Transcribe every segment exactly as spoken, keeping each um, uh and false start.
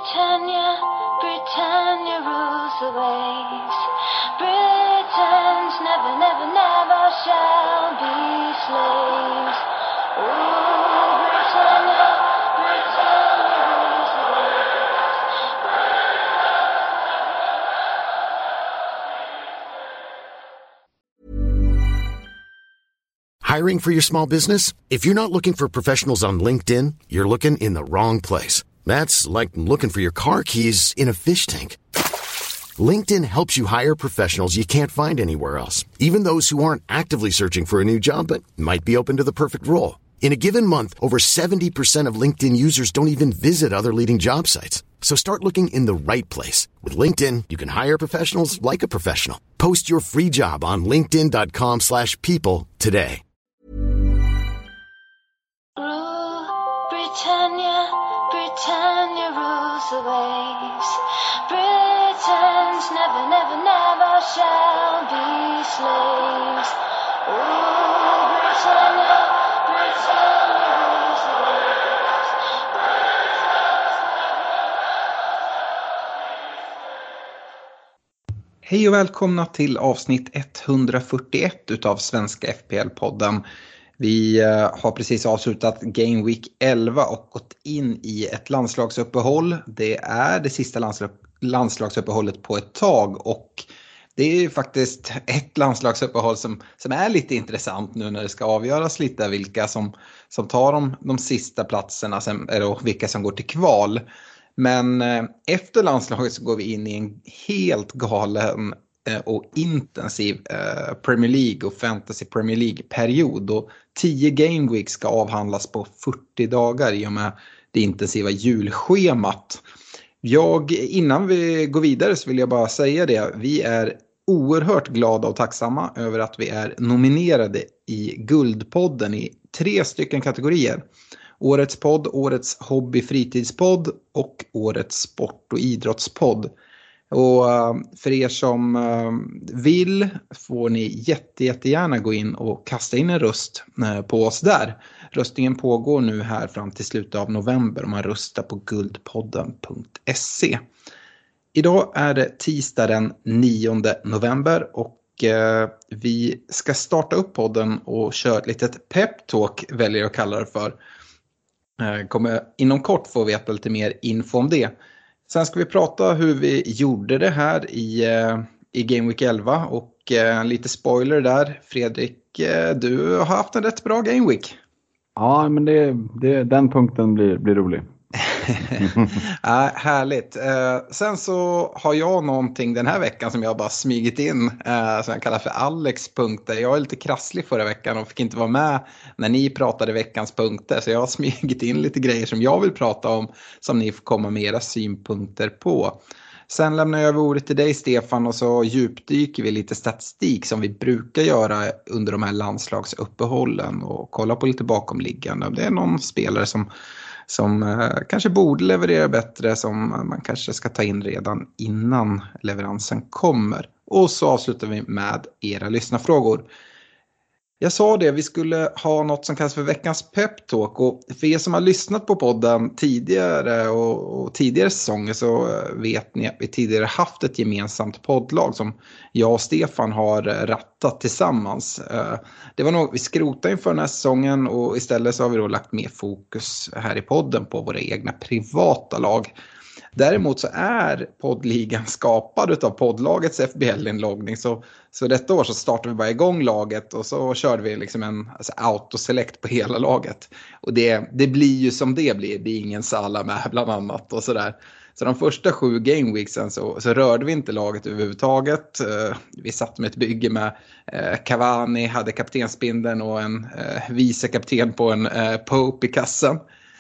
Britannia, Britannia rules the waves. Britons never, never, never shall be slaves. Oh, Britannia, Britannia rules the waves. Hiring for your small business? If you're not looking for professionals on LinkedIn, you're looking in the wrong place. That's like looking for your car keys in a fish tank. LinkedIn helps you hire professionals you can't find anywhere else, even those who aren't actively searching for a new job but might be open to the perfect role. In a given month, over seventy percent of LinkedIn users don't even visit other leading job sites. So start looking in the right place. With LinkedIn, you can hire professionals like a professional. Post your free job on linkedin dot com slash people today. Britannia, Britannia rules the waves. Britons never, never, never shall be slaves. Oh, Britannia, Britannia rules the waves. Hej och välkomna till avsnitt etthundrafyrtioett utav Svenska F P L-podden. Vi har precis avslutat Game Week elva och gått in i ett landslagsuppehåll. Det är det sista landslag, landslagsuppehållet på ett tag och det är faktiskt ett landslagsuppehåll som, som är lite intressant nu när det ska avgöras lite vilka som, som tar de, de sista platserna sen, eller vilka som går till kval. Men efter landslaget så går vi in i en helt galen och intensiv Premier League och Fantasy Premier League-period. Och tio Game Weeks ska avhandlas på fyrtio dagar i och med det intensiva julschemat. Jag, innan vi går vidare så vill jag bara säga det. Vi är oerhört glada och tacksamma över att vi är nominerade i Guldpodden i tre stycken kategorier. Årets podd, årets hobby-fritidspodd och årets sport- och idrottspodd. Och för er som vill får ni jätte, jättegärna gå in och kasta in en röst på oss där. Röstningen pågår nu här fram till slutet av november och man röstar på guldpodden punkt se. Idag är det tisdag den nionde november och vi ska starta upp podden och köra ett litet pep-talk, väljer jag att kalla det för. Kommer inom kort få veta lite mer info om det. Sen ska vi prata hur vi gjorde det här i, i Game Week elva och eh, lite spoiler där. Fredrik, eh, du har haft en rätt bra Game Week. Ja, men det, det, den punkten blir, blir rolig. Ja, härligt. Eh, sen så har jag någonting den här veckan som jag bara smygit in eh, som jag kallar för Alex punkter. Jag var lite krasslig förra veckan och fick inte vara med när ni pratade veckans punkter. Så jag har smygit in lite grejer som jag vill prata om som ni får komma med era synpunkter på. Sen lämnar jag över ordet till dig, Stefan, och så djupdyker vi lite statistik som vi brukar göra under de här landslagsuppehållen och kolla på lite bakomliggande. Om det är någon spelare som som eh, kanske borde leverera bättre, som man kanske ska ta in redan innan leveransen kommer. Och så avslutar vi med era lyssnarfrågor. Jag sa det, vi skulle ha något som kallas för veckans pep-talk. Och för er som har lyssnat på podden tidigare och, och tidigare säsonger så vet ni att vi tidigare haft ett gemensamt poddlag som jag och Stefan har rattat tillsammans. Det var nog vi skrotade inför den här säsongen och istället så har vi då lagt mer fokus här i podden på våra egna privata lag. Däremot så är poddligan skapad av poddlagets F B L-inloggning. Så, så detta år så startade vi bara igång laget och så körde vi liksom en alltså autoselect på hela laget. Och det, det blir ju som det blir. Det är ingen Salah med bland annat och sådär. Så de första sju gameweeksen så, så rörde vi inte laget överhuvudtaget. Vi satt med ett bygge med Cavani, hade kaptensbindeln och en vice kapten på en Pope i kassen.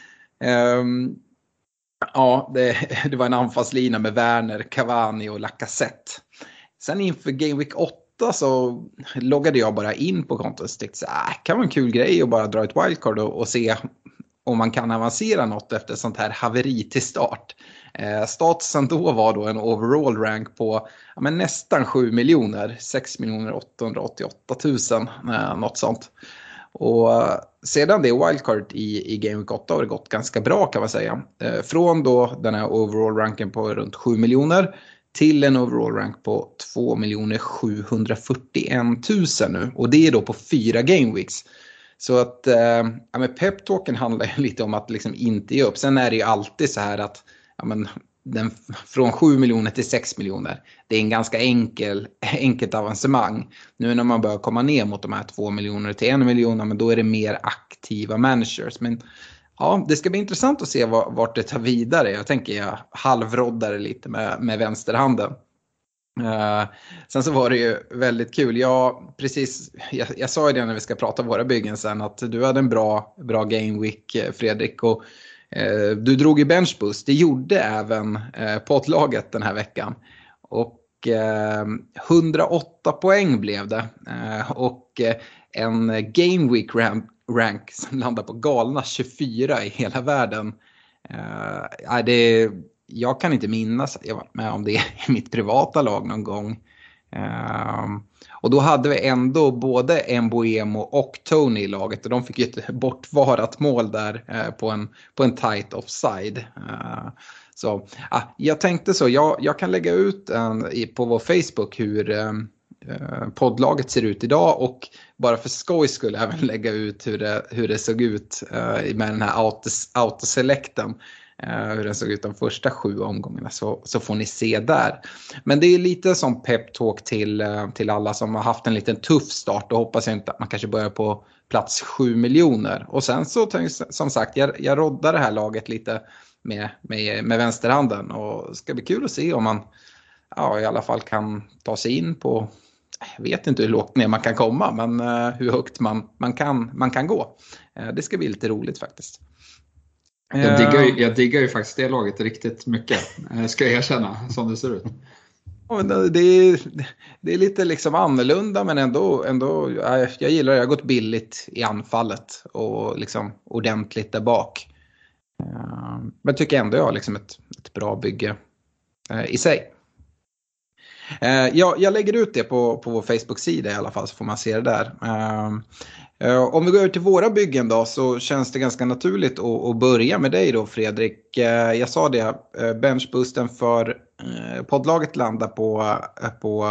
Ja, det, det var en anfallslina med Werner, Cavani och Lacazette. Sen inför Game Week åtta så loggade jag bara in på kontot och tänkte att det kan vara en kul grej att bara dra ett wildcard och, och se om man kan avancera något efter sånt här haveri till start. Eh, statusen då var då en overall rank på ja, men nästan sju miljoner, sex miljoner åttahundraåttioåtta tusen, eh, något sånt. Och sedan det wildcard i, i Game Week åtta har det gått ganska bra kan man säga. Eh, från då den här overall ranken på runt sju miljoner till en overall rank på två miljoner sjuhundrafyrtioen tusen nu. Och det är då på fyra Game Weeks. Så att eh, ja, men peptalken handlar ju lite om att liksom inte ge upp. Sen är det ju alltid så här att ja, men, den, från sju miljoner till sex miljoner. Det är en ganska enkel, enkelt avancemang. Nu när man börjar komma ner mot de här två miljoner till en miljon, men då är det mer aktiva managers. Men ja, det ska bli intressant att se vart det tar vidare. Jag tänker jag halvroddar lite med, med vänsterhanden. Uh, sen så var det ju väldigt kul. Jag, precis, jag, jag sa ju det när vi ska prata våra byggen sen att du hade en bra, bra game week, Fredrik, och uh, du drog i benchboost. Det gjorde även uh, poddlaget den här veckan. Och uh, hundraåtta poäng blev det. Uh, och uh, en game week rank, rank som landar på galna tjugofyra i hela världen. Uh, det Jag kan inte minnas att jag varit med om det i mitt privata lag någon gång. Um, och då hade vi ändå både Mbuemo och Tony i laget. Och de fick ju ett bortvarat mål där uh, på, en, på en tight offside. Uh, så uh, jag tänkte så. Jag, jag kan lägga ut en, i, på vår Facebook hur um, uh, poddlaget ser ut idag. Och bara för skoj skulle jag även lägga ut hur det, hur det såg ut uh, med den här autos, autoselecten. Uh, hur den såg ut de första sju omgångarna, så, så får ni se där. Men det är lite som pep-talk till, uh, till alla som har haft en liten tuff start, och hoppas jag inte att man kanske börjar på plats sju miljoner. Och sen så som sagt, jag, jag roddar det här laget lite med, med, med vänsterhanden, och det ska bli kul att se om man ja, i alla fall kan ta sig in på, jag vet inte hur lågt ner man kan komma, men uh, hur högt man, man, kan, man kan gå. Uh, det ska bli lite roligt faktiskt. Jag diggar, ju, jag diggar ju faktiskt det laget riktigt mycket, ska jag erkänna, som det ser ut. Ja, det, är, det är lite liksom annorlunda, men ändå, ändå jag gillar det. Jag har gått billigt i anfallet och liksom ordentligt där bak. Men tycker ändå jag har liksom ett, ett bra bygge i sig. Jag, jag lägger ut det på, på vår Facebook-sida i alla fall, så får man se det där. Om vi går över till våra byggen då, så känns det ganska naturligt att, att börja med dig då, Fredrik. Jag sa det, benchboosten för poddlaget landar på, på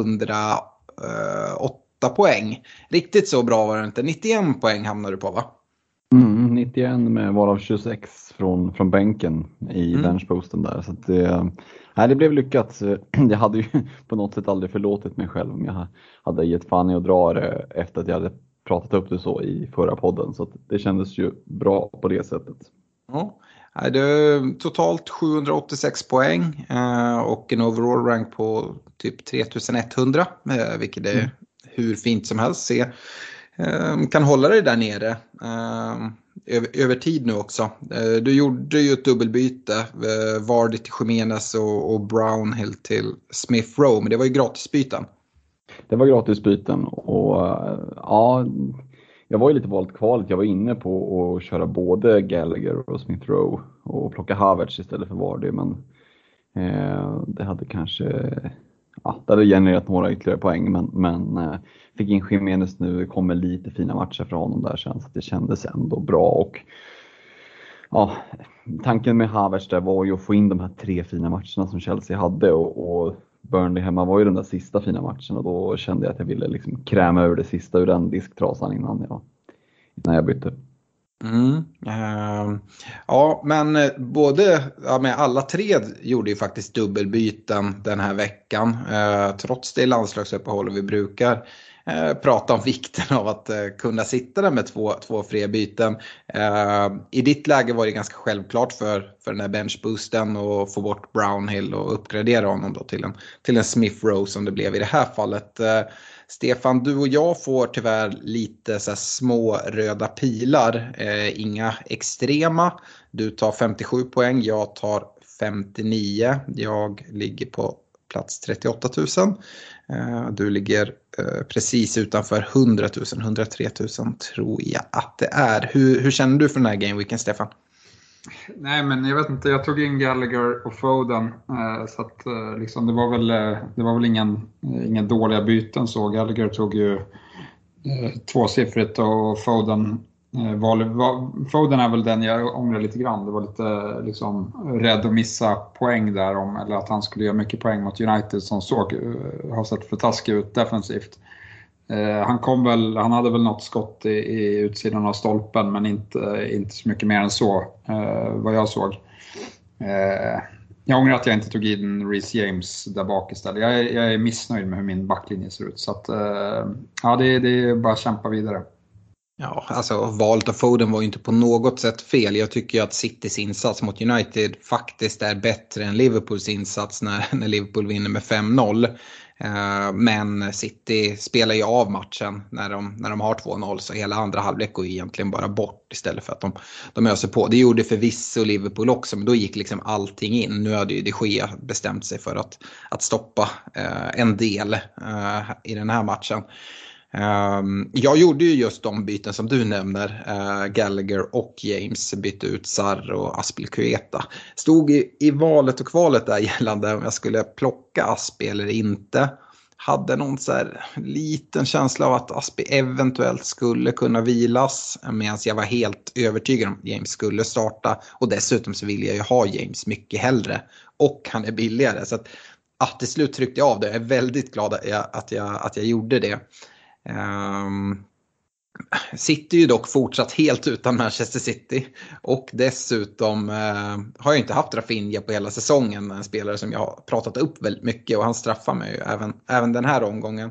hundraåtta poäng. Riktigt så bra var det inte. nittioen poäng hamnar du på, va? Mm, nittioen med varav tjugosex från, från bänken i mm. benchboosten där. Så att det, nej, det blev lyckat. Jag hade ju på något sätt aldrig förlåtit mig själv om jag hade gett fan i att dra det efter att jag hade pratat upp det så i förra podden. Så att det kändes ju bra på det sättet. Ja, det är totalt sjuhundraåttiosex poäng och en overall rank på typ tre tusen etthundra, vilket är mm. hur fint som helst. Se. Kan hålla dig där nere över, över tid nu också. Du gjorde ju ett dubbelbyte, Vardy till Jimenez och, och Brownhill till Smith Rowe, men det var ju gratisbyten. Det var gratisbyten, och ja, jag var ju lite valt kvalet. Jag var inne på att köra både Gallagher och Smith Rowe och plocka Havertz istället för Vardy, men eh, det hade kanske ja, det hade genererat några ytterligare poäng, men, men eh, fick in Jimenez nu. Det kommer lite fina matcher från honom där sen, så det kändes ändå bra. Och ja, tanken med Havertz där var ju att få in de här tre fina matcherna som Chelsea hade, och, och Burnley hemma var ju den där sista fina matchen, och då kände jag att jag ville liksom kräma ur det sista ur den disktrasan innan jag, innan jag bytte. Mm. Uh, ja, men både ja, med alla tre gjorde ju faktiskt dubbelbyten den här veckan. Uh, trots det landslagsuppehåll vi brukar uh, prata om vikten av att uh, kunna sitta där med två, två fria byten. Uh, I ditt läge var det ganska självklart för, för den här benchboosten och få bort Brownhill och uppgradera honom då till en, till en Smith Rowe som det blev i det här fallet. Uh, Stefan, du och jag får tyvärr lite så här små röda pilar, eh, inga extrema. Du tar femtiosju poäng, jag tar femtionio. Jag ligger på plats trettioåtta tusen. Eh, du ligger eh, precis utanför hundra tusen, hundratre tusen tror jag att det är. Hur, hur känner du för den här gameweeken, Stefan? Nej, men jag vet inte, jag tog in Gallagher och Foden, eh, så att eh, liksom, det var väl, det var väl ingen, ingen dåliga byten så. Gallagher tog ju tvåsiffrigt och Foden var, var, Foden är väl den jag ångrar lite grann. Det var lite liksom rädd att missa poäng där om, eller att han skulle göra mycket poäng mot United som såg har sett för taskig ut defensivt. Eh, han kom väl, han hade väl något skott i, i utsidan av stolpen, men inte, inte så mycket mer än så eh, vad jag såg. Eh, jag ångrar att jag inte tog in Reece James där bak istället. Jag är, jag är missnöjd med hur min backlinje ser ut, så att eh, ja, det, det är bara att kämpa vidare. Ja, alltså valet av Foden var ju inte på något sätt fel. Jag tycker ju att Citys insats mot United faktiskt är bättre än Liverpools insats när, när Liverpool vinner med fem noll. Men City spelar ju av matchen när de, när de har två noll, så hela andra halvlek går egentligen bara bort istället för att de, de öser på. Det gjorde förvisso Liverpool också, men då gick liksom allting in. Nu hade ju De Gea bestämt sig för att, att stoppa eh, en del eh, i den här matchen. Um, jag gjorde ju just de byten som du nämner, uh, Gallagher och James bytte ut Sarr och Aspilicueta. Stod i, i valet och kvalet där gällande om jag skulle plocka Aspi eller inte. Hade någon så här liten känsla av att Aspi eventuellt skulle kunna vilas, medan jag var helt övertygad om att James skulle starta, och dessutom så vill jag ju ha James mycket hellre och han är billigare, så att, att till slut tryckte jag av det. Jag är väldigt glad att jag, att jag, att jag gjorde det. Um, sitter ju dock fortsatt helt utan Manchester City, och dessutom uh, har jag inte haft Rafinha på hela säsongen, en spelare som jag har pratat upp väldigt mycket, och han straffar mig ju även, även den här omgången.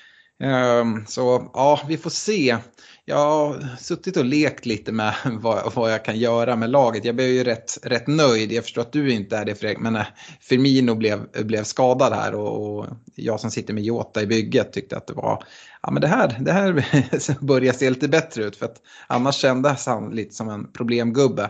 Um, så ja, vi får se. Jag har suttit och lekt lite med vad, vad jag kan göra med laget. Jag blev ju rätt, rätt nöjd. Jag förstår att du inte är det, Fredrik, men äh, Firmino blev, blev skadad här, och, och jag som sitter med Jota i bygget tyckte att det var, ja men det här, det här börjar se lite bättre ut, för att annars kändes han lite som en problemgubbe.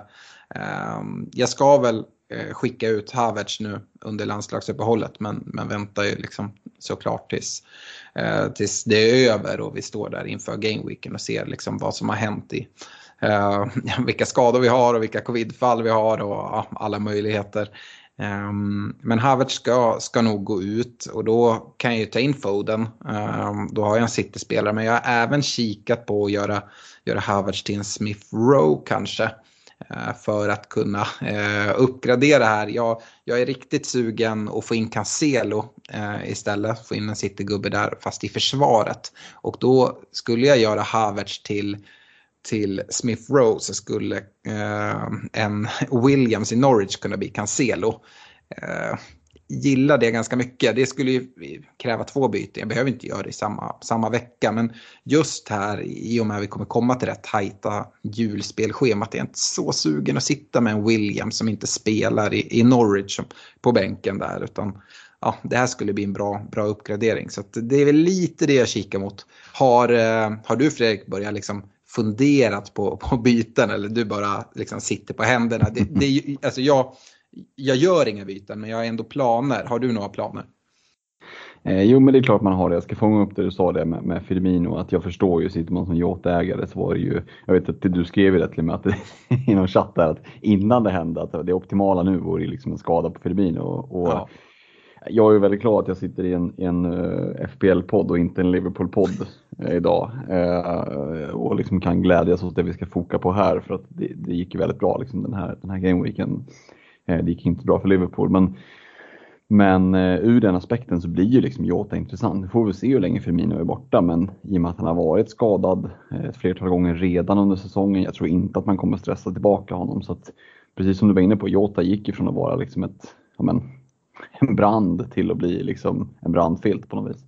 Um, jag ska väl uh, skicka ut Havertz nu under landslagsuppehållet, men, men väntar ju liksom såklart tills Uh, tills det är över och vi står där inför gameweeken och ser liksom vad som har hänt i uh, vilka skador vi har och vilka covidfall vi har och uh, alla möjligheter. Um, men Havertz ska, ska nog gå ut, och då kan jag ju ta in Foden. Um, då har jag en City-spelare, men jag har även kikat på att göra, göra Havertz till en Smith Rowe kanske, för att kunna eh, uppgradera här. Jag, jag är riktigt sugen att få in Cancelo eh, istället. Få in en City-gubbe där, fast i försvaret. Och då skulle jag göra Havertz till, till Smith Rowe, så skulle eh, en Williams i Norwich kunna bli Cancelo. Eh, gillar det ganska mycket. Det skulle ju kräva två byten. Jag behöver inte göra det i samma, samma vecka. Men just här, i och med att vi kommer komma till rätt tajta julspelschemat, är jag inte så sugen att sitta med en Williams som inte spelar i, i Norwich på bänken där. Utan ja, det här skulle bli en bra, bra uppgradering. Så att det är väl lite det jag kikar mot. Har, har du, Fredrik, börjat liksom funderat på, på byten, eller du bara liksom sitter på händerna? Det, det, alltså jag... Jag gör inga byten, men jag har ändå planer. Har du några planer? Eh, jo, men det är klart man har det. Jag ska fånga upp det du sa det med, med Firmino. Att jag förstår ju, sitter man som Jota-ägare så var det ju... Jag vet att du skrev det till mig att det, i någon chatt där, att innan det hände att det optimala nu vore liksom en skada på Firmino. Och, och ja. Jag är väldigt glad att jag sitter i en, en uh, F P L-podd och inte en Liverpool-podd uh, idag. Uh, och liksom kan glädjas åt det vi ska foka på här. För att det, det gick ju väldigt bra liksom, den här, den här gameweeken. Det gick inte bra för Liverpool, men, men uh, ur den aspekten så blir ju liksom Jota intressant. Nu får vi se hur länge Firmino är borta, men i och med att han har varit skadad uh, ett flertal gånger redan under säsongen, jag tror inte att man kommer stressa tillbaka honom. Så att, precis som du var inne på, Jota gick ifrån att vara liksom ett, ja, men, en brand till att bli liksom en brandfilt på något vis.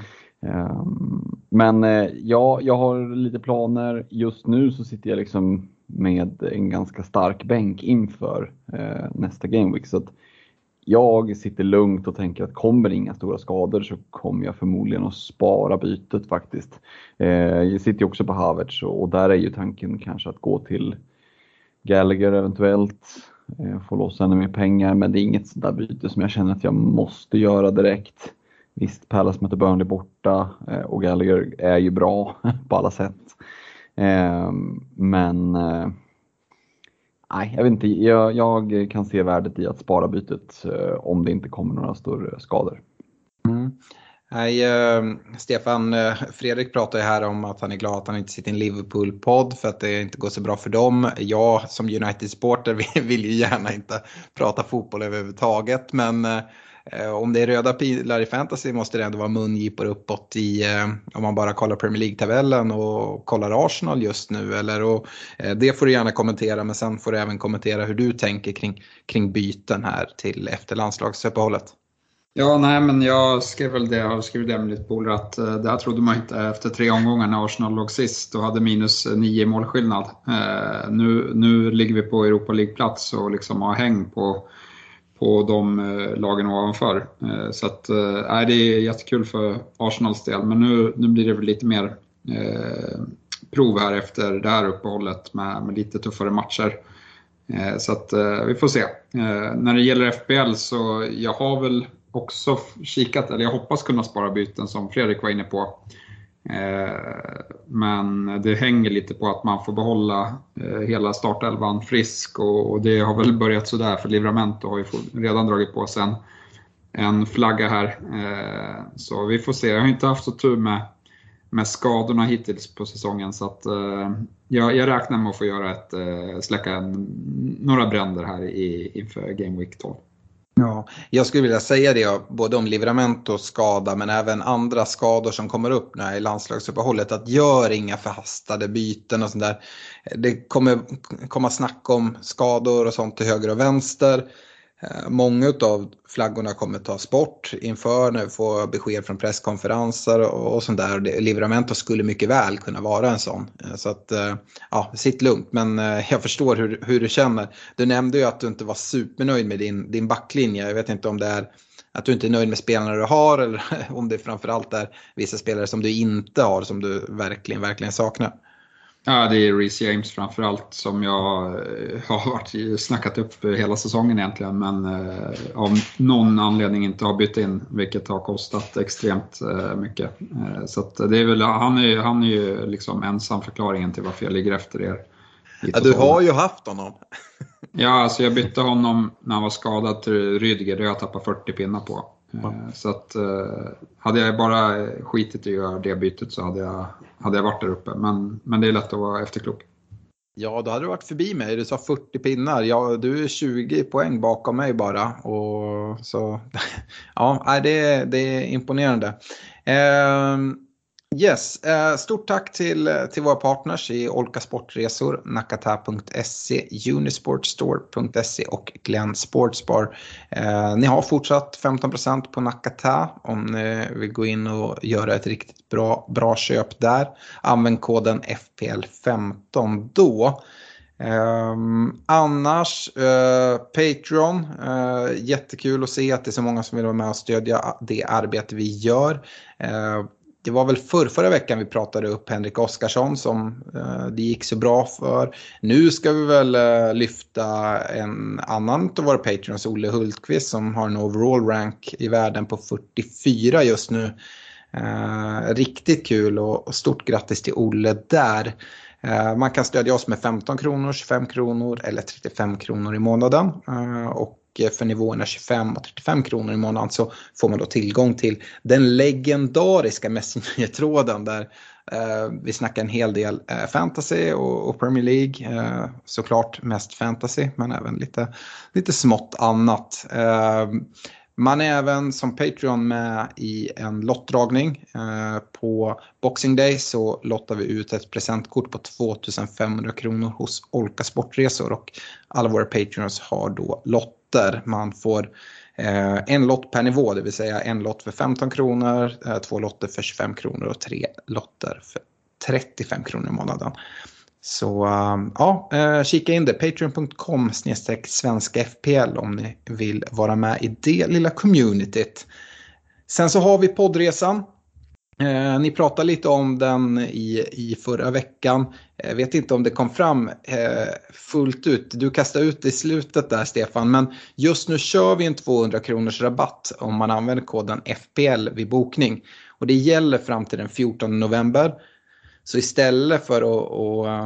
Um, men uh, ja, jag har lite planer. Just nu så sitter jag liksom med en ganska stark bänk inför eh, nästa gameweek, så att jag sitter lugnt och tänker att kommer inga stora skador så kommer jag förmodligen att spara bytet faktiskt. Eh, jag sitter ju också på Havertz, och, och där är ju tanken kanske att gå till Gallagher eventuellt, eh, få loss ännu mer pengar, men det är inget sånt där byte som jag känner att jag måste göra direkt. Visst, Palace möter Burnley borta eh, och Gallagher är ju bra på alla sätt. Eh, men eh, nej, jag vet inte. Jag, jag kan se värdet i att spara bytet eh, om det inte kommer några större skador. Mm. Nej, eh, Stefan, eh, Fredrik pratar ju här om att han är glad att han inte sitter i en Liverpool-podd för att det inte går så bra för dem. Jag som United-supporter vill, vill ju gärna inte prata fotboll överhuvudtaget, men eh, om det är röda pilar i fantasy måste det ändå vara mungipor uppåt i, eh, om man bara kollar Premier League-tabellen och kollar Arsenal just nu. Eller, och, eh, det får du gärna kommentera, men sen får du även kommentera hur du tänker kring, kring byten här till efter landslagsuppehållet. Ja, nej, men jag skrev väl det, jag skrev det med lite bollar att eh, det här trodde man inte efter tre omgångar när Arsenal låg sist och hade minus nio målskillnad. Eh, nu, nu ligger vi på Europa League-plats och liksom har häng på, på de eh, lagen ovanför. Eh, så att, eh, det är jättekul för Arsenals del, men nu, nu blir det väl lite mer eh, prov här efter det här uppehållet med, med lite tuffare matcher. Eh, så att eh, vi får se. Eh, när det gäller F P L så jag har väl också kikat, eller jag hoppas kunna spara byten som Fredrik var inne på. Eh, men det hänger lite på att man får behålla eh, hela startelvan frisk och, och det har väl börjat sådär för Livramento har ju redan dragit på sig en, en flagga här. Eh, så vi får se, jag har inte haft så tur med, med skadorna hittills på säsongen så att eh, jag, jag räknar med att få göra ett, eh, släcka en, några bränder här i, inför Game Week tolv. Ja, jag skulle vilja säga det både om Livramento skada men även andra skador som kommer upp när i landslagsuppehållet, att gör inga förhastade byten och sånt där. Det kommer komma snack om skador och sånt till höger och vänster. Många av flaggorna kommer tas bort inför när vi får besked från presskonferenser och sånt där. Livramento skulle mycket väl kunna vara en sån. Så att, ja, sitt lugnt. Men jag förstår hur, hur du känner. Du nämnde ju att du inte var supernöjd med din, din backlinje. Jag vet inte om det är att du inte är nöjd med spelarna du har eller om det framförallt är vissa spelare som du inte har som du verkligen, verkligen saknar. Ja, det är Reece James framförallt som jag har varit snackat upp hela säsongen egentligen, men eh, av någon anledning inte har bytt in, vilket har kostat extremt eh, mycket. Eh, så att det är väl, han är, han är ju liksom ensam förklaringen till varför jag ligger efter er. Ja, du har ju haft honom. Ja, alltså jag bytte honom när han var skadad till Rydiger, det har jag tappat fyrtio pinnar på. Mm. Så att hade jag bara skitit i att göra det bytet så hade jag, hade jag varit där uppe. Men, men det är lätt att vara efterklok. Ja, då hade du varit förbi mig. Du sa fyrtio pinnar. Ja, du är tjugo poäng bakom mig bara. Och så, ja, det, det är imponerande. Eh, yes, eh, stort tack till, till våra partners i Olka Sportresor, nakata punkt se, unisportstore punkt se och Glenn Sportsbar. Eh, ni har fortsatt femton procent på Nakata om ni vill gå in och göra ett riktigt bra, bra köp där. Använd koden F P L femton då. Um, annars uh, Patreon, uh, jättekul att se att det är så många som vill vara med och stödja det arbete vi gör. Uh, det var väl för, förra veckan vi pratade upp Henrik Oskarsson som uh, det gick så bra för. Nu ska vi väl uh, lyfta en annan av våra Patreons, Olle Hultqvist, som har en overall rank i världen på fyrtiofyra just nu. Uh, riktigt kul och, och stort grattis till Olle där. Man kan stödja oss med femton kronor, tjugofem kronor eller trettiofem kronor i månaden. Och för nivåerna tjugofem och trettiofem kronor i månaden så får man då tillgång till den legendariska Messenger-tråden där vi snackar en hel del fantasy och Premier League. Såklart mest fantasy men även lite, lite smått annat. Man är även som Patreon med i en lottdragning. Eh, på Boxing Day så lottar vi ut ett presentkort på tvåtusenfemhundra kronor hos Olka Sportresor. Och alla våra Patreons har då lotter. Man får eh, en lott per nivå, det vill säga en lott för femton kronor, eh, två lotter för tjugofem kronor och tre lotter för trettiofem kronor i månaden. Så um, ja, uh, kika in det. Patreon punkt com snedstreck svenska F P L om ni vill vara med i det lilla communityt. Sen så har vi poddresan. Uh, ni pratade lite om den i, i förra veckan. Jag uh, vet inte om det kom fram uh, fullt ut. Du kastade ut det i slutet där, Stefan. Men just nu kör vi en tvåhundra kronors rabatt om man använder koden F P L vid bokning. Och det gäller fram till den fjortonde november. Så istället för att, att,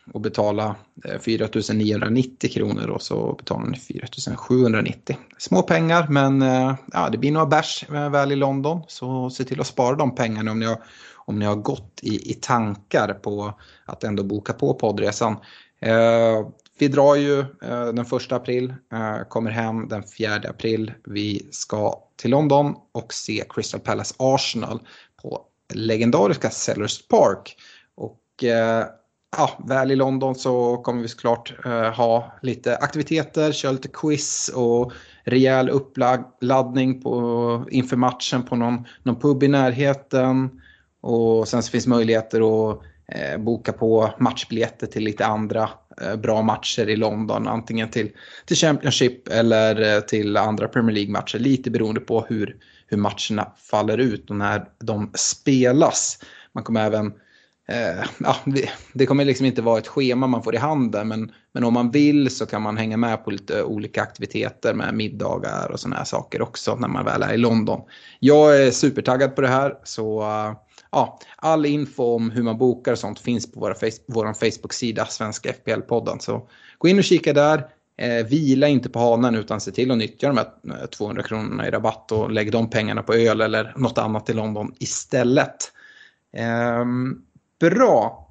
och betala fyra tusen niohundranittio kronor och så betalar ni fyra tusen sjuhundranittio. Små pengar, men ja, det blir några bärs väl i London, så se till att spara de pengarna om ni har, om ni har gått i, i tankar på att ändå boka på poddresan. Eh, vi drar ju eh, den första april, eh, kommer hem den fjärde april. Vi ska till London och se Crystal Palace Arsenal på legendariska Sellers Park. Och eh, ja, väl i London så kommer vi såklart eh, ha lite aktiviteter, köra lite quiz och rejäl uppladdning på, inför matchen på någon, någon pub i närheten. Och sen så finns möjligheter att eh, boka på matchbiljetter till lite andra eh, bra matcher i London. Antingen till, till Championship eller eh, till andra Premier League-matcher. Lite beroende på hur, hur matcherna faller ut och när de spelas. Man kommer även... Eh, ja, det, det kommer liksom inte vara ett schema man får i handen, men, men om man vill så kan man hänga med på lite olika aktiviteter med middagar och såna här saker också när man väl är i London. Jag är supertaggad på det här, så uh, ja, all info om hur man bokar och sånt finns på våra face- vår Facebook-sida Svenska F P L-podden, så gå in och kika där. Eh, vila inte på hanen utan se till att nyttja de här tvåhundra kronorna i rabatt och lägg de pengarna på öl eller något annat i London istället. Eh, Bra.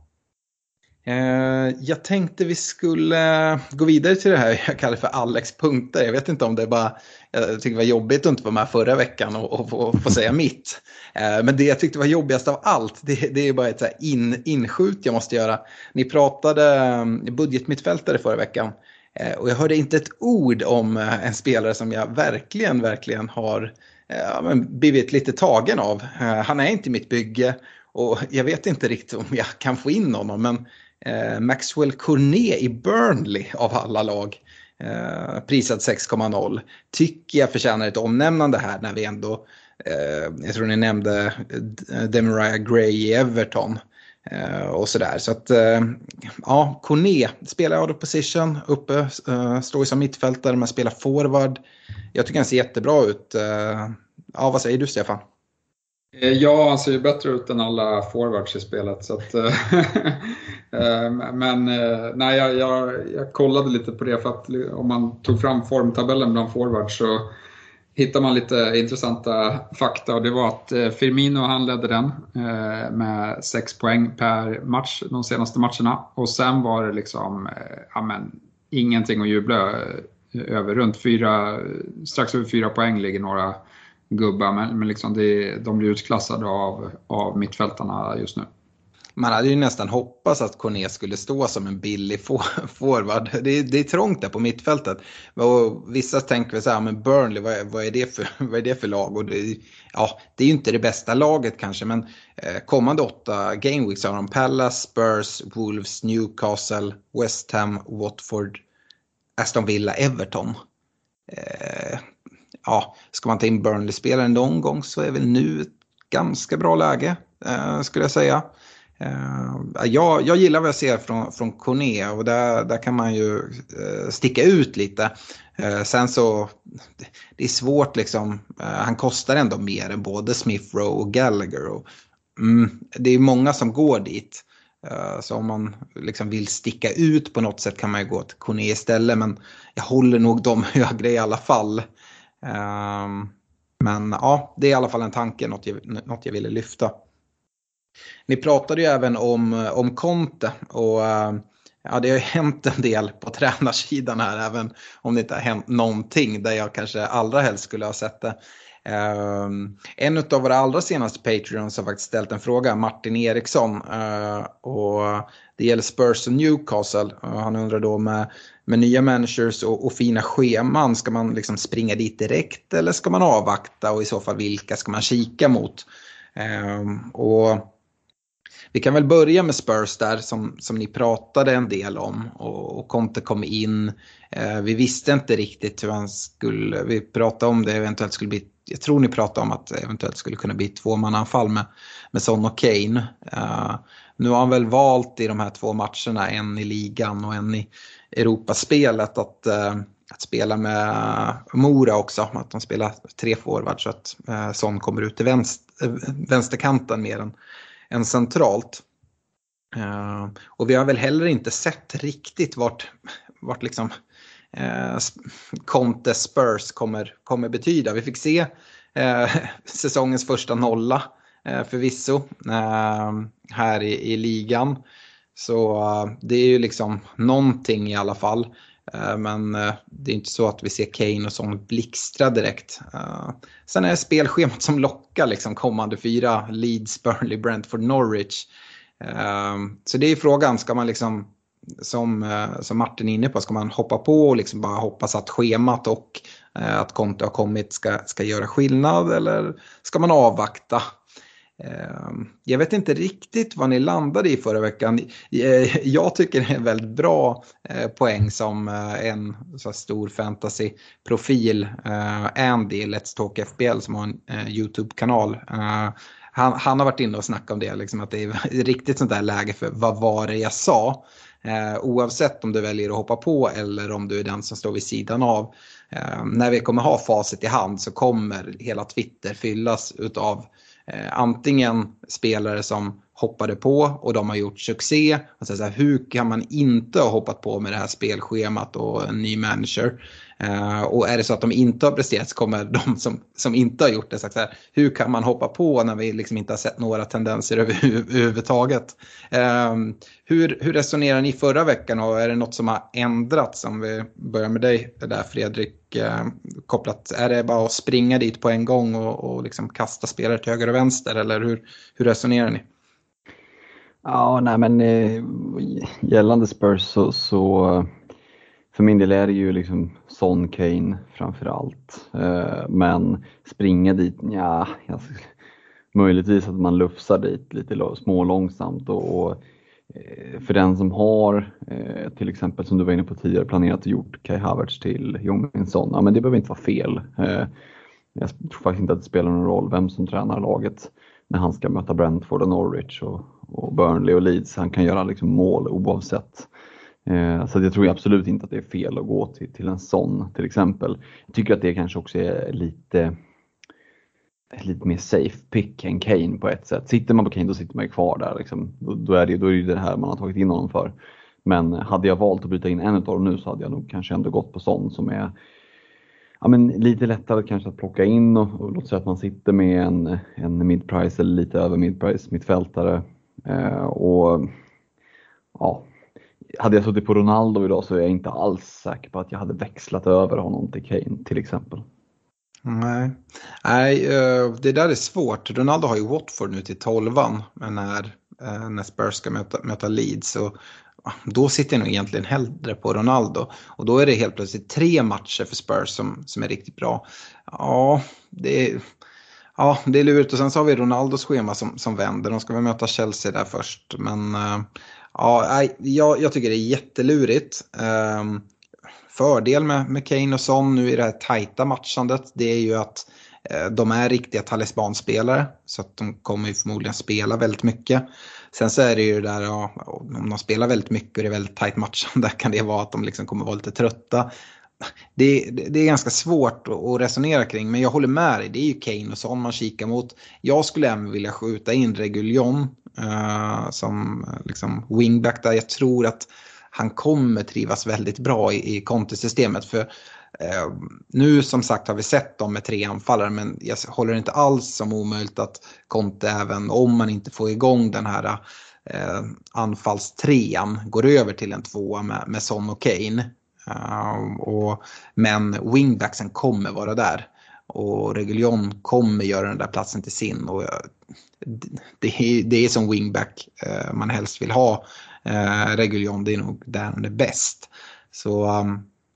Eh, jag tänkte vi skulle gå vidare till det här jag kallar för Alex punkter. Jag vet inte om det är bara, jag tyckte det var jobbigt att inte vara med förra veckan och, och, och få säga mitt. Eh, men det jag tyckte var jobbigast av allt, det, det är bara ett så här in, inskjut jag måste göra. Ni pratade budgetmittfältare förra veckan. Eh, och jag hörde inte ett ord om en spelare som jag verkligen, verkligen har eh, men blivit lite tagen av. Eh, han är inte mitt bygge. Och jag vet inte riktigt om jag kan få in honom, men eh, Maxwell Cornet i Burnley av alla lag, eh, prisad sex komma noll, tycker jag förtjänar ett omnämnande här när vi ändå, eh, jag tror ni nämnde Demarai Gray i Everton eh, och sådär. Så att, eh, ja, Cornet spelar out of position uppe, eh, står som mittfältare men spelar forward. Jag tycker han ser jättebra ut. Eh, ja, vad säger du, Stefan? Ja, han ser ju bättre ut än alla forwards i spelet. Så att, men nej, jag, jag, jag kollade lite på det, för att om man tog fram formtabellen bland forwards så hittar man lite intressanta fakta. Och det var att Firmino, han ledde den med sex poäng per match de senaste matcherna. Och sen var det liksom ja, men, ingenting att jubla över. Runt fyra, strax över fyra poäng ligger några gubbar, men, men liksom det, de blir utklassade av, av mittfältarna just nu. Man hade ju nästan hoppats att Cornet skulle stå som en billig forward. Det, det är trångt där på mittfältet. Och vissa tänker väl så här, men Burnley, vad är, vad är, det, för, vad är det för lag? Och det, ja, det är ju inte det bästa laget kanske, men eh, kommande åtta gameweeks har de Palace, Spurs, Wolves, Newcastle, West Ham, Watford, Aston Villa, Everton. Eh, Ja, ska man ta in Burnley-spelaren någon gång så är väl nu ett ganska bra läge, eh, skulle jag säga. Eh, jag, jag gillar vad jag ser från, från Cornet, och där, där kan man ju eh, sticka ut lite. Eh, sen så, det är svårt liksom, eh, han kostar ändå mer än både Smith Rowe och Gallagher. Och, mm, det är många som går dit. Eh, så om man liksom vill sticka ut på något sätt kan man ju gå till Cornet istället, men jag håller nog dem högre i alla fall. Um, men ja, det är i alla fall en tanke, något jag, något jag ville lyfta. Ni pratade ju även om, om Conte, och uh, ja, det har ju hänt en del på tränarsidan här, även om det inte har hänt någonting där jag kanske allra helst skulle ha sett det. Um, en av våra allra senaste Patreons har faktiskt ställt en fråga, Martin Eriksson, uh, och det gäller Spurs och Newcastle. Uh, han undrar då med, med nya managers och, och fina scheman, ska man liksom springa dit direkt eller ska man avvakta, och i så fall vilka ska man kika mot? Um, och vi kan väl börja med Spurs där som, som ni pratade en del om, och, och Conte kom in. Eh, vi visste inte riktigt hur han skulle, vi pratade om det eventuellt skulle bli, jag tror ni pratade om att det eventuellt skulle kunna bli två mananfall med, med Son och Kane. Eh, nu har han väl valt i de här två matcherna, en i ligan och en i Europaspelet, att, eh, att spela med Mora också, att de spelar tre forward så att eh, Son kommer ut till vänster, vänsterkanten mer än än centralt. Uh, och vi har väl heller inte sett riktigt vart, vart liksom uh, Conte Spurs kommer, kommer betyda. Vi fick se uh, säsongens första nolla uh, förvisso uh, här i, i ligan. Så uh, det är ju liksom någonting i alla fall. Uh, men uh, det är inte så att vi ser Kane och sån blixtra direkt. Uh, sen är det spelschemat som lockar liksom kommande fyra: Leeds, Burnley, Brentford, Norwich. Så det är frågan, ska man liksom, som, som Martin är inne på, ska man hoppa på och liksom bara hoppas att schemat och att Conte har kommit ska, ska göra skillnad, eller ska man avvakta? Jag vet inte riktigt vad ni landade i förra veckan. Jag tycker det är en väldigt bra poäng som en så stor fantasy-profil, Andy, Let's Talk F B L, som har en YouTube-kanal. Han, han har varit inne och snackat om det, liksom, att det är riktigt sånt där läge för vad var det jag sa. Eh, oavsett om du väljer att hoppa på eller om du är den som står vid sidan av. Eh, när vi kommer ha facit i hand så kommer hela Twitter fyllas utav eh, antingen spelare som hoppade på och de har gjort succé. Och så här, hur kan man inte ha hoppat på med det här spelschemat och en ny manager? Uh, och är det så att de inte har presterat så kommer de som, som inte har gjort det sagt så här, hur kan man hoppa på när vi liksom inte har sett några tendenser överhuvudtaget? Uh, hur, hur resonerar ni förra veckan, och är det något som har ändrats? Om vi börjar med dig där, Fredrik, uh, kopplat, är det bara att springa dit på en gång och, och liksom kasta spelare till höger och vänster, eller hur, hur resonerar ni? Ja, nej men eh, gällande Spurs så, så för min del är det ju liksom Son, Kane framförallt. Eh, men springa dit, ja, jag, möjligtvis att man lufsar dit lite små långsamt. Och, och eh, för den som har, eh, till exempel som du var inne på tidigare, planerat och gjort Kai Havertz till Jong-Min Son, ja men det behöver inte vara fel. Eh, jag tror faktiskt inte att det spelar någon roll vem som tränar laget när han ska möta Brentford och Norwich och, och Burnley och Leeds. Han kan göra liksom mål oavsett. Eh, så jag tror absolut inte att det är fel att gå till, till en sån till exempel. Jag tycker att det kanske också är lite, lite mer safe pick än Kane på ett sätt. Sitter man på Kane, då sitter man kvar där. Liksom. Då, då, är det, då är det det här man har tagit in honom för. Men hade jag valt att bryta in en av dem nu så hade jag nog kanske ändå gått på sån som är ja, men lite lättare kanske att plocka in. Och, och låt säga att man sitter med en, en mid-price eller lite över mid-price mittfältare. Eh, och ja... Hade jag suttit på Ronaldo idag så är jag inte alls säker på att jag hade växlat över honom till Kane till exempel. Nej, Nej det där är svårt. Ronaldo har ju Watford nu till tolvan när, när Spurs ska möta, möta Leeds. Och då sitter jag nog egentligen hellre på Ronaldo. Och då är det helt plötsligt tre matcher för Spurs som, som är riktigt bra. Ja, det är... Ja, det är lurigt. Och sen så har vi Ronaldos schema som, som vänder. De ska väl möta Chelsea där först. Men uh, ja, jag, jag tycker det är jättelurigt. Um, fördel med, med Kane och Son nu i det här tajta matchandet, det är ju att uh, de är riktiga talismanspelare. Så att de kommer ju förmodligen spela väldigt mycket. Sen så är det ju där, ja, om de spelar väldigt mycket och det är väldigt tajt matchande, kan det vara att de liksom kommer vara lite trötta. Det, det, det är ganska svårt att resonera kring, men jag håller med dig, det är ju Kane och Son man kikar mot. Jag skulle även vilja skjuta in Reguilón uh, som liksom wingback där. Jag tror att han kommer trivas väldigt bra i, i Conte-systemet, för uh, nu som sagt har vi sett dem med tre anfallare, men jag håller inte alls som omöjligt att Conte, även om man inte får igång den här uh, anfallstrean, går över till en tvåa med, med Son och Kane. Uh, och, men wingbacksen kommer vara där och Reguilón kommer göra den där platsen till sin, och uh, det, är, det är som wingback uh, man helst vill ha. uh, Reguilón, det är nog där han är bäst. Så um,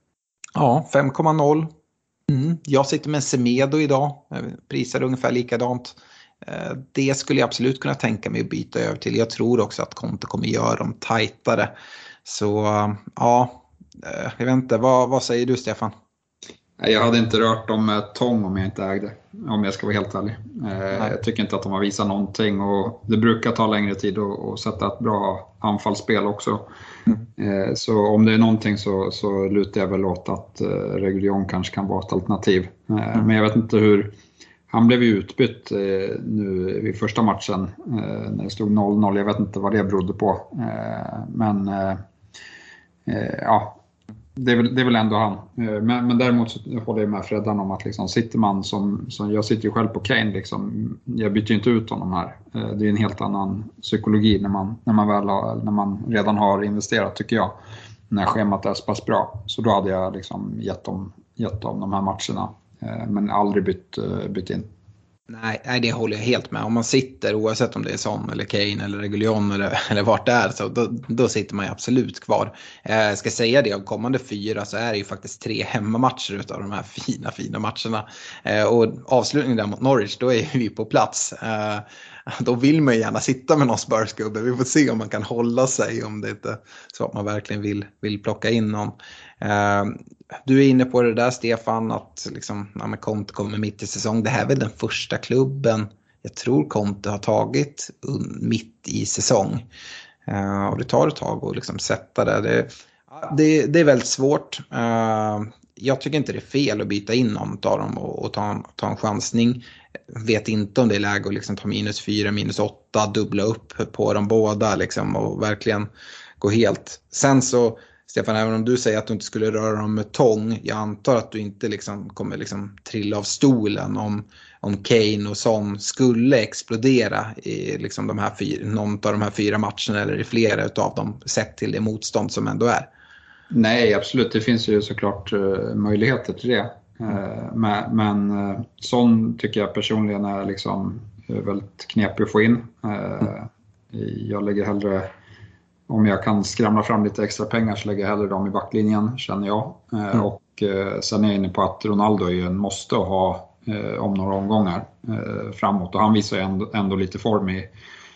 ja, fem komma noll. mm. Jag sitter med Semedo idag, prisar ungefär likadant. uh, Det skulle jag absolut kunna tänka mig att byta över till. Jag tror också att Conte kommer göra dem tajtare. Så uh, ja, jag vet inte, vad, vad säger du, Stefan? Jag hade inte rört dem med tång om jag inte ägde, om jag ska vara helt ärlig. Nej. Jag tycker inte att de har visat någonting, och det brukar ta längre tid att, att sätta ett bra anfallsspel också. Mm. Så om det är någonting så, så lutar jag väl åt att Reguilón kanske kan vara ett alternativ. Mm. Men jag vet inte hur han blev ju utbytt eh, nu i första matchen eh, när det stod noll noll. Jag vet inte vad det berodde på. Eh, men eh, eh, ja, det är, väl, det är väl ändå han. Eh, men, men däremot så håller jag med Freddan om att liksom, sitter man som, som... Jag sitter ju själv på Kane. Liksom, jag byter ju inte ut honom här. Eh, det är en helt annan psykologi när man, när man, väl har, när man redan har investerat, tycker jag. När schemat är så pass bra. Så då hade jag liksom gett dem, gett dem de här matcherna. Men aldrig bytt, bytt in. Nej, nej, det håller jag helt med. Om man sitter, oavsett om det är Son eller Kane eller Reguilón eller, eller vart det är, så då, då sitter man ju absolut kvar. Jag eh, ska säga det, av kommande fyra så är det ju faktiskt tre hemmamatcher utav de här fina, fina matcherna. Eh, och avslutningen där mot Norwich, då är vi på plats. Eh, då vill man ju gärna sitta med någon Spurs-gubbe. Vi får se om man kan hålla sig, om det inte så att man verkligen vill, vill plocka in någon. Eh, Du är inne på det där, Stefan, att liksom, ja, Conte kommer mitt i säsong. Det här är väl den första klubben jag tror Conte har tagit mitt i säsong. Uh, och det tar ett tag att liksom sätta det. Det, det. det är väldigt svårt. Uh, jag tycker inte det är fel att byta in någon av dem och, och ta, en, ta en chansning. Vet inte om det är läge att liksom ta minus fyra, minus åtta, dubbla upp på dem båda liksom, och verkligen gå helt. Sen så, Stefan, även om du säger att du inte skulle röra dem med tång, jag antar att du inte liksom kommer liksom trilla av stolen om, om Kane och Son skulle explodera i liksom de här fyra, någon av de här fyra matcherna eller i flera av dem, sett till det motstånd som ändå är. Nej, absolut. Det finns ju såklart uh, möjligheter till det. Uh, men men uh, Son tycker jag personligen är liksom uh, väldigt knepig att få in. Uh, jag lägger hellre... Om jag kan skramla fram lite extra pengar så lägger jag hellre dem i backlinjen, känner jag. Mm. Och eh, sen är jag inne på att Ronaldo är ju en måste ha eh, om några omgångar eh, framåt. Och han visar ju ändå, ändå lite form i,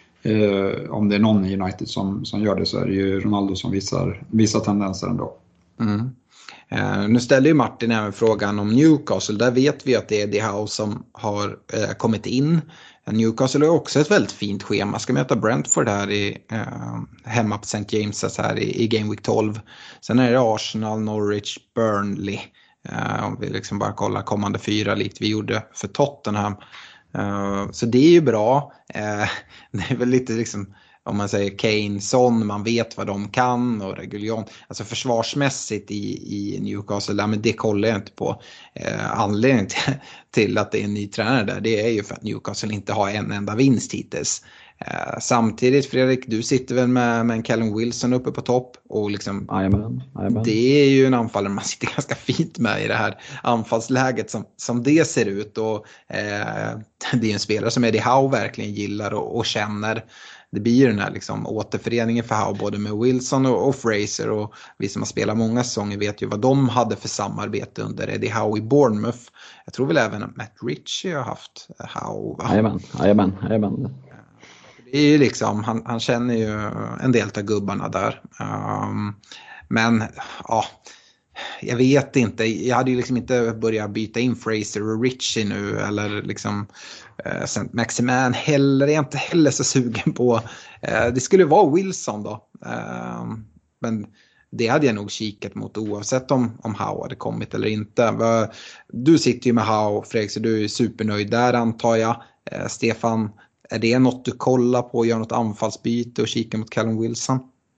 eh, om det är någon i United som, som gör det, så är det ju Ronaldo som visar, visar tendenser ändå. Mm. Uh, nu ställer ju Martin även frågan om Newcastle. Där vet vi att det är Eddie Howe som har uh, kommit in. Newcastle har också ett väldigt fint schema. Ska möta Brentford här i, uh, hemma på Saint James's här i, i Game Week tolv. Sen är det Arsenal, Norwich, Burnley. Uh, om vi liksom bara kollar kommande fyra likt vi gjorde för Tottenham. Uh, så det är ju bra. Uh, det är väl lite liksom... Om man säger Kane, Son, man vet vad de kan, och Reguilón. Alltså försvarsmässigt i, i Newcastle, där, men det kollar jag inte på. Eh, anledningen till, till att det är en ny tränare där, det är ju för att Newcastle inte har en enda vinst hittills. Eh, samtidigt, Fredrik, du sitter väl med, med en Callum Wilson uppe på topp. Och liksom, Amen, amen. Det är ju en anfallare man sitter ganska fint med i det här anfallsläget som, som det ser ut. Och eh, det är en spelare som Eddie Howe verkligen gillar och, och känner. Det blir ju den här liksom återföreningen för Howe både med Wilson och, och Fraser, och vi som har spelat många säsonger vet ju vad de hade för samarbete under Eddie Howe i Bournemouth. Jag tror väl även att Matt Ritchie har haft Howe. Jajamän, jajamän, jajamän. Det är ju liksom, han, han känner ju en del av gubbarna där. Um, men ja, jag vet inte. Jag hade ju liksom inte börjat byta in Fraser och Ritchie nu, eller liksom eh, Saint Maximin heller. Jag är inte heller så sugen på. Eh, det skulle vara Wilson då. Eh, men det hade jag nog kikat mot oavsett om, om Howe hade kommit eller inte. Du sitter ju med Howe, Fredrik, så du är supernöjd där antar jag. Eh, Stefan, är det något du kollar på, gör något anfallsbyte och kika mot Callum Wilson?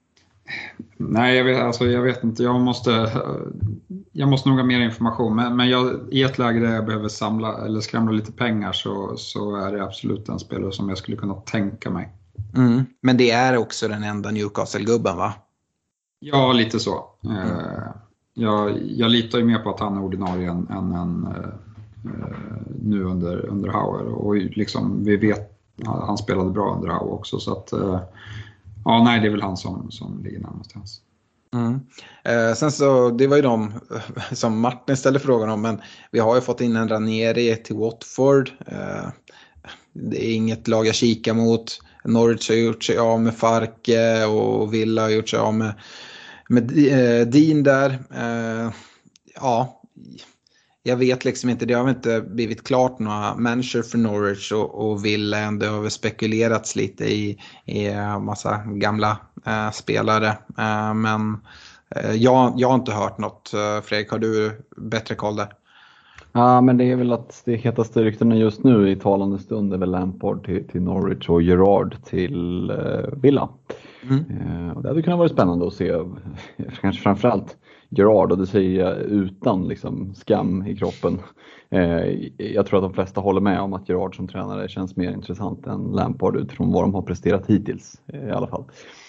Nej, jag vet, alltså, jag vet inte. Jag måste, jag måste nog ha mer information. Men, men jag, i ett läge där jag behöver samla eller skramla lite pengar så, så är det absolut en spelare som jag skulle kunna tänka mig. Mm. Men det är också den enda Newcastle-gubben, va? Ja, lite så. Mm. Uh, jag, jag litar ju mer på att han är ordinarie än, än, än uh, nu under, under Howe. Och liksom, vi vet att han spelade bra under Howe också. Så att... Uh, Ja, nej, det är väl han som, som ligger närmast hans. Mm. Eh, sen så, det var ju de som Martin ställde frågan om, men vi har ju fått in en Ranieri till Watford. Eh, det är inget lag jag kikar mot. Norwich har gjort sig av med Farke och Villa har gjort sig av med, med eh, Dean där. Eh, ja... Jag vet liksom inte, det har inte blivit klart några människor för Norwich och, och Villa, ändå har spekulerats lite i, i massa gamla äh, spelare. Äh, men äh, jag, jag har inte hört något. Fredrik, har du bättre koll där? Ja, men det är väl att det hetaste ryktena just nu i talande stund är väl Lampard till, till Norwich och Gerrard till eh, Villa. Mm. Eh, och det hade kunnat vara spännande att se, kanske framförallt Gerrard, och det säger jag utan liksom skam i kroppen. Eh, jag tror att de flesta håller med om att Gerrard som tränare känns mer intressant än Lampard utifrån vad de har presterat hittills eh, i alla fall.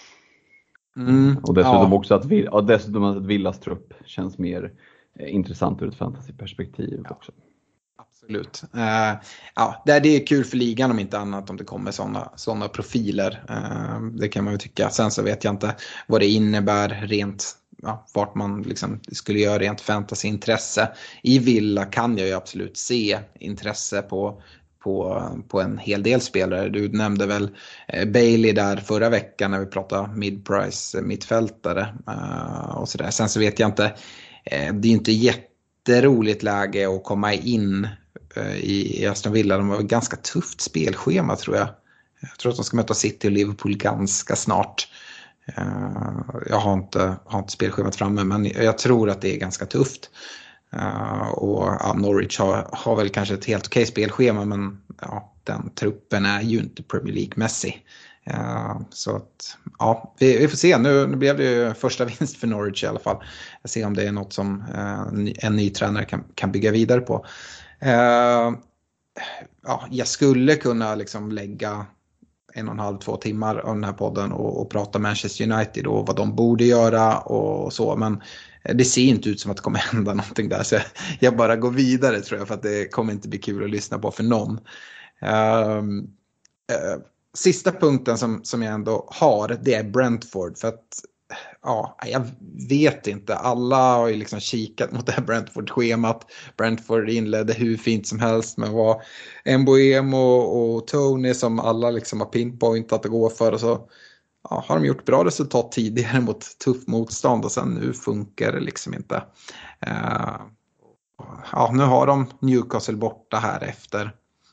Mm, och dessutom ja. också att, ja, dessutom att Villas trupp känns mer eh, intressant ur ett fantasyperspektiv ja. också. Absolut. Uh, ja, det är kul för ligan om inte annat om det kommer sådana såna profiler. Uh, det kan man ju tycka. Sen så vet jag inte vad det innebär rent, ja, vart man liksom skulle göra rent fantasyintresse. I Villa kan jag ju absolut se intresse på På, på en hel del spelare. Du nämnde väl eh, Bailey där förra veckan när vi pratade mid-price mittfältare uh, och sådär. Sen så vet jag inte, eh, det är inte jätteroligt läge att komma in uh, i, i Aston Villa. De har ett ganska tufft spelschema tror jag. Jag tror att de ska möta City och Liverpool ganska snart. Uh, jag har inte, har inte spelschemat framme, men jag tror att det är ganska tufft. Uh, och ja, Norwich har, har väl kanske ett helt okej spelschema, men ja, den truppen är ju inte Premier League-mässig. Uh, så att, ja, vi, vi får se. Nu, nu blev det ju första vinst för Norwich i alla fall. Jag ser om det är något som uh, en ny tränare kan, kan bygga vidare på. Uh, ja, jag skulle kunna liksom lägga en och en halv, två timmar av den här podden och, och prata Manchester United och vad de borde göra och så, men det ser inte ut som att det kommer hända någonting där, så jag bara går vidare tror jag, för att det kommer inte bli kul att lyssna på för någon. Uh, uh, sista punkten som, som jag ändå har, det är Brentford, för att ja, jag vet inte, alla har ju liksom kikat mot det här Brentford-schemat. Brentford inledde hur fint som helst med vad Mbeumo och, och Tony som alla liksom har pinpointat att gå för, och så ja, har de gjort bra resultat tidigare mot tuff motstånd och sen nu funkar det liksom inte. Uh, ja, nu har de Newcastle borta här efter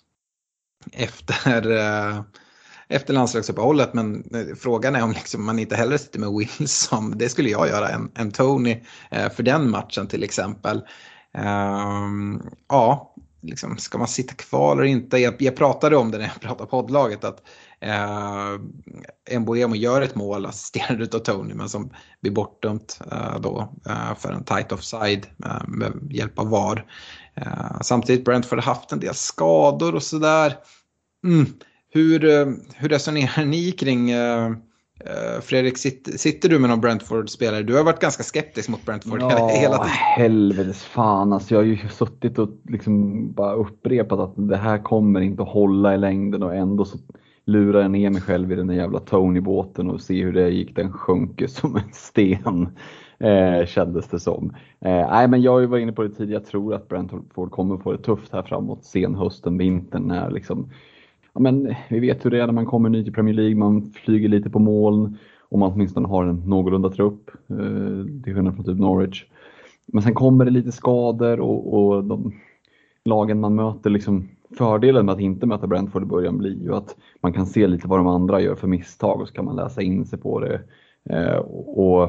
efter uh, efter landslagsuppehållet, men frågan är om liksom man inte heller sitter med Wilson. Det skulle jag göra, en, en Tony uh, för den matchen till exempel. Uh, ja, liksom, ska man sitta kvar eller inte? Jag, jag pratade om det när jag pratade poddlaget, att Uh, Mbeumo gör ett mål assisterad av Tony, men som blir bortdömt uh, då uh, för en tight offside uh, med hjälp av V A R. Uh, samtidigt Brentford har haft en del skador och sådär. Mm. Hur, uh, hur resonerar ni kring uh, uh, Fredrik, sitter, sitter du med någon Brentford-spelare? Du har varit ganska skeptisk mot Brentford ja, hela tiden. Helvetes fan, alltså jag har ju suttit och liksom bara upprepat att det här kommer inte att hålla i längden, och ändå så lurar jag ner mig själv i den där jävla Tony-båten och se hur det gick. Den sjunker som en sten, eh, kändes det som. Eh, nej, men jag var inne på det tidigare. Jag tror att Brentford kommer få det tufft här framåt sen hösten, vintern, när liksom, ja, men vi vet hur det är när man kommer ny till Premier League. Man flyger lite på moln och man åtminstone har en någorlunda trupp, eh, till skillnad från typ Norwich. Men sen kommer det lite skador och, och de lagen man möter liksom. Fördelen med att inte möta Brentford i början blir ju att man kan se lite vad de andra gör för misstag, och så kan man läsa in sig på det. Eh, och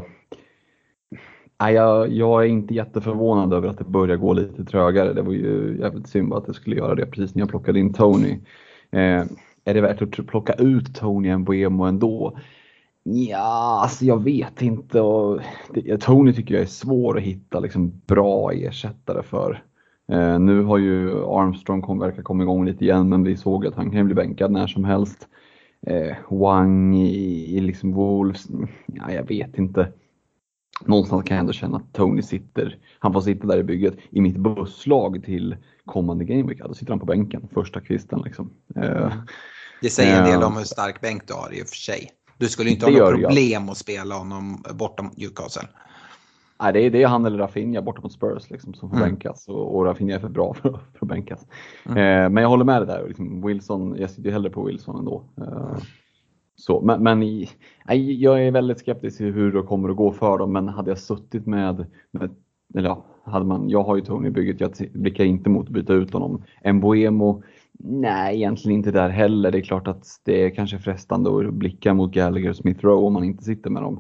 nej, jag, jag är inte jätteförvånad över att det börjar gå lite trögare. Det var ju jävligt synd att det skulle göra det precis när jag plockade in Tony. Eh, är det värt att plocka ut Tony Mbeumo ändå? Ja, alltså jag vet inte. Och det, Tony tycker jag är svår att hitta liksom bra ersättare för. Uh, nu har ju Armstrong kom, verkar komma igång lite igen, men vi såg att han kan bli bänkad när som helst. Uh, Wang i, i liksom Wolves, ja, jag vet inte. Någonstans kan jag ändå känna att Tony sitter, han får sitta där i bygget. I mitt busslag till kommande gameweek, då sitter han på bänken, första kvisten liksom. Uh, det säger en del om hur stark bänk du har i och för sig. Du skulle inte ha något problem att spela honom borta mot Newcastle. Nej, det är, det är han eller Rafinha borta mot Spurs liksom, som får mm. bänkas. Och, och Rafinha är för bra för, för att bänkas. Mm. Eh, men jag håller med det där. Liksom, Wilson, jag sitter ju hellre på Wilson ändå. Eh, så, men men i, jag är väldigt skeptisk till hur det kommer att gå för dem. Men hade jag suttit med, med eller ja, hade man, jag har ju Tony i bygget. Jag blickar inte mot att byta ut honom. Mbeumo, nej, egentligen inte där heller. Det är klart att det är kanske frestande att blicka mot Gallagher och Smith Rowe om man inte sitter med dem.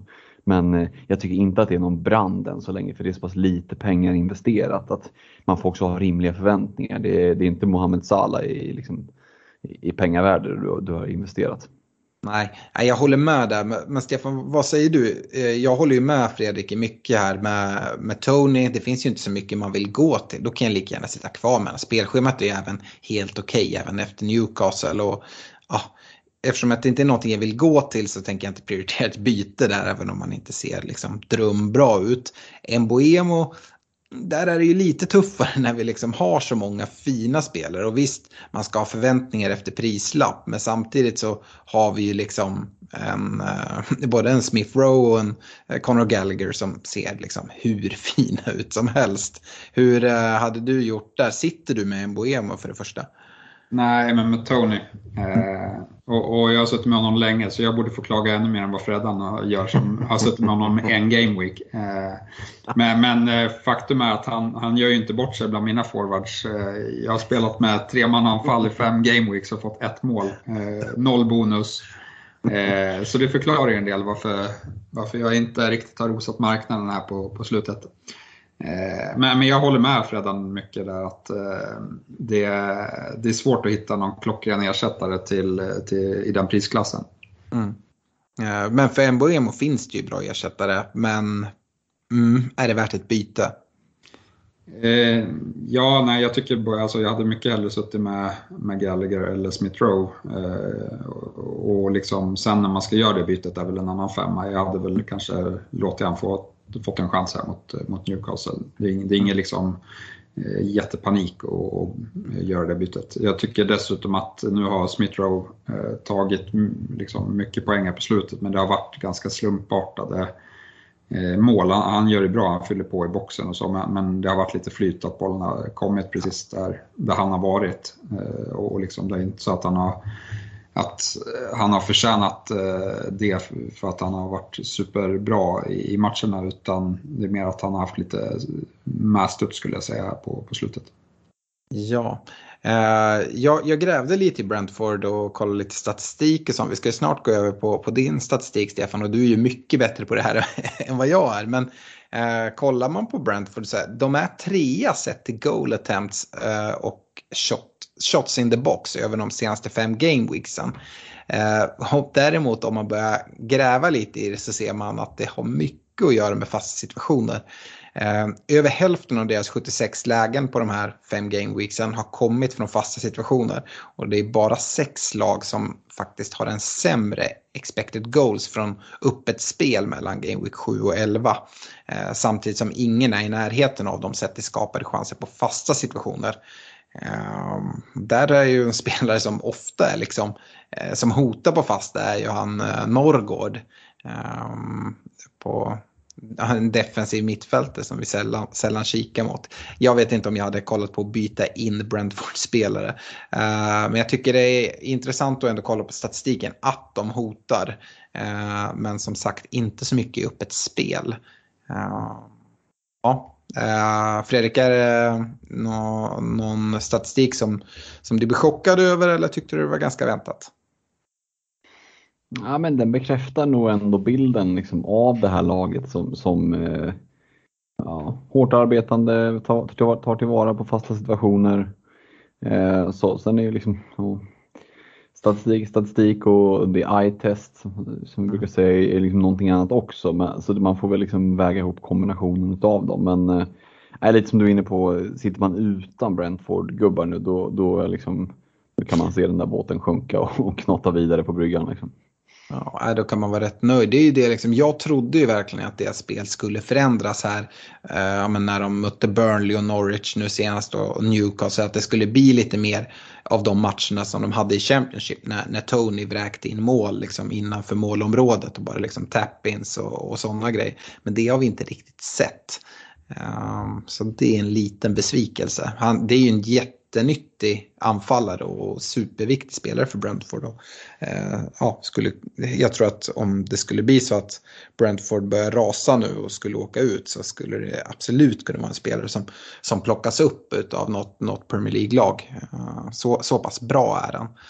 Men eh, jag tycker inte att det är någon brand än så länge, för det är så pass lite pengar investerat att man får också ha rimliga förväntningar. Det är, det är inte Mohamed Salah i, liksom, i pengavärde du, du har investerat. Nej, jag håller med där. Men Stefan, vad säger du? Jag håller ju med Fredrik mycket här med, med Tony. Det finns ju inte så mycket man vill gå till. Då kan jag lika gärna sitta kvar med. Spelschemat är ju även helt okej, okay, även efter Newcastle. Och, ja, eftersom det inte är någonting jag vill gå till så tänker jag inte prioritera ett byte där, även om man inte ser liksom drömbra ut. Mbeumo, där är det ju lite tuffare när vi liksom har så många fina spelare. Och visst, man ska ha förväntningar efter prislapp. Men samtidigt så har vi ju liksom en, eh, både en Smith Rowe och en eh, Conor Gallagher som ser liksom hur fina ut som helst. Hur eh, hade du gjort där? Sitter du med Mbeumo för det första? Nej, men med Tony. Eh, och, och jag har suttit med honom länge, så jag borde få klaga ännu mer än vad Fredan gör som har suttit med honom en game week. Eh, men men eh, faktum är att han, han gör ju inte bort sig bland mina forwards. Eh, jag har spelat med tre mananfall i fem game weeks och fått ett mål. Eh, noll bonus. Eh, så det förklarar ju en del varför, varför jag inte riktigt har rosat marknaden här på, på slutet. Men, men jag håller med Fredan mycket där att eh, det, det är svårt att hitta någon klockren ersättare till, till, i den prisklassen. Mm. Ja, men för Mbeumo finns det ju bra ersättare, men mm, är det värt ett byte? Eh, ja, nej, jag tycker alltså, jag hade mycket hellre suttit med, med Gallagher eller Smith Rowe eh, och, och liksom, sen när man ska göra det bytet är väl en annan femma. Jag hade väl kanske låtit han få fått en chans här mot, mot Newcastle. Det är, det är ingen liksom, eh, jättepanik att göra det bytet. Jag tycker dessutom att nu har Smith Rowe eh, tagit m- liksom mycket poäng på slutet, men det har varit ganska slumpartade eh, mål. Han, han gör det bra, han fyller på i boxen och så, men, men det har varit lite flyt att bollen har kommit precis där, där han har varit. Eh, och liksom, det är inte så att han har att han har förtjänat det för att han har varit superbra i matcherna, utan det är mer att han har haft lite mästup skulle jag säga på, på slutet. Ja, eh, jag, jag grävde lite i Brentford och kollade lite statistik och sånt. Vi ska snart gå över på, på din statistik, Stefan, och du är ju mycket bättre på det här än vad jag är. Men eh, kollar man på Brentford så här, de är trea sett till goal attempts eh, och shot shots in the box över de senaste fem game weeksen. Eh, och däremot om man börjar gräva lite i det så ser man att det har mycket att göra med fasta situationer. Eh, över hälften av deras sjuttiosex lägen på de här fem game weeksen har kommit från fasta situationer. Och det är bara sex lag som faktiskt har en sämre expected goals från öppet spel mellan game week sju och elva. Eh, samtidigt som ingen är i närheten av de sätt till skapade chanser på fasta situationer. Um, där är ju en spelare som ofta är liksom, eh, som hotar på fast är ju han eh, Norrgård um, på en defensiv mittfältare som vi sällan, sällan kikar mot. Jag vet inte om jag hade kollat på att byta in Brentford-spelare, uh, men jag tycker det är intressant att ändå kolla på statistiken att de hotar, uh, men som sagt inte så mycket i öppet spel. Uh, ja Uh, Fredrik, är det nå- någon statistik som, som du blev chockad över eller tyckte du det var ganska väntat? Ja, men den bekräftar nog ändå bilden liksom, av det här laget som, som eh, ja, hårt arbetande, tar, tar, tar tillvara på fasta situationer. Eh, så, sen är det liksom ja, statistik, statistik och det är eye-test som vi brukar säga är liksom någonting annat också. Men, så man får väl liksom väga ihop kombinationen av dem. Men eh, är lite som du är inne på, sitter man utan Brentford-gubbar nu då, då, liksom, då kan man se den där båten sjunka och, och knotta vidare på bryggan. Liksom. Ja, då kan man vara rätt nöjd. Det är ju det liksom, jag trodde ju verkligen att deras spel skulle förändras här. Eh, men när de mötte Burnley och Norwich nu senast och Newcastle, att det skulle bli lite mer av de matcherna som de hade i Championship när, när Tony vräkte in mål liksom innanför målområdet och bara liksom tap-ins och, och sådana grejer. Men det har vi inte riktigt sett. Um, så det är en liten besvikelse. Han, det är ju en jättenyttig anfallare och superviktig spelare för Brentford. Och, uh, ja, skulle, jag tror att om det skulle bli så att Brentford börjar rasa nu och skulle åka ut så skulle det absolut kunna vara en spelare som, som plockas upp av något, något Premier League-lag. Uh, så, så pass bra är han.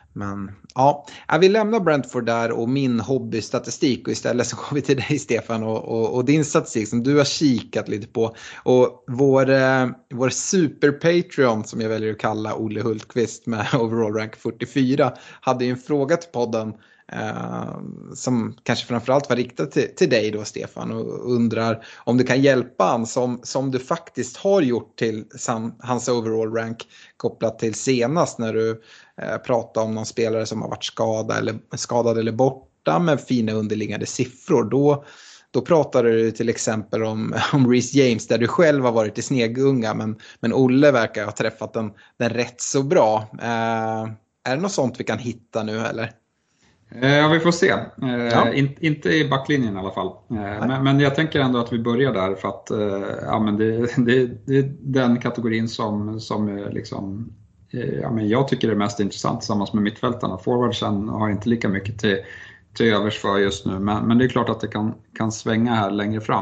Men ja, vi lämnar Brentford där och min hobbystatistik och istället så går vi till dig Stefan och, och, och din statistik som du har kikat lite på. Och vår, eh, vår super Patreon som jag väljer att kalla Olle Hultqvist med overall rank fyrtiofyra hade ju en fråga till podden eh, som kanske framförallt var riktad till, till dig då Stefan och undrar om du kan hjälpa han som, som du faktiskt har gjort till sam, hans overall rank kopplat till senast när du prata om någon spelare som har varit skadad eller, skadad eller borta med fina underliggande siffror. Då, då pratar du till exempel om, om Reece James där du själv har varit i snegunga men, men Olle verkar ha träffat den, den rätt så bra. Eh, är det något sånt vi kan hitta nu eller? Ja, vi får se. Eh, ja. in, inte i backlinjen i alla fall. Eh, men, men jag tänker ändå att vi börjar där för att eh, ja, men det, det, det är den kategorin som, som liksom Ja, men jag tycker det är mest intressant tillsammans med mittfältarna. Forwardsen har inte lika mycket till, till övers för just nu. Men, men det är klart att det kan, kan svänga här längre fram.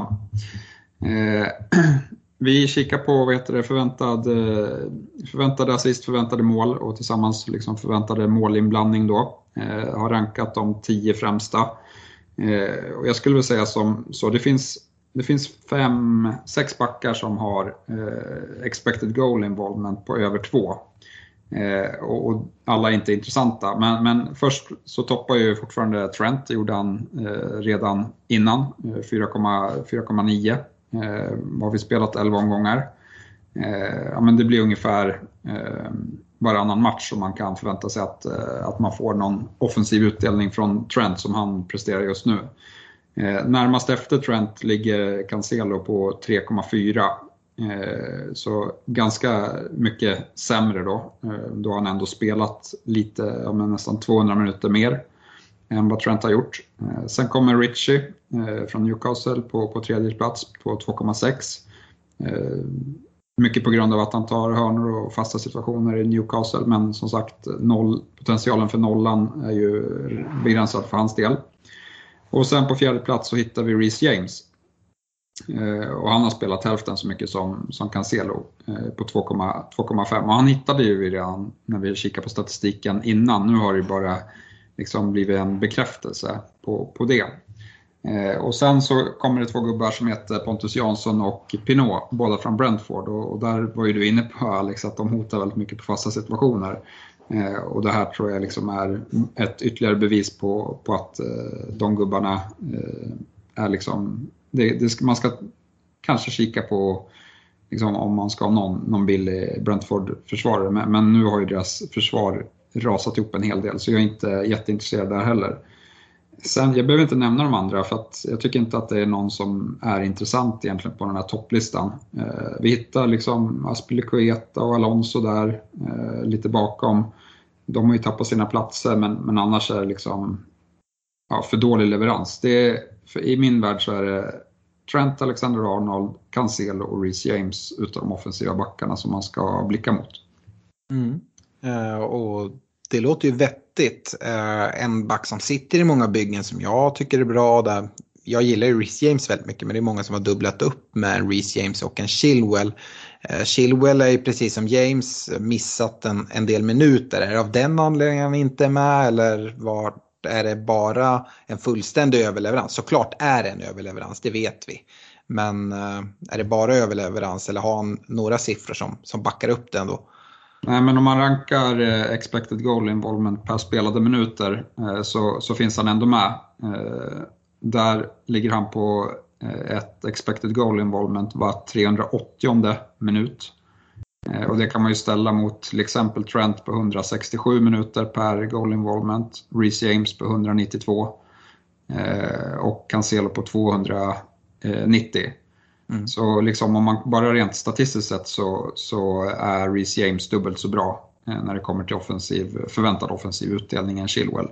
Eh, vi kikar på vad heter det, förväntad, förväntade assist, förväntade mål och tillsammans liksom förväntade målinblandning då. Eh, har rankat de tio främsta. Eh, och jag skulle vilja säga som så, det finns Det finns fem, sex backar som har eh, expected goal involvement på över två. Eh, och, och alla är inte intressanta. Men, men först så toppar ju fortfarande Trent, det gjorde han eh, redan innan. Eh, fyra komma nio eh, har vi spelat elva omgångar. Eh, ja, men det blir ungefär eh, varannan match som man kan förvänta sig att, eh, att man får någon offensiv utdelning från Trent som han presterar just nu. Eh, närmast efter Trent ligger Cancelo på tre komma fyra. Eh, så ganska mycket sämre då. Eh, då har han ändå spelat lite, ja, men nästan tvåhundra minuter mer än vad Trent har gjort. Eh, sen kommer Ritchie eh, från Newcastle på, på tredje plats på två komma sex. Eh, mycket på grund av att han tar hörnor och fasta situationer i Newcastle. Men som sagt, noll, potentialen för nollan är ju begränsad för hans del. Och sen på fjärde plats så hittar vi Reece James. Eh, och han har spelat hälften så mycket som, som Cancelo eh, på två komma fem. Och han hittade ju redan när vi kikade på statistiken innan. Nu har det bara liksom blivit en bekräftelse på, på det. Eh, och sen så kommer det två gubbar som heter Pontus Jansson och Pinot, båda från Brentford. Och, och där var ju du inne på Alex att de hotar väldigt mycket på fasta situationer. Eh, och det här tror jag liksom är ett ytterligare bevis på, på att eh, de gubbarna eh, är liksom, det, det ska, man ska kanske kika på liksom, om man ska ha någon, någon billig Brentford-försvarare. Men, men nu har ju deras försvar rasat ihop en hel del så jag är inte jätteintresserad där heller. Sen, jag behöver inte nämna de andra för att jag tycker inte att det är någon som är intressant egentligen på den här topplistan. Eh, vi hittar liksom Aspilicueta och Alonso där eh, lite bakom. De har ju tappat sina platser men, men annars är det liksom ja, för dålig leverans. Det är, för I min värld så är det Trent, Alexander-Arnold, Cancelo och Reece James utav de offensiva backarna som man ska blicka mot. Mm. Uh, och det låter ju vettigt. Uh, en back som sitter i många byggen som jag tycker är bra. Där jag gillar ju Reece James väldigt mycket men det är många som har dubblat upp med Reece James och en Chilwell. Uh, Chilwell är ju precis som James missat en, en del minuter. Är det av den anledningen han inte är med eller var, är det bara en fullständig överleverans? Såklart är det en överleverans, det vet vi. Men uh, är det bara överleverans eller har han några siffror som, som backar upp den då? Nej, men om man rankar eh, expected goal involvement per spelade minuter eh, så, så finns han ändå med. Eh, där ligger han på eh, ett expected goal involvement var trehundraåttio minut. Eh, och det kan man ju ställa mot till exempel Trent på hundrasextiosju minuter per goal involvement. Reece James på hundranittiotvå eh, och Cancelo på tvåhundranittio. Mm. Så liksom om man bara rent statistiskt sett så, så är Reece James dubbelt så bra eh, när det kommer till offensiv, förväntad offensiv utdelning än Chilwell.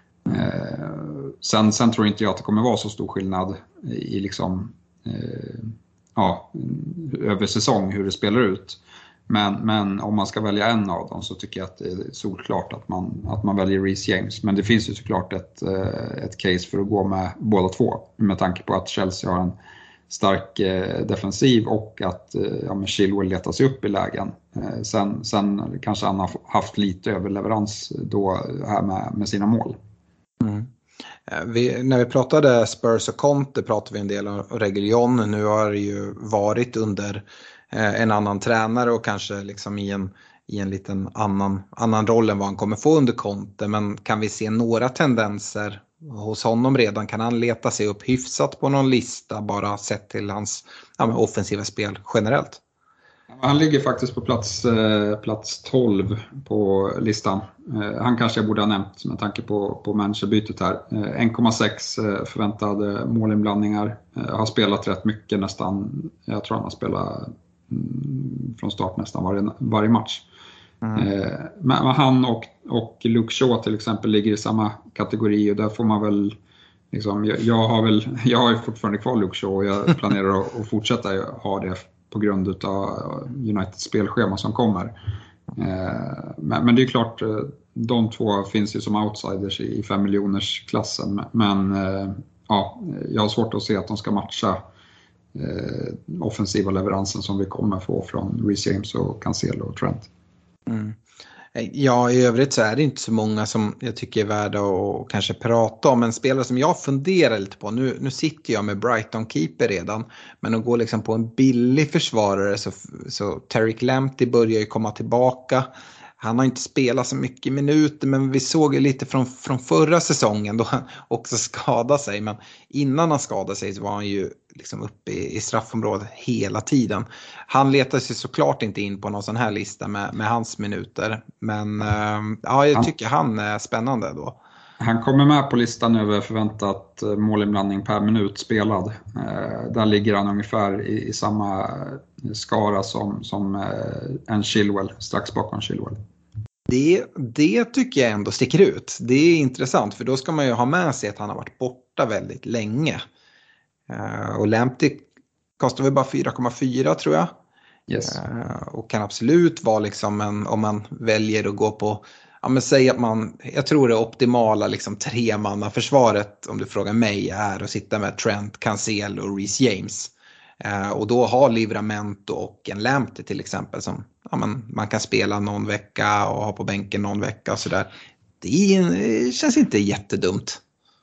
Eh, sen, sen tror inte jag att det kommer vara så stor skillnad i, i liksom, eh, ja, över säsong hur det spelar ut. Men, men om man ska välja en av dem så tycker jag att det är solklart att man, att man väljer Reece James. Men det finns ju såklart ett, ett case för att gå med båda två med tanke på att Chelsea har en stark eh, defensiv och att eh, ja, men Chilwell letar sig upp i lägen. Eh, sen, sen kanske han har haft lite överleverans då här med, med sina mål. Mm. Vi, när vi pratade Spurs och Conte pratade vi en del om Reguilón. Nu har det ju varit under eh, en annan tränare och kanske liksom i en, i en liten annan, annan roll än vad han kommer få under Conte. Men kan vi se några tendenser hos honom redan? Kan han leta sig upp hyfsat på någon lista bara sett till hans ja, men offensiva spel generellt? Han ligger faktiskt på plats, eh, plats tolv på listan. Eh, han kanske jag borde ha nämnt med tanke på, på managerbytet här. Eh, en komma sex eh, förväntade målinblandningar. Eh, har spelat rätt mycket nästan. Jag tror han har spelat mm, från start nästan varje, varje match. Mm. Eh, men, men han och, och Luke Shaw till exempel ligger i samma kategori och där får man väl liksom, jag, jag har väl jag har ju fortfarande kvar Luke Shaw och jag planerar att, att fortsätta ha det på grund av Uniteds spelschema som kommer. Men, men det är klart, de två finns ju som outsiders i fem miljoners klassen. Men ja, jag har svårt att se att de ska matcha offensiva leveransen som vi kommer få från Reece James och Cancelo och Trent. Mm. Ja, i övrigt så är det inte så många som jag tycker är värda att kanske prata om. En spelare som jag funderar lite på, nu, nu sitter jag med Brighton-keeper redan, men att gå liksom på en billig försvarare så, så Tariq Lamptey börjar ju komma tillbaka. Han har inte spelat så mycket minuter, men vi såg ju lite från, från förra säsongen då han också skadade sig. Men innan han skadade sig så var han ju liksom uppe i, i straffområdet hela tiden. Han letar sig såklart inte in på någon sån här lista med, med hans minuter. Men äh, ja, jag tycker han är spännande då. Han kommer med på listan över förväntat målinblandning per minut spelad. Eh, där ligger han ungefär i, i samma skara som, som eh, en Chilwell, strax bakom Chilwell. Det, det tycker jag ändå sticker ut. Det är intressant för då ska man ju ha med sig att han har varit borta väldigt länge. Eh, och Lamptey kostar väl bara fyra komma fyra tror jag. Yes. Eh, och kan absolut vara liksom en, om man väljer att gå på, ja men säg att man, jag tror det optimala liksom tremanna försvaret om du frågar mig är att sitta med Trent, Cancelo och Reece James. Eh, och då har Livramento och en Lamptey till exempel som ja, man, man kan spela någon vecka och ha på bänken någon vecka och sådär. Det, det känns inte jättedumt.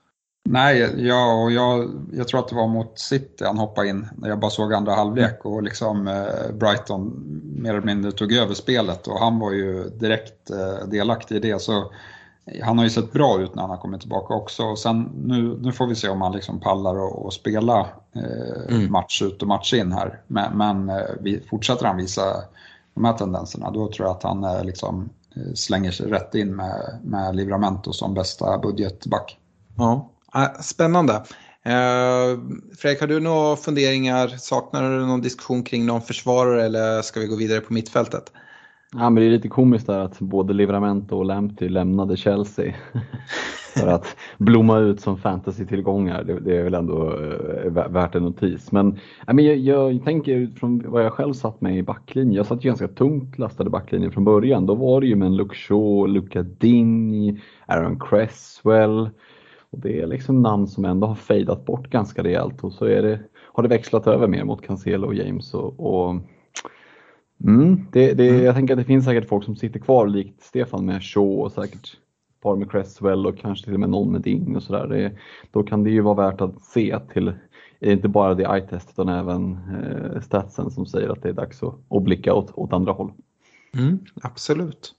Nej, ja, och jag, jag tror att det var mot City han hoppade in när jag bara såg andra halvlek och liksom eh, Brighton mer eller mindre tog över spelet och han var ju direkt eh, delaktig i det så han har ju sett bra ut när han har kommit tillbaka också och sen nu, nu får vi se om han liksom pallar och, och spela eh, mm. match ut och match in här men, men eh, vi, fortsätter han visa de här tendenserna då tror jag att han eh, liksom eh, slänger sig rätt in med, med Livramento som bästa budgetback. Ja. Spännande. Eh, Fredrik, har du några funderingar? Saknar du någon diskussion kring någon försvarare eller ska vi gå vidare på mittfältet? Ja, men det är lite komiskt där att både Livramento och Lamptey lämnade Chelsea för att blomma ut som fantasy-tillgångar. Det, det är väl ändå eh, värt en notis. Men, ja, men jag, jag tänker från vad jag själv satt med i backlinjen. Jag satt ju ganska tungt lastade backlinjen från början. Då var det ju med en Luke Shaw, Luca Digne, Aaron Cresswell. Och det är liksom namn som ändå har fejdat bort ganska rejält. Och så är det, har det växlat över mer mot Cancelo och James. Och, och mm, det, det, mm. Jag tänker att det finns säkert folk som sitter kvar likt Stefan med Shaw och säkert ett par med Cresswell och kanske till och med någon med Ding och sådär. Då kan det ju vara värt att se till, inte bara det eye-test utan även eh, statsen som säger att det är dags att, att blicka åt, åt andra håll. Mm, absolut.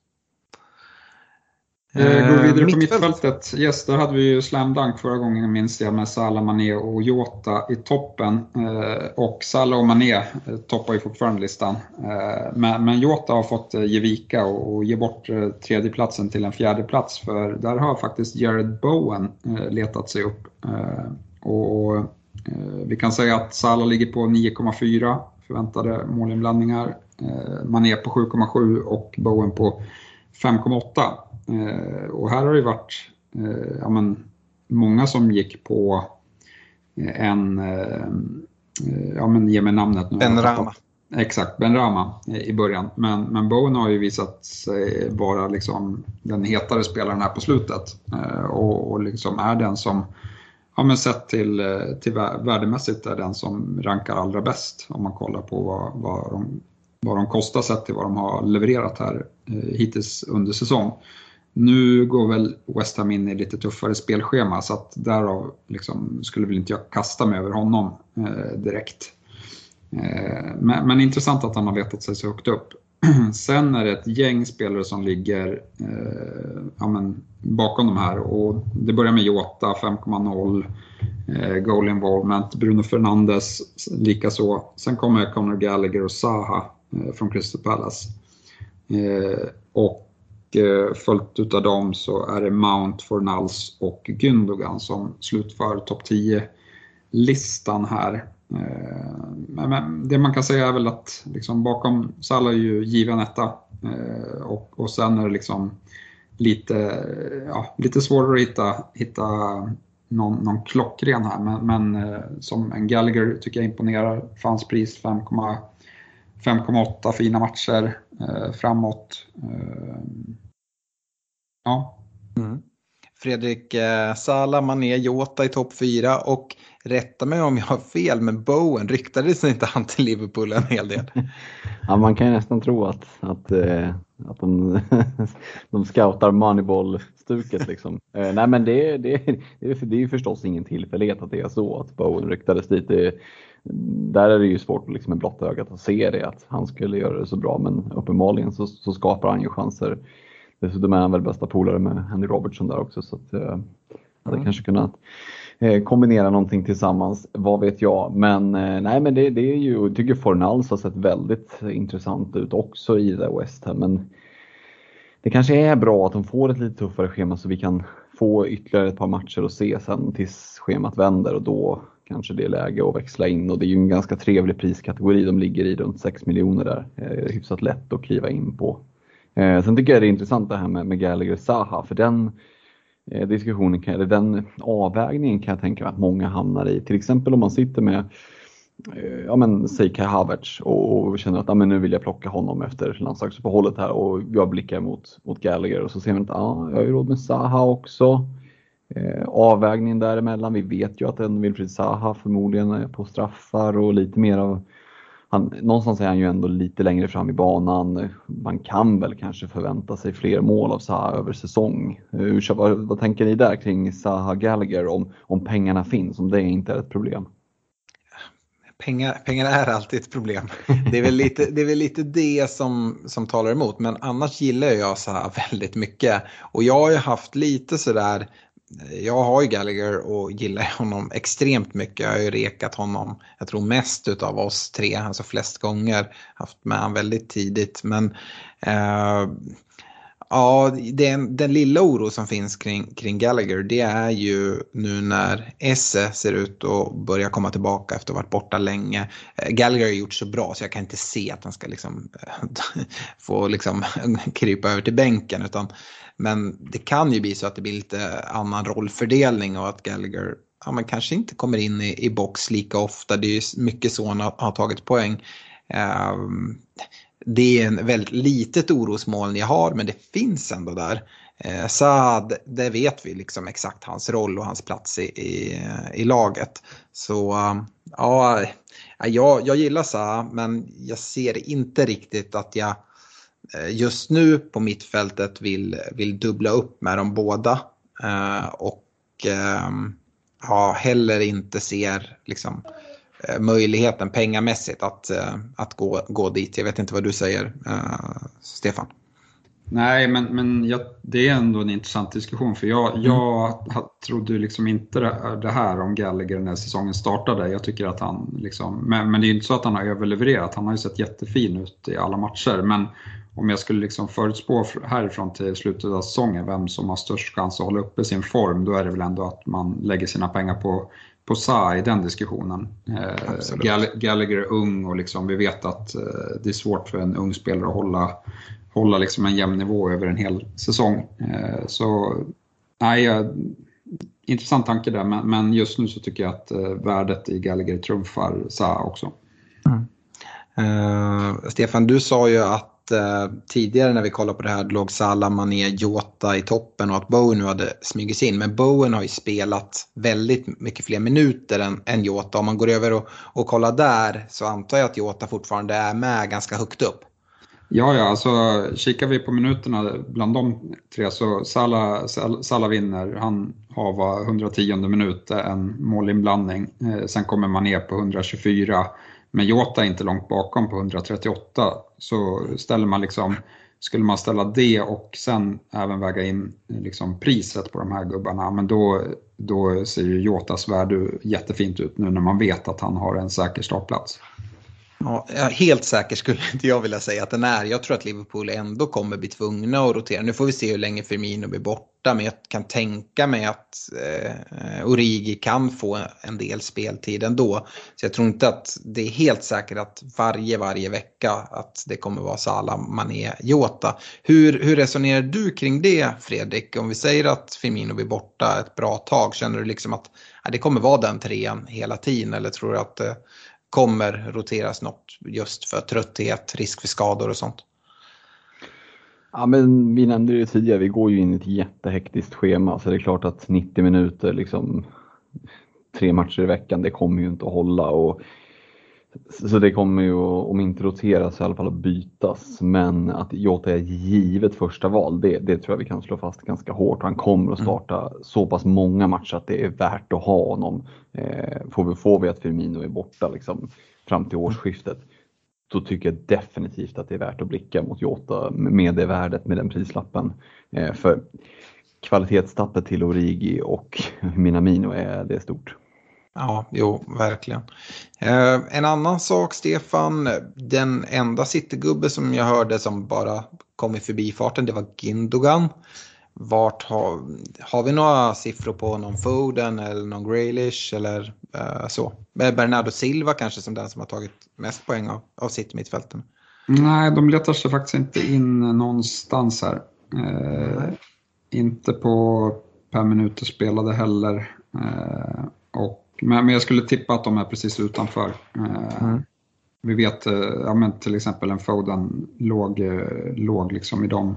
Gå vidare på mittfältet. Yes, där hade vi ju slam dunk förra gången minns jag med Salah, Mané och Jota i toppen. Och Salah och Mané toppar ju fortfarande listan. Men, men Jota har fått ge vika och, och ge bort tredjeplatsen till en fjärde plats för där har faktiskt Jared Bowen letat sig upp. Och, och vi kan säga att Salah ligger på nio komma fyra förväntade målinblandningar. Mané på sju komma sju och Bowen på fem komma åtta. Eh, och här har det varit eh, ja, men, många som gick på en eh, ja men ge mig namnet nu. Benrahma. Exakt, Benrahma i början. Men, men Bowen har ju visat sig vara liksom den hetare spelaren här på slutet. Eh, och, och liksom är den som Ja, men sett till, till värdemässigt är den som rankar allra bäst om man kollar på vad, vad, de, vad de kostar sett till vad de har levererat här eh, hittills under säsong. Nu går väl West Ham in i lite tuffare spelschema, så att därav liksom, skulle väl inte jag kasta mig över honom eh, direkt. Eh, men, men intressant att han har letat sig så högt upp. Sen är det ett gäng spelare som ligger eh, ja, men, bakom de här, och det börjar med Jota fem komma noll, eh, goal involvement, Bruno Fernandes likaså. Sen kommer Conor Gallagher och Zaha eh, från Crystal Palace. Eh, och eh, följt utav dem så är det Mount, Fornals och Gündogan som slutför topp tio-listan här. Men det man kan säga är väl att liksom bakom Salah är ju given etta, och, och sen är det liksom lite, ja, lite svårare att hitta, hitta någon, någon klockren här, men, men som en Gallagher tycker jag imponerar. Fanns pris fem komma åtta, fina matcher eh, framåt. Eh, ja. Mm. Fredrik, eh, Salah, Mané, Jota i topp fyra, och rätta mig om jag har fel, men Bowen ryktades inte han till Liverpool en hel del? Ja, man kan ju nästan tro att, att, eh, att de, de scoutar Moneyball-stuket liksom. Eh, nej, men det, det, det, är, det är ju förstås ingen tillfällighet att det är så att Bowen ryktades dit. Det, där är det ju svårt liksom, med blotta ögat att se det, att han skulle göra det så bra, men uppenbarligen så, så skapar han ju chanser. Dessutom är han väl bästa polare med Andy Robertson där också, så att eh, hade mm. kanske kunnat eh, kombinera någonting tillsammans, vad vet jag. Men eh, nej, men det, det är ju, jag tycker Fornals har sett väldigt intressant ut också i det West Ham, men det kanske är bra att de får ett lite tuffare schema så vi kan få ytterligare ett par matcher och se sen tills schemat vänder, och då kanske det är läge att växla in, och det är ju en ganska trevlig priskategori, de ligger i runt sex miljoner där, eh, hyfsat lätt att kliva in på. Eh, sen tycker jag det är intressant det här med, med Gallagher och Zaha, för den eh, diskussionen, kan, eller den avvägningen kan jag tänka mig att många hamnar i. Till exempel om man sitter med eh, ja men säg Kai Havertz och, och känner att ja, men nu vill jag plocka honom efter landslagsuppehållet här, och jag blickar mot, mot Gallagher, och så ser man att ah, jag har ju råd med Zaha också. Eh, avvägningen däremellan, vi vet ju att en Wilfried Zaha förmodligen är på straffar och lite mer av han, någonstans är han ju ändå lite längre fram i banan. Man kan väl kanske förvänta sig fler mål av Zaha över säsong. Hur, vad, vad tänker ni där kring Zaha Gallagher, om, om pengarna finns, om det inte är ett problem? Pengar, pengar är alltid ett problem. Det är väl lite det, är väl lite det som, som talar emot, men annars gillar jag Zaha väldigt mycket. Och jag har ju haft lite sådär, jag har ju Gallagher och gillar honom extremt mycket. Jag har ju rekat honom, jag tror mest utav oss tre, alltså flest gånger, haft med han väldigt tidigt. Men eh, ja, den, den lilla oro som finns kring, kring Gallagher, det är ju nu när Esse ser ut att börja komma tillbaka efter att ha varit borta länge. Gallagher har gjort så bra så jag kan inte se att han ska liksom få liksom krypa över till bänken, utan men det kan ju bli så att det blir lite annan rollfördelning och att Gallagher ja, man kanske inte kommer in i, i box lika ofta. Det är ju mycket så han har, har tagit poäng. Um, det är en väldigt litet orosmoln jag har, men det finns ändå där. Eh, Saad, det vet vi liksom exakt hans roll och hans plats i, i, i laget. Så um, ja, jag, jag gillar Saad, men jag ser inte riktigt att jag just nu på mittfältet vill, vill dubbla upp med de båda. Eh, och eh, ja, heller inte ser liksom möjligheten pengamässigt att, att gå, gå dit. Jag vet inte vad du säger, uh, Stefan. Nej, men, men jag, det är ändå en intressant diskussion, för jag, mm. jag trodde liksom inte det här om Gallagher när säsongen startade. Jag tycker att han liksom, men, men det är ju inte så att han har överlevererat. Han har ju sett jättefin ut i alla matcher, men om jag skulle liksom förutspå härifrån till slutet av säsongen vem som har störst chans att hålla uppe sin form, då är det väl ändå att man lägger sina pengar på på Zaha i den diskussionen. Eh, Gall- Gallagher är ung och liksom, vi vet att eh, det är svårt för en ung spelare att hålla, hålla liksom en jämn nivå över en hel säsong. Eh, så nej, eh, intressant tanke där, men, men just nu så tycker jag att eh, värdet i Gallagher trumfar Zaha också. Mm. Uh, Stefan, du sa ju att att eh, tidigare när vi kollade på det här låg Salah, Mané, Jota i toppen och att Bowen nu hade smugits in. Men Bowen har ju spelat väldigt mycket fler minuter än, än Jota. Om man går över och, och kollar där så antar jag att Jota fortfarande är med ganska högt upp. Ja, ja, alltså kikar vi på minuterna bland de tre så Salah, Salah vinner. Han har var hundratio minut en målinblandning. Eh, sen kommer man ner på hundratjugofyra. Men Jota är inte långt bakom på hundratrettioåtta. Så ställer man liksom, skulle man ställa det och sen även väga in liksom priset på de här gubbarna. Men då, då ser ju Jotas värde jättefint ut nu när man vet att han har en säker startplats. Ja, helt säker skulle inte jag vilja säga att den är. Jag tror att Liverpool ändå kommer bli tvungna att rotera. Nu får vi se hur länge Firmino blir borta. Men jag kan tänka mig att eh, Origi kan få en del speltid ändå. Så jag tror inte att det är helt säkert att varje, varje vecka att det kommer vara Salah, Mané, Jota. Hur, hur resonerar du kring det, Fredrik? Om vi säger att Firmino blir borta ett bra tag. Känner du liksom att ja, det kommer vara den trean hela tiden? Eller tror du att eh, kommer roteras något just för trötthet, risk för skador och sånt? Ja, men vi nämnde det tidigare, vi går ju in i ett jättehektiskt schema så det är klart att nittio minuter, liksom tre matcher i veckan, det kommer ju inte att hålla och så det kommer ju, om inte roteras, i alla fall att bytas. Men att Jota är givet första val, det, det tror jag vi kan slå fast ganska hårt. Han kommer att starta mm. så pass många matcher att det är värt att ha honom. Eh, får, vi, får vi att Firmino är borta liksom, fram till årsskiftet, då tycker jag definitivt att det är värt att blicka mot Jota med det värdet, med den prislappen. Eh, för kvalitetstappet till Origi och Minamino är det stort. Ja, jo, verkligen. Eh, en annan sak, Stefan, den enda Citygubbe som jag hörde som bara kom i förbifarten, det var Gündogan. Vart har, har vi några siffror på någon Foden eller någon Grealish eller eh, så? Bernardo Silva kanske som den som har tagit mest poäng av, av sitt mittfälten. Nej, de letar sig faktiskt inte in någonstans här. Eh, inte på per minuter spelade heller. Eh, och Men, men jag skulle tippa att de är precis utanför. Eh, mm. Vi vet, eh, ja, men till exempel en Foden låg, eh, låg liksom i dem.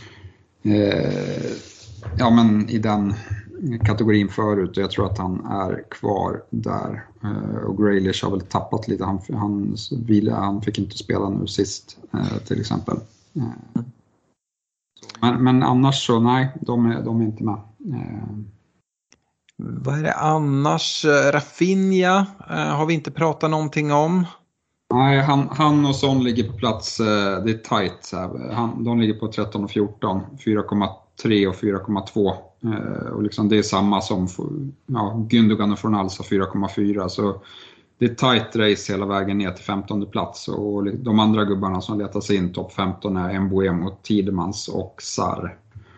Eh, ja, men i den kategorin förut, och jag tror att han är kvar där. Eh, och Grealish har väl tappat lite. Han, han, han fick inte spela nu sist, eh, till exempel. Eh, men, men annars så, nej, de är, de är inte med. Eh, Vad är det annars? Rafinha eh, har vi inte pratat någonting om. Nej, han, han och Son ligger på plats, eh, det är tight. Han, de ligger på tretton och fjorton, fyra komma tre och fyra komma två. Eh, och liksom det är samma som ja, Gündogan och Fornals har fyra komma fyra. Så det är tight race hela vägen ner till femtonde plats. Och de andra gubbarna som letar sig in topp femton är Mbuemo, Tidemans och Sarr.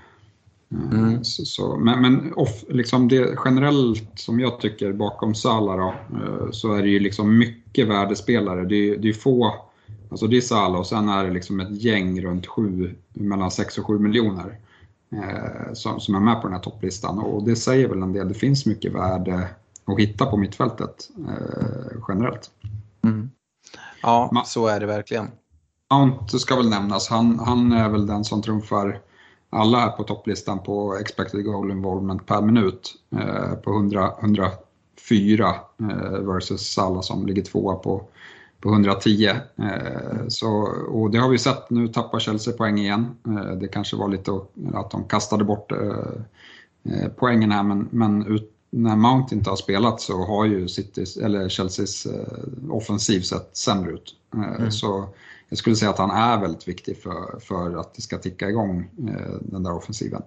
Mm. Så, så, men men off, liksom det generellt som jag tycker bakom Salah då, så är det ju liksom mycket värdespelare. Det är, det är få, alltså det är Salah och sen är det liksom ett gäng runt sju, mellan sex och sju miljoner eh, som, som är med på den här topplistan. Och det säger väl en del, det finns mycket värde att hitta på mittfältet eh, generellt. Mm. Ja, Man, så är det verkligen. Mount ska väl nämnas, han, han är väl den som trumfar alla här på topplistan på expected goal involvement per minut eh, på hundra, hundrafyra eh, versus Salah som ligger tvåa på, på hundratio. Eh, så, och det har vi sett, nu tappar Chelsea poäng igen. Eh, det kanske var lite att de kastade bort eh, poängen här, men, men ut, när Mount inte har spelat så har ju Citys, eller Chelseas eh, offensiv sett sämre ut. Eh, mm. Så jag skulle säga att han är väldigt viktig för, för att det ska ticka igång eh, den där offensiven.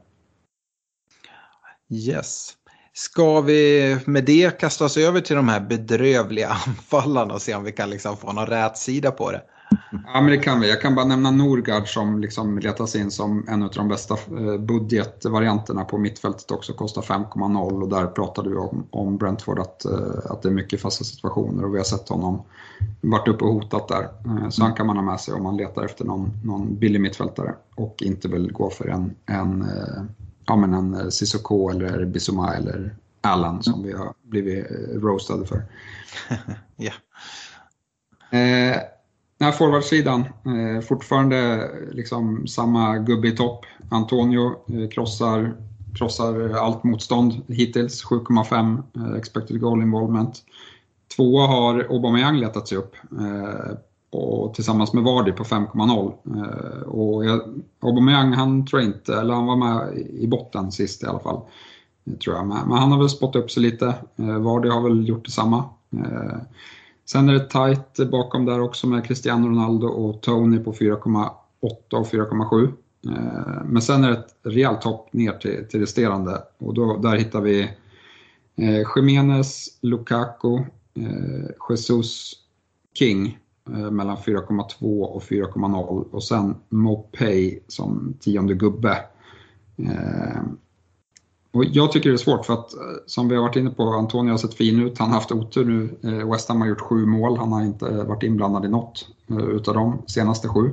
Yes. Ska vi med det kasta oss över till de här bedrövliga anfallarna och se om vi kan liksom få någon rätsida på det? Ja, men det kan vi. Jag kan bara nämna Norgard som liksom letas in som en av de bästa budgetvarianterna på mittfältet också, kostar fem komma noll, och där pratade vi om, om Brentford att, att det är mycket fasta situationer och vi har sett honom varit uppe och hotat där. Så han kan man ha med sig om man letar efter någon, någon billig mittfältare och inte vill gå för en, en, ja, men en Sissoko eller Bissouma eller Allan som vi har blivit roastade för. Ja. Eh, Nej, forwardsidan. Eh, fortfarande liksom samma gubbe i topp. Antonio eh, krossar, krossar allt motstånd hittills. sju komma fem eh, expected goal involvement. Tvåa har Aubameyang letat sig upp. Eh, och tillsammans med Vardy på fem komma noll. Eh, och jag, Aubameyang, han tror inte, eller han var med i botten sist i alla fall. Tror jag. Men, men han har väl spottat upp sig lite. Eh, Vardy har väl gjort detsamma. Eh, Sen är det tajt bakom där också med Cristiano Ronaldo och Tony på fyra komma åtta och fyra komma sju. Men sen är det ett rejält hopp ner till, till resterande. Och då, där hittar vi eh, Jimenez, Lukaku, eh, Jesus, King eh, mellan fyra komma två och fyra komma noll. Och sen Mopay som tionde gubbe. Eh, Och jag tycker det är svårt för att, som vi har varit inne på, Antonio har sett fin ut. Han har haft otur nu. West Ham har gjort sju mål. Han har inte varit inblandad i något utav de senaste sju.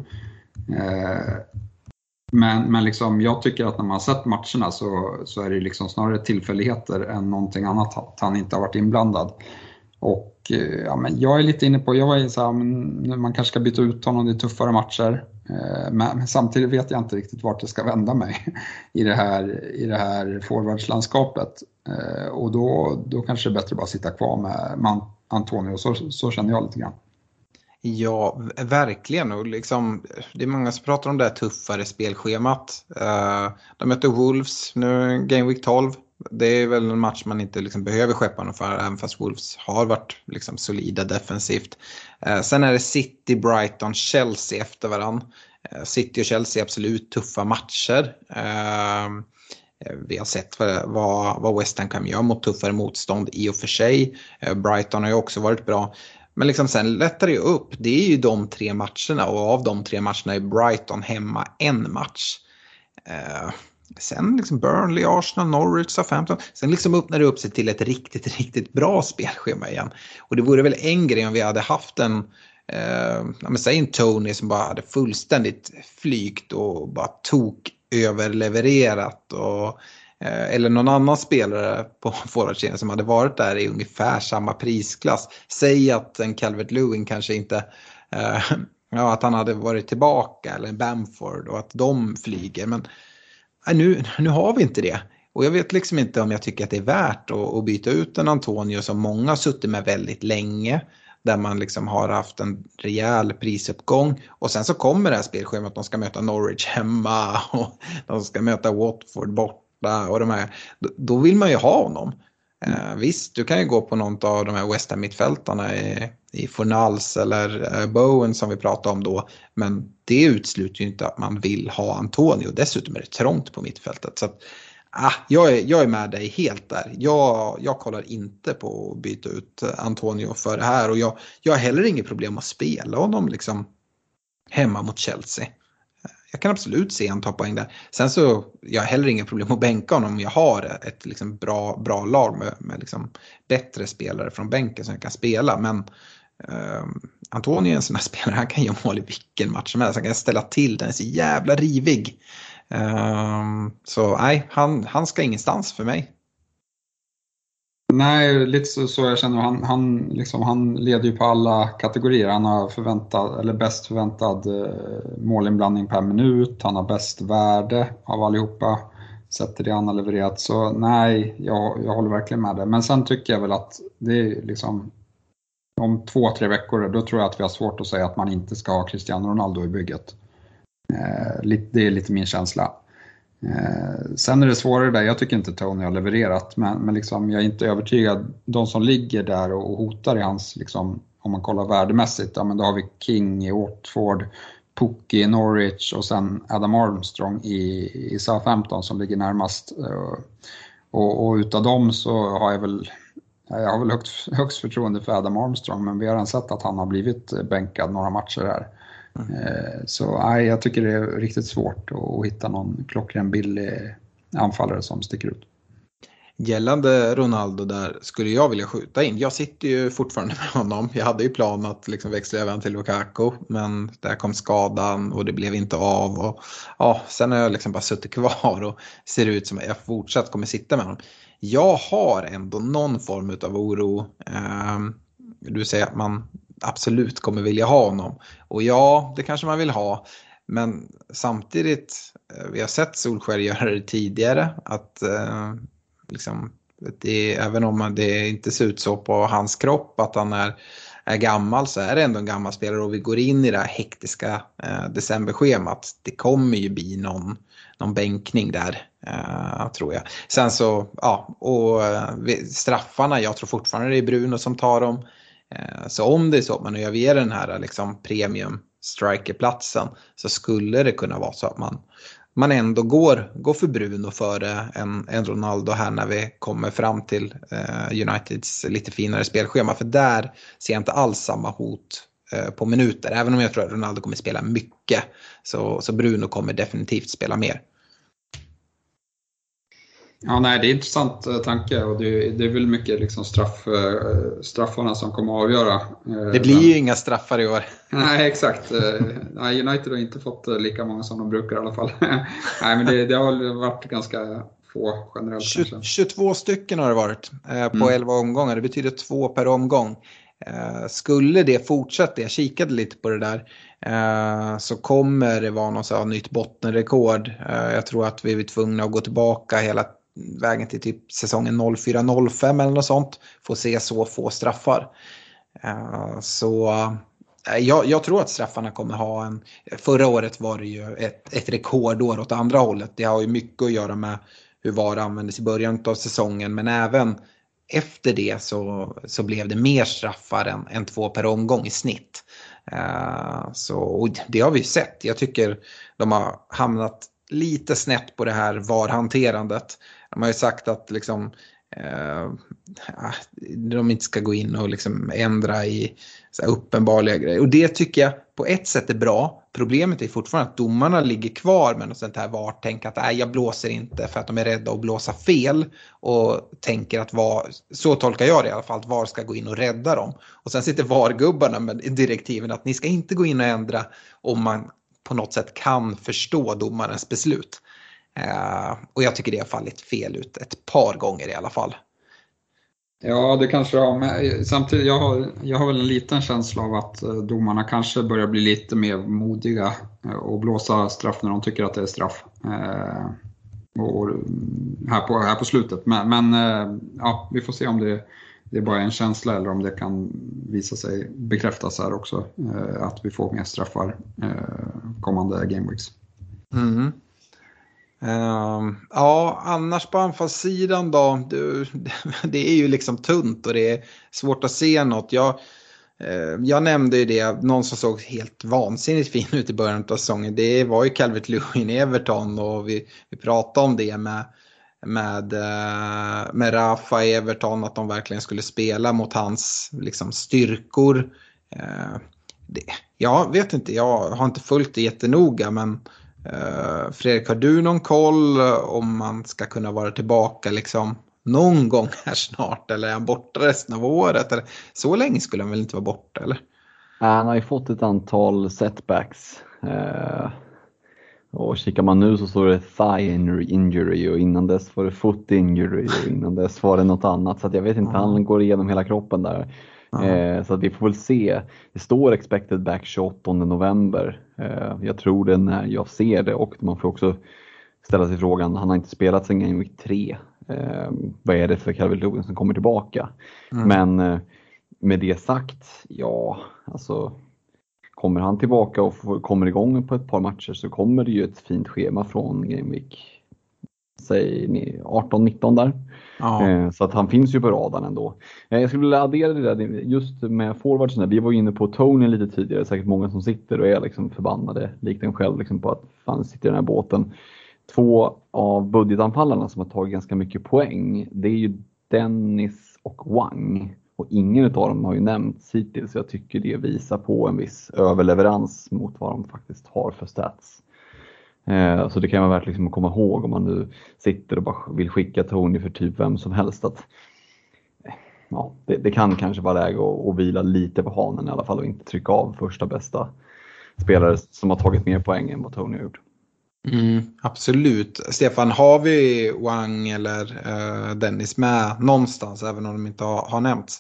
Men, men liksom, jag tycker att när man har sett matcherna så, så är det liksom snarare tillfälligheter än någonting annat att han inte har varit inblandad. Och ja, men jag är lite inne på, jag är så här, men man kanske ska byta ut honom i tuffare matcher. Men, men samtidigt vet jag inte riktigt vart jag ska vända mig i det här, i det här forwardslandskapet. Och då, då kanske det är bättre bara sitta kvar med, med Antonio. Så, så känner jag lite grann. Ja, verkligen. Och liksom, det är många som pratar om det här tuffare spelschemat. De möter Wolves nu, Game Week tolv. Det är väl en match man inte liksom behöver skeppa någon för, även fast Wolves har varit liksom solida defensivt. Eh, sen är det City, Brighton, Chelsea efter varann. Eh, City och Chelsea är absolut tuffa matcher. Eh, vi har sett vad, vad West Ham kan göra mot tuffare motstånd i och för sig. Eh, Brighton har ju också varit bra. Men liksom sen lättar det upp. Det är ju de tre matcherna, och av de tre matcherna är Brighton hemma en match. Eh, Sen liksom Burnley, Arsenal, Norwich, Southampton. Sen liksom öppnar det upp sig till ett riktigt, riktigt bra spelschema igen. Och det vore väl en grej om vi hade haft en, eh, ja, men säg en Tony som bara hade fullständigt flygt och bara tok överlevererat. Och, eh, eller någon annan spelare på forwardsidan som hade varit där i ungefär samma prisklass. Säg att en Calvert-Lewin kanske inte... Eh, ja, att han hade varit tillbaka, eller en Bamford, och att de flyger. Men Nu, nu har vi inte det. Och jag vet liksom inte om jag tycker att det är värt att, att byta ut en Antonio som många har suttit med väldigt länge. Där man liksom har haft en rejäl prisuppgång. Och sen så kommer det här spelschemat att de ska möta Norwich hemma. Och de ska möta Watford borta. Och de här, då vill man ju ha honom. Eh, visst, du kan ju gå på någon av de här West Ham mittfältarna i, i Fornals eller eh, Bowen som vi pratade om då. Men det utesluter ju inte att man vill ha Antonio. Dessutom är det trångt på mittfältet. Så att, ah, jag, är, jag är med dig helt där. Jag, jag kollar inte på att byta ut Antonio för det här. Och jag, jag har heller inget problem att spela honom liksom hemma mot Chelsea. Jag kan absolut se en topppoäng där. Sen så jag har heller inga problem att bänka honom om jag har ett liksom bra, bra lag med, med liksom bättre spelare från bänken som jag kan spela. Men eh, Antonio är en sån här spelare, han kan göra mål i vilken match som helst. Han kan ställa till, den är så jävla rivig. Eh, så nej, han, han ska ingenstans för mig. Nej, lite så, så jag känner. Han, han, liksom, han leder ju på alla kategorier. Han har förväntad, eller bäst förväntad eh, målinblandning per minut. Han har bäst värde av allihopa. Sett till det han har levererat. Så nej, jag, jag håller verkligen med det. Men sen tycker jag väl att det är liksom om två, tre veckor, då tror jag att vi har svårt att säga att man inte ska ha Cristiano Ronaldo i bygget. Eh, det är lite min känsla. Eh, sen är det svårare där. Jag tycker inte Tony har levererat, men, men liksom, jag är inte övertygad. De som ligger där och, och hotar i hans, liksom, om man kollar värdemässigt, ja, men då har vi King i Watford, Pukki i Norwich och sen Adam Armstrong i, i Southampton som ligger närmast. Eh, och, och utav dem så har jag väl jag har väl högst, högst förtroende för Adam Armstrong, men vi har sett att han har blivit bänkad några matcher här. Mm. Så nej, jag tycker det är riktigt svårt att hitta någon klockren billig anfallare som sticker ut. Gällande Ronaldo där skulle jag vilja skjuta in. Jag sitter ju fortfarande med honom. Jag hade ju plan att liksom växla över till Lukaku, men där kom skadan och det blev inte av. Och, ja, sen har jag liksom bara suttit kvar och ser ut som att jag fortsatt kommer sitta med honom. Jag har ändå någon form av oro. Du säger att man absolut kommer vilja ha honom. Och ja, det kanske man vill ha. Men samtidigt, vi har sett Solskjaer göra det tidigare. Att eh, liksom, det, även om man, det inte ser ut så på hans kropp att han är, är gammal, så är det ändå en gammal spelare. Och vi går in i det här hektiska eh, decemberschemat. Det kommer ju bli någon, någon bänkning där, eh, tror jag. Sen så, ja, och eh, straffarna, jag tror fortfarande det är Bruno som tar dem. Eh, så om det är så att man överger den här liksom premium strikerplatsen, så skulle det kunna vara så att man, man ändå går, går för Bruno före en, en Ronaldo här när vi kommer fram till eh, Uniteds lite finare spelschema. För där ser jag inte alls samma hot eh, på minuter. Även om jag tror att Ronaldo kommer spela mycket, så, så Bruno kommer definitivt spela mer. Ja, nej, det är en intressant uh, tanke, och det, det är väl mycket liksom straff, uh, straffarna som kommer att avgöra. Uh, det blir men... ju inga straffar i år. Nej, exakt. Uh, United har inte fått uh, lika många som de brukar i alla fall. Nej, men det, det har varit ganska få generellt. tjugo, tjugotvå stycken har det varit uh, på mm. elva omgångar. Det betyder två per omgång. Uh, skulle det fortsätta, jag kikade lite på det där, uh, så kommer det vara något så här nytt bottenrekord. Uh, jag tror att vi är tvungna att gå tillbaka hela vägen till typ säsongen noll fyra noll fem eller något sånt. Får se så få straffar. Uh, så uh, jag, jag tror att straffarna kommer ha en... Förra året var det ju ett, ett rekordår åt andra hållet. Det har ju mycket att göra med hur V A R användes i början av säsongen. Men även efter det så, så blev det mer straffar än, än två per omgång i snitt. Uh, så, och det har vi sett. Jag tycker de har hamnat lite snett på det här V A R-hanterandet. De har ju sagt att liksom, eh, de inte ska gå in och liksom ändra i så här uppenbarliga grejer. Och det tycker jag på ett sätt är bra. Problemet är fortfarande att domarna ligger kvar med något sånt här V A R-tänk att nej, jag blåser inte för att de är rädda att blåsa fel. Och tänker att V A R, så tolkar jag det i alla fall, att V A R ska gå in och rädda dem. Och sen sitter V A R-gubbarna med direktiven att ni ska inte gå in och ändra om man på något sätt kan förstå domarens beslut. Uh, och jag tycker det har fallit fel ut ett par gånger i alla fall. Ja, det kanske har, men samtidigt jag har, jag har väl en liten känsla av att domarna kanske börjar bli lite mer modiga och blåsa straff när de tycker att det är straff. Uh, och här på, här på slutet. Men, men uh, ja, vi får se om det, det är bara en känsla eller om det kan visa sig bekräftas här också. Uh, att vi får mer straffar uh, kommande gameweeks. Mm. Uh, ja, annars på anfallssidan då, det, det är ju liksom tunt och det är svårt att se något. Jag, uh, jag nämnde ju det, någon som såg helt vansinnigt fin ut i början av säsongen, det var ju Calvert-Lewin i Everton, och vi, vi pratade om det med, med, uh, med Rafa i Everton, att de verkligen skulle spela mot hans liksom, styrkor. Uh, det, jag vet inte, jag har inte följt det jättenoga, men Uh, Fredrik, har du någon koll om man ska kunna vara tillbaka liksom någon gång här snart, eller är han borta resten av året, eller så länge skulle han väl inte vara borta, eller? Han har ju fått ett antal setbacks uh, och kikar man nu så står det thigh injury och innan dess var det foot injury och innan dess var det något annat, så att jag vet inte, han går igenom hela kroppen där. Eh, så att vi får väl se. Det står expected back tjugoåttonde november. Eh, jag tror det när jag ser det, och man får också ställa sig frågan, han har inte spelat sedan Game Week tre. Eh, vad är det för Calvert-Lewin som kommer tillbaka? Mm. Men eh, med det sagt, ja, alltså kommer han tillbaka och får, kommer igång på ett par matcher, så kommer det ju ett fint schema från Game Week säg arton nitton där. Ja. Så att han finns ju på radarn ändå. Jag skulle vilja addera det där just med forwardsen. Vi var inne på Tony lite tidigare. Säkert många som sitter och är liksom förbannade likt en själv liksom på att fan sitter i den här båten. Två av budgetanfallarna som har tagit ganska mycket poäng, det är ju Dennis och Wang. Och ingen av dem har ju nämnts hittills. Så jag tycker det visar på en viss överleverans mot vad de faktiskt har för stats. Så det kan vara värt liksom att komma ihåg om man nu sitter och bara vill skicka Tony för typ vem som helst, att ja, det, det kan kanske vara läge att, att vila lite på hanen i alla fall och inte trycka av första bästa spelare som har tagit mer poäng än vad Tony har gjort. Mm, absolut. Stefan, har vi Wang eller uh, Dennis med någonstans även om de inte har, har nämnts?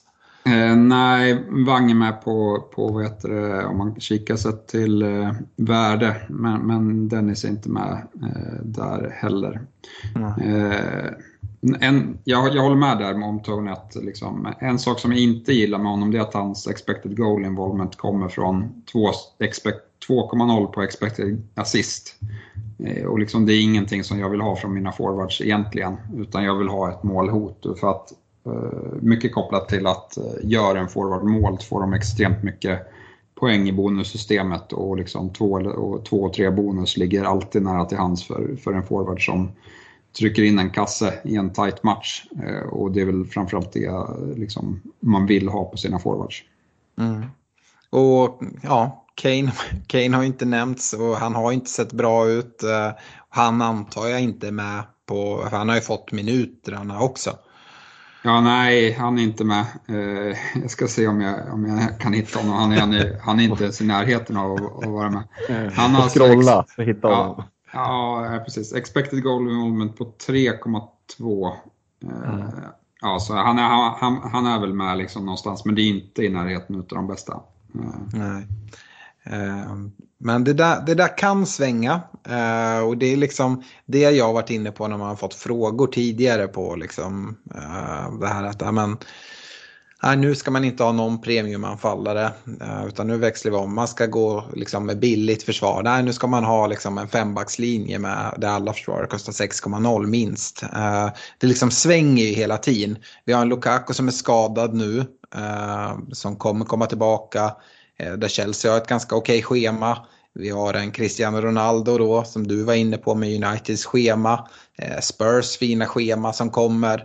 Eh, nej, Wang är med på, på vad heter det, om man kikar sett till eh, värde, men, men Dennis är inte med eh, där heller. Mm. Eh, en, jag, jag håller med där om Tony att liksom, en sak som jag inte gillar med honom, det är att hans expected goal involvement kommer från två komma noll på expected assist. Eh, och liksom, det är ingenting som jag vill ha från mina forwards egentligen, utan jag vill ha ett målhot, för att mycket kopplat till att göra en forward mål får de extremt mycket poäng i bonussystemet, och liksom två, och två och tre bonus ligger alltid nära till hands för, för en forward som trycker in en kasse i en tight match, och det är väl framförallt det liksom man vill ha på sina forwards. Mm. Och ja, Kane, Kane har ju inte nämnts och han har inte sett bra ut. Han antar jag inte med på, för han har ju fått minuterna också. Ja, nej, han är inte med. Eh, jag ska se om jag, om jag kan hitta honom. Han är, han är, han är inte ens i närheten av att, att vara med. Han har scrolla för att hitta ja, honom. Ja, precis. Expected goal involvement på tre komma två. Eh, mm. Ja, så han är, han, han är väl med liksom någonstans, men det är inte i närheten av de bästa. Eh. Nej. Men det där, det där kan svänga, och det är liksom det jag har varit inne på när man har fått frågor tidigare på liksom, det här att amen, nej, nu ska man inte ha någon premiumanfallare, utan nu växlar vi om, man ska gå liksom med billigt försvar, nej, nu ska man ha liksom en fembackslinje med där alla försvarare kostar sex komma noll minst. Det liksom svänger ju hela tiden. Vi har en Lukaku som är skadad nu, som kommer komma tillbaka, där Chelsea har ett ganska okej schema. Vi har en Cristiano Ronaldo då, som du var inne på med Uniteds schema. Spurs fina schema som kommer.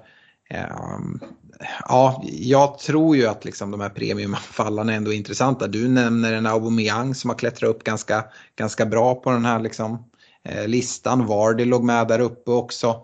Ja, jag tror ju att liksom de här premiumanfallarna är ändå intressanta. Du nämner en Aubameyang som har klättrat upp ganska, ganska bra på den här liksom, listan. Vardy låg med där uppe också.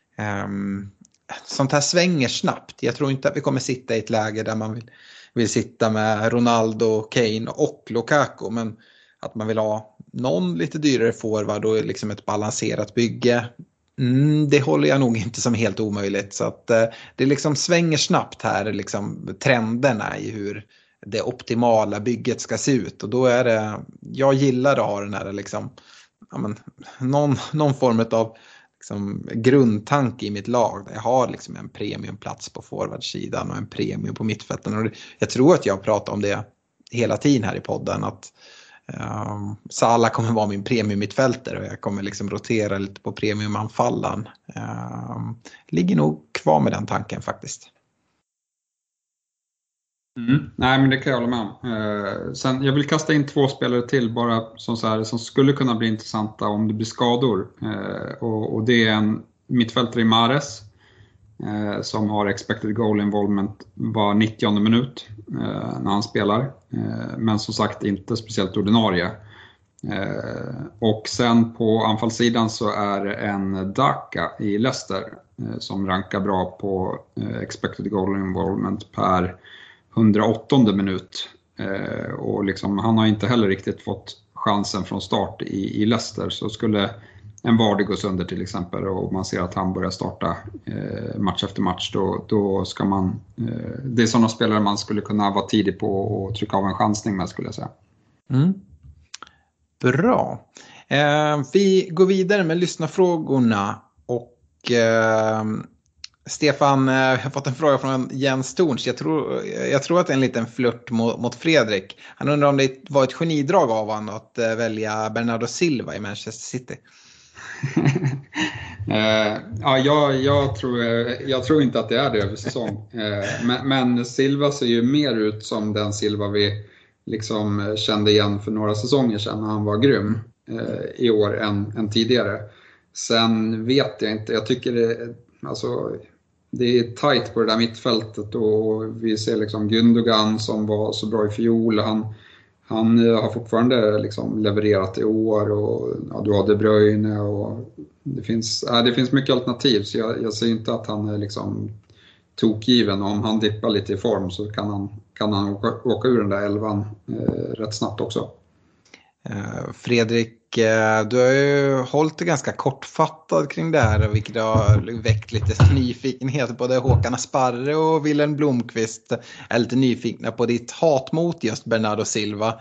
Sånt här svänger snabbt. Jag tror inte att vi kommer sitta i ett läge där man vill vill sitta med Ronaldo, Kane och Lukaku, men att man vill ha någon lite dyrare forward och liksom ett balanserat bygge, mm, det håller jag nog inte som helt omöjligt. Så att eh, det liksom svänger snabbt här, liksom trenderna i hur det optimala bygget ska se ut, och då är det, jag gillar att ha den här liksom, ja, men, någon, någon form av liksom grundtanke i mitt lag där jag har liksom en premiumplats på forwardsidan och en premium på mittfälten. Och jag tror att jag pratar om det hela tiden här i podden, att um, Salah kommer vara min premium mittfältare och jag kommer liksom rotera lite på premiumanfallan. Um, ligger nog kvar med den tanken faktiskt. Mm. Nej, men det kan jag hålla med om. Eh, sen, jag vill kasta in två spelare till bara som, så här, som skulle kunna bli intressanta om det blir skador. Eh, och, och det är en mittfältare i Mahrez eh, som har expected goal involvement var nittionde minut eh, när han spelar. Eh, men som sagt inte speciellt ordinarie. Eh, och sen på anfallssidan så är det en Daka i Leicester eh, som rankar bra på eh, expected goal involvement per hundraåttonde minut, eh, och liksom, han har inte heller riktigt fått chansen från start i, i Leicester, så skulle en Vardy gå sönder till exempel och man ser att han börjar starta eh, match efter match, då, då ska man eh, det är sådana spelare man skulle kunna vara tidig på och trycka av en chansning med, skulle jag säga. Mm. Bra. Eh, vi går vidare med lyssnarfrågorna, och eh, Stefan, jag har fått en fråga från Jens Torns. Jag tror, jag tror att det är en liten flört mot, mot Fredrik. Han undrar om det var ett genidrag av han att välja Bernardo Silva i Manchester City. uh, ja, jag, jag, tror, jag tror inte att det är det över säsong. Uh, men, men Silva ser ju mer ut som den Silva vi liksom kände igen för några säsonger sedan när han var grym uh, i år än, än tidigare. Sen vet jag inte, jag tycker det, alltså, det är tajt på det där mittfältet, och vi ser liksom Gündogan som var så bra i fjol, han, han har fortfarande liksom levererat i år, och ja, du har De Bruyne, och det finns, ja, det finns mycket alternativ, så jag, jag ser inte att han är liksom tokgiven. Om han dippar lite i form så kan han, kan han åka, åka ur den där elvan eh, rätt snabbt också. Fredrik, du har ju hållit det ganska kortfattad kring det här, vilket har väckt lite nyfikenhet. Både Håkan Asparre och Wilhelm Blomqvist är lite nyfikna på ditt hat mot just Bernardo Silva.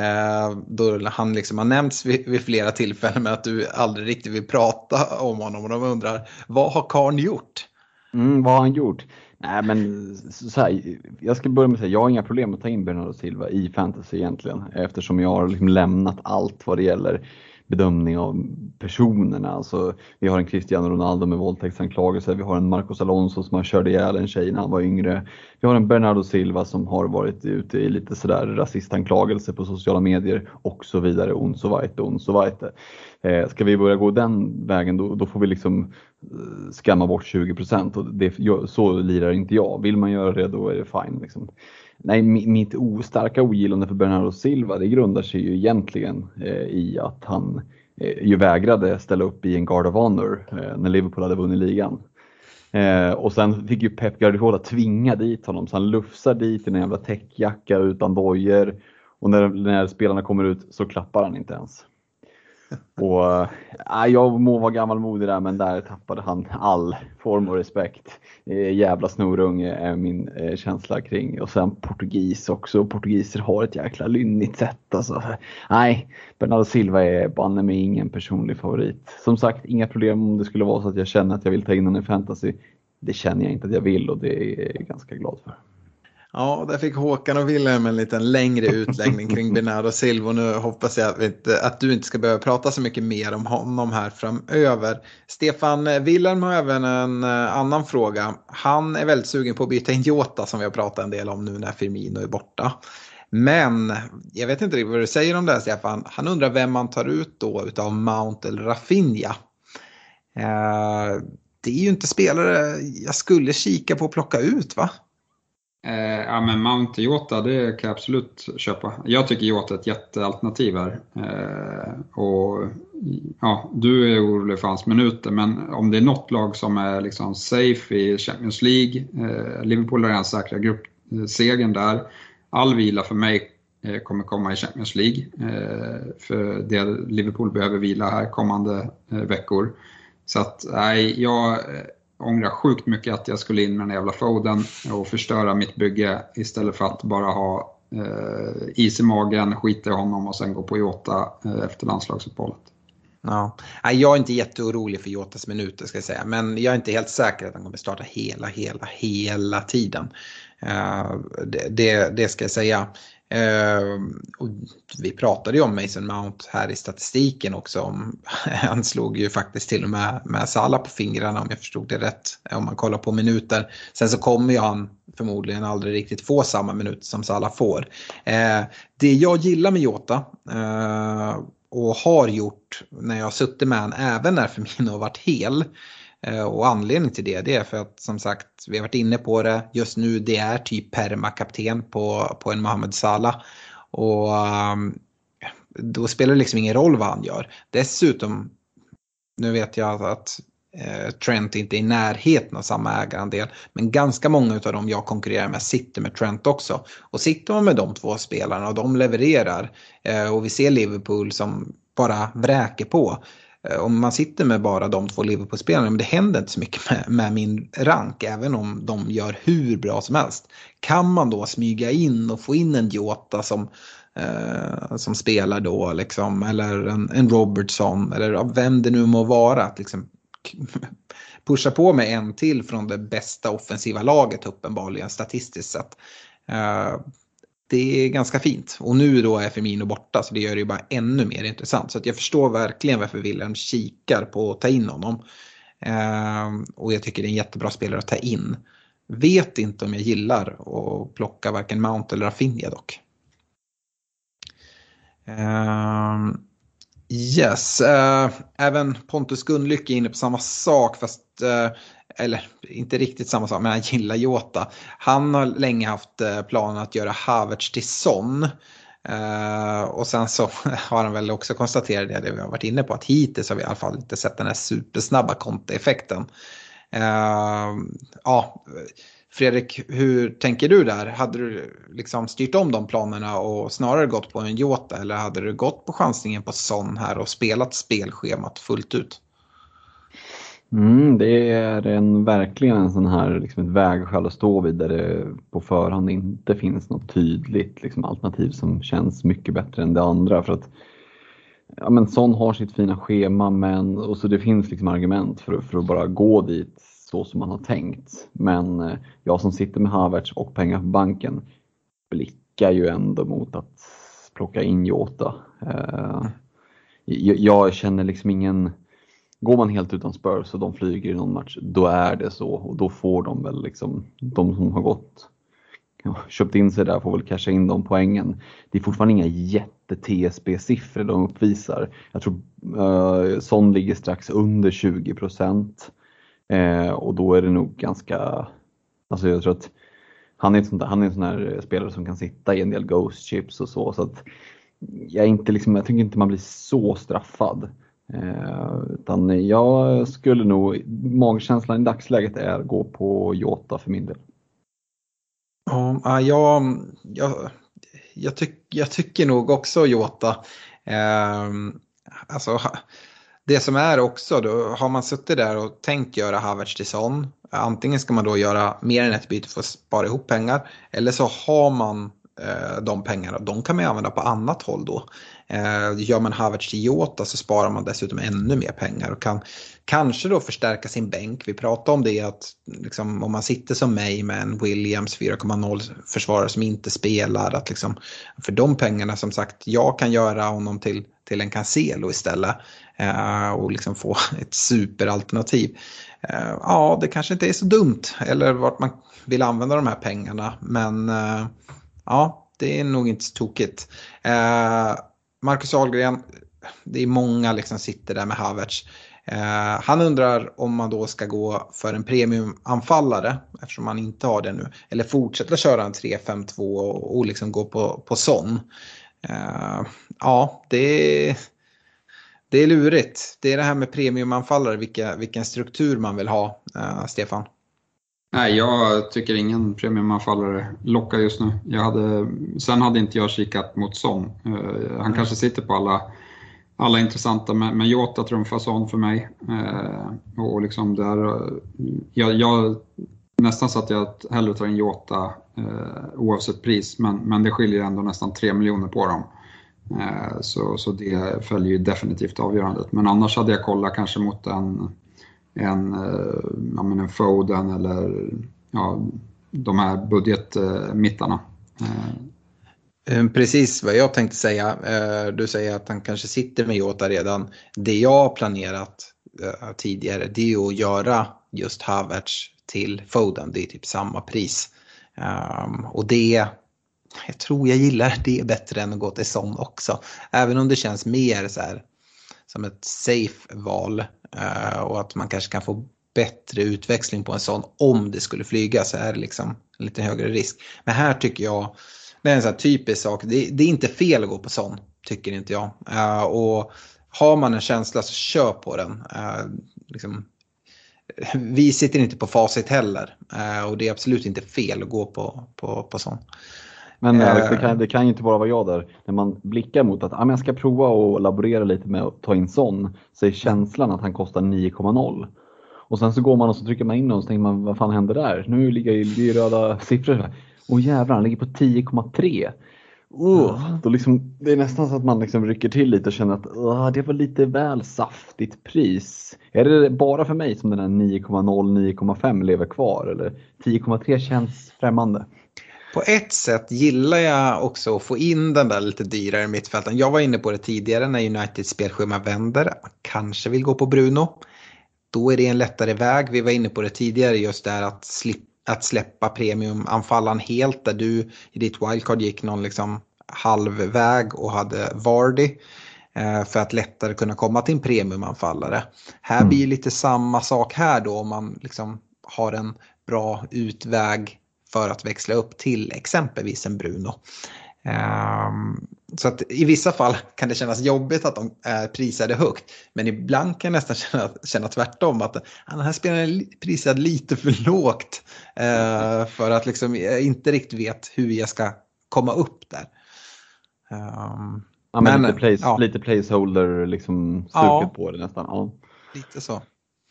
Då han liksom har nämnts vid, vid flera tillfällen, men att du aldrig riktigt vill prata om honom. Och de undrar, vad har Karn gjort? Mm, vad har han gjort? Nej, men så här, jag ska börja med att säga, jag har inga problem att ta in Bernardo Silva i fantasy egentligen, eftersom jag har liksom lämnat allt vad det gäller bedömning av personerna. Alltså, vi har en Cristiano Ronaldo med våldtäktsanklagelser, vi har en Marcos Alonso som har kört ihjäl en tjej när han var yngre. Vi har en Bernardo Silva som har varit ute i lite sådär rasistanklagelser på sociala medier och så vidare, och så vidare, och så vidare. Eh, ska vi börja gå den vägen, då, då får vi liksom eh, skamma bort tjugo procent, och det, så lirar inte jag. Vill man göra det, då är det fine liksom. Nej, mitt ostarka ogillande för Bernardo Silva, det grundar sig ju egentligen eh, i att han eh, ju vägrade ställa upp i en Guard of Honor eh, när Liverpool hade vunnit ligan. Eh, och sen fick ju Pep Guardiola tvinga dit honom, så han lufsar dit i en jävla täckjacka utan dojor, och när, när spelarna kommer ut så klappar han inte ens. Och äh, jag må vara gammalmodig där, men där tappade han all form och respekt. eh, Jävla snorunge är min eh, känsla kring. Och sen portugis också. Portugiser har ett jäkla lynnigt sätt alltså. Nej, Bernardo Silva är banne med ingen personlig favorit. Som sagt, inga problem om det skulle vara så att jag känner att jag vill ta in honom i fantasy. Det känner jag inte att jag vill, och det är jag ganska glad för. Ja, där fick Håkan och Wilhelm en liten längre utläggning kring Bernardo Silva. Nu hoppas jag att, inte, att du inte ska behöva prata så mycket mer om honom här framöver. Stefan, Wilhelm har även en annan fråga. Han är väldigt sugen på att byta in Jota, som vi har pratat en del om nu när Firmino är borta. Men jag vet inte vad du säger om det här, Stefan. Han undrar vem man tar ut då utav Mount eller Rafinha. Eh, det är ju inte spelare jag skulle kika på att plocka ut, va? Eh, ja, men Mount Jota, det kan jag absolut köpa. Jag tycker Jota är ett jättealternativ här. Eh, och ja, du är orolig för hans minuter, men om det är något lag som är liksom safe i Champions League, eh, Liverpool är en säkra gruppsegen där. All vila för mig eh, kommer komma i Champions League. Eh, för det Liverpool behöver vila här kommande eh, veckor. Så att nej, jag ångrar sjukt mycket att jag skulle in med den jävla Foden och förstöra mitt bygge istället för att bara ha eh, is i magen, skita i honom och sen gå på Jota eh, efter landslagsuppehållet. Ja, jag är inte jätteorolig för Jotas minuter, ska jag säga, men jag är inte helt säker att han kommer starta hela, hela, hela tiden. Uh, det, det, det ska jag säga. Uh, och vi pratade ju om Mason Mount här i statistiken också. Om, han slog ju faktiskt till och med med Salah på fingrarna, om jag förstod det rätt, om man kollar på minuter. Sen så kommer ju han förmodligen aldrig riktigt få samma minut som Salah får. Uh, det jag gillar med Jota uh, och har gjort när jag har suttit med han, även när Firmino har varit hel, och anledning till det, det är för att, som sagt, vi har varit inne på det, just nu det är typ permakapten på, på en Mohamed Salah, och um, då spelar det liksom ingen roll vad han gör. Dessutom, nu vet jag att eh, Trent inte är i närheten av samma ägarandel, men ganska många av dem jag konkurrerar med sitter med Trent också, och sitter man med de två spelarna och de levererar, eh, och vi ser Liverpool som bara vräker på. Om man sitter med bara de två Liverpool-spelarna, men det händer inte så mycket med, med min rank, även om de gör hur bra som helst. Kan man då smyga in och få in en Jota som, eh, som spelar då, liksom, eller en, en Robertson, eller vem det nu må vara, att liksom pusha på med en till från det bästa offensiva laget, uppenbarligen statistiskt sett. Eh, Det är ganska fint. Och nu då är Firmino borta, så det gör det ju bara ännu mer intressant. Så att jag förstår verkligen varför Wilhelm kikar på att ta in honom. Eh, och jag tycker det är en jättebra spelare att ta in. Vet inte om jag gillar att plocka varken Mount eller Rafinha dock. Eh, yes. Eh, även Pontus Gunlyck är inne på samma sak, fast... Eh, eller inte riktigt samma sak, men han gillar Jota. Han har länge haft planen att göra Havertz till Son. Uh, och sen så har han väl också konstaterat det, det vi har varit inne på, att hittills har vi i alla fall inte sett den här supersnabba kontoeffekten. Uh, ja, Fredrik, hur tänker du där? Hade du liksom styrt om de planerna och snarare gått på en Jota, eller hade du gått på chansningen på Son här och spelat spelschemat fullt ut? Mm, det är en, verkligen en sån här liksom ett vägskäl att stå vid där det på förhand inte finns något tydligt liksom, alternativ som känns mycket bättre än det andra. För att ja, men Son har sitt fina schema, men och så det finns liksom argument för, för att bara gå dit så som man har tänkt. Men jag som sitter med Havertz och pengar på banken blickar ju ändå mot att plocka in Jota. Jag, jag känner liksom ingen... Går man helt utan Spurs och de flyger i någon match, då är det så. Och då får de väl liksom, de som har gått, ja, köpt in sig där får väl casha in de poängen. Det är fortfarande inga jätte-T S B-siffror de uppvisar. Jag tror uh, Son ligger strax under tjugo procent. Uh, och då är det nog ganska, alltså jag tror att han är, ett sånt där, han är en sån här spelare som kan sitta i en del ghost chips och så. Så att jag, är inte liksom, jag tycker inte man blir så straffad. Eh, utan jag skulle nog, magkänslan i dagsläget är att gå på Jota för min del. Ja, jag, jag, jag, tyck, jag tycker nog också Jota. Eh, alltså, det som är också, då har man suttit där och tänkt göra Havertz till Son. Antingen ska man då göra mer än ett byte för att spara ihop pengar, eller så har man eh, de pengarna. De kan man använda på annat håll då. Eh, gör man Havertz till Jota så sparar man dessutom ännu mer pengar och kan kanske då förstärka sin bänk. Vi pratade om det att liksom, om man sitter som mig med en Williams fyra komma noll försvarare som inte spelar, att liksom, för de pengarna som sagt, jag kan göra honom till, till en Cancelo istället eh, och liksom få ett superalternativ. Eh, ja, det kanske inte är så dumt eller vart man vill använda de här pengarna, men eh, ja, det är nog inte så tokigt. Eh, Marcus Ahlgren, det är många liksom sitter där med Havertz. Eh, han undrar om man då ska gå för en premiumanfallare eftersom man inte har det nu. Eller fortsätta köra en tre fem två och, och liksom gå på, på Son. Eh, ja, det är, det är lurigt. Det är det här med premiumanfallare, vilka, vilken struktur man vill ha, eh, Stefan. Nej, jag tycker ingen premiumanfallare lockar just nu. Jag hade, sen hade inte jag kikat mot Son. Uh, han mm. kanske sitter på alla, alla intressanta, men, men Jota trumfar Son för mig. Uh, och liksom där, uh, jag, jag nästan så att jag hellre tar en Jota uh, oavsett pris, men, men det skiljer ändå nästan tre miljoner på dem. Uh, så, så det följer ju definitivt avgörandet. Men annars hade jag kollat kanske mot en En, ja, men en Foden eller ja, de här budgetmittarna. Precis vad jag tänkte säga. Du säger att han kanske sitter med Jota redan. Det jag har planerat tidigare, det är att göra just Havertz till Foden. Det är typ samma pris. Och det, jag tror jag gillar det bättre än att gå till Son också. Även om det känns mer så här som ett safe val. Uh, och att man kanske kan få bättre utväxling på en sån om det skulle flyga, så är det liksom en lite högre risk. Men här tycker jag det är en sån här typisk sak, det, det är inte fel att gå på sån, tycker inte jag. Uh, och har man en känsla så kör på den. Uh, liksom, vi sitter inte på facit heller, uh, och det är absolut inte fel att gå på, på, på sån. Men Alex, det kan, det kan ju inte bara vara jag där. När man blickar mot att ah, jag ska prova och laborera lite med att ta in Son, så är känslan att han kostar nio komma noll. Och sen så går man och så trycker man in och så tänker man, vad fan händer där? Nu ligger ju röda siffror. Och jävlar, han ligger på tio komma tre. Uh, då liksom, det är nästan så att man liksom rycker till lite och känner att uh, det var lite väl saftigt pris. Är det bara för mig som den här nio komma noll, nio komma fem lever kvar? Eller tio komma tre känns främmande? På ett sätt gillar jag också att få in den där lite dyrare mittfälten. Jag var inne på det tidigare när Uniteds spelschema vänder. Man kanske vill gå på Bruno. Då är det en lättare väg. Vi var inne på det tidigare, just där att, slip, att släppa premiumanfallan helt. Där du i ditt wildcard gick någon liksom halvväg och hade Vardy. Eh, för att lättare kunna komma till en premiumanfallare. Här mm. blir lite samma sak här då, om man liksom har en bra utväg för att växla upp till exempelvis en Bruno. Um, så att i vissa fall kan det kännas jobbigt att de är prisade högt, men ibland kan jag nästan känna, känna tvärtom att ah, den här spelaren är prisad lite för lågt uh, för att liksom, jag inte riktigt vet hur jag ska komma upp där. Um, ja, men, men lite, place, ja. lite placeholder liksom stuket ja. på det nästan. Ja. Lite så.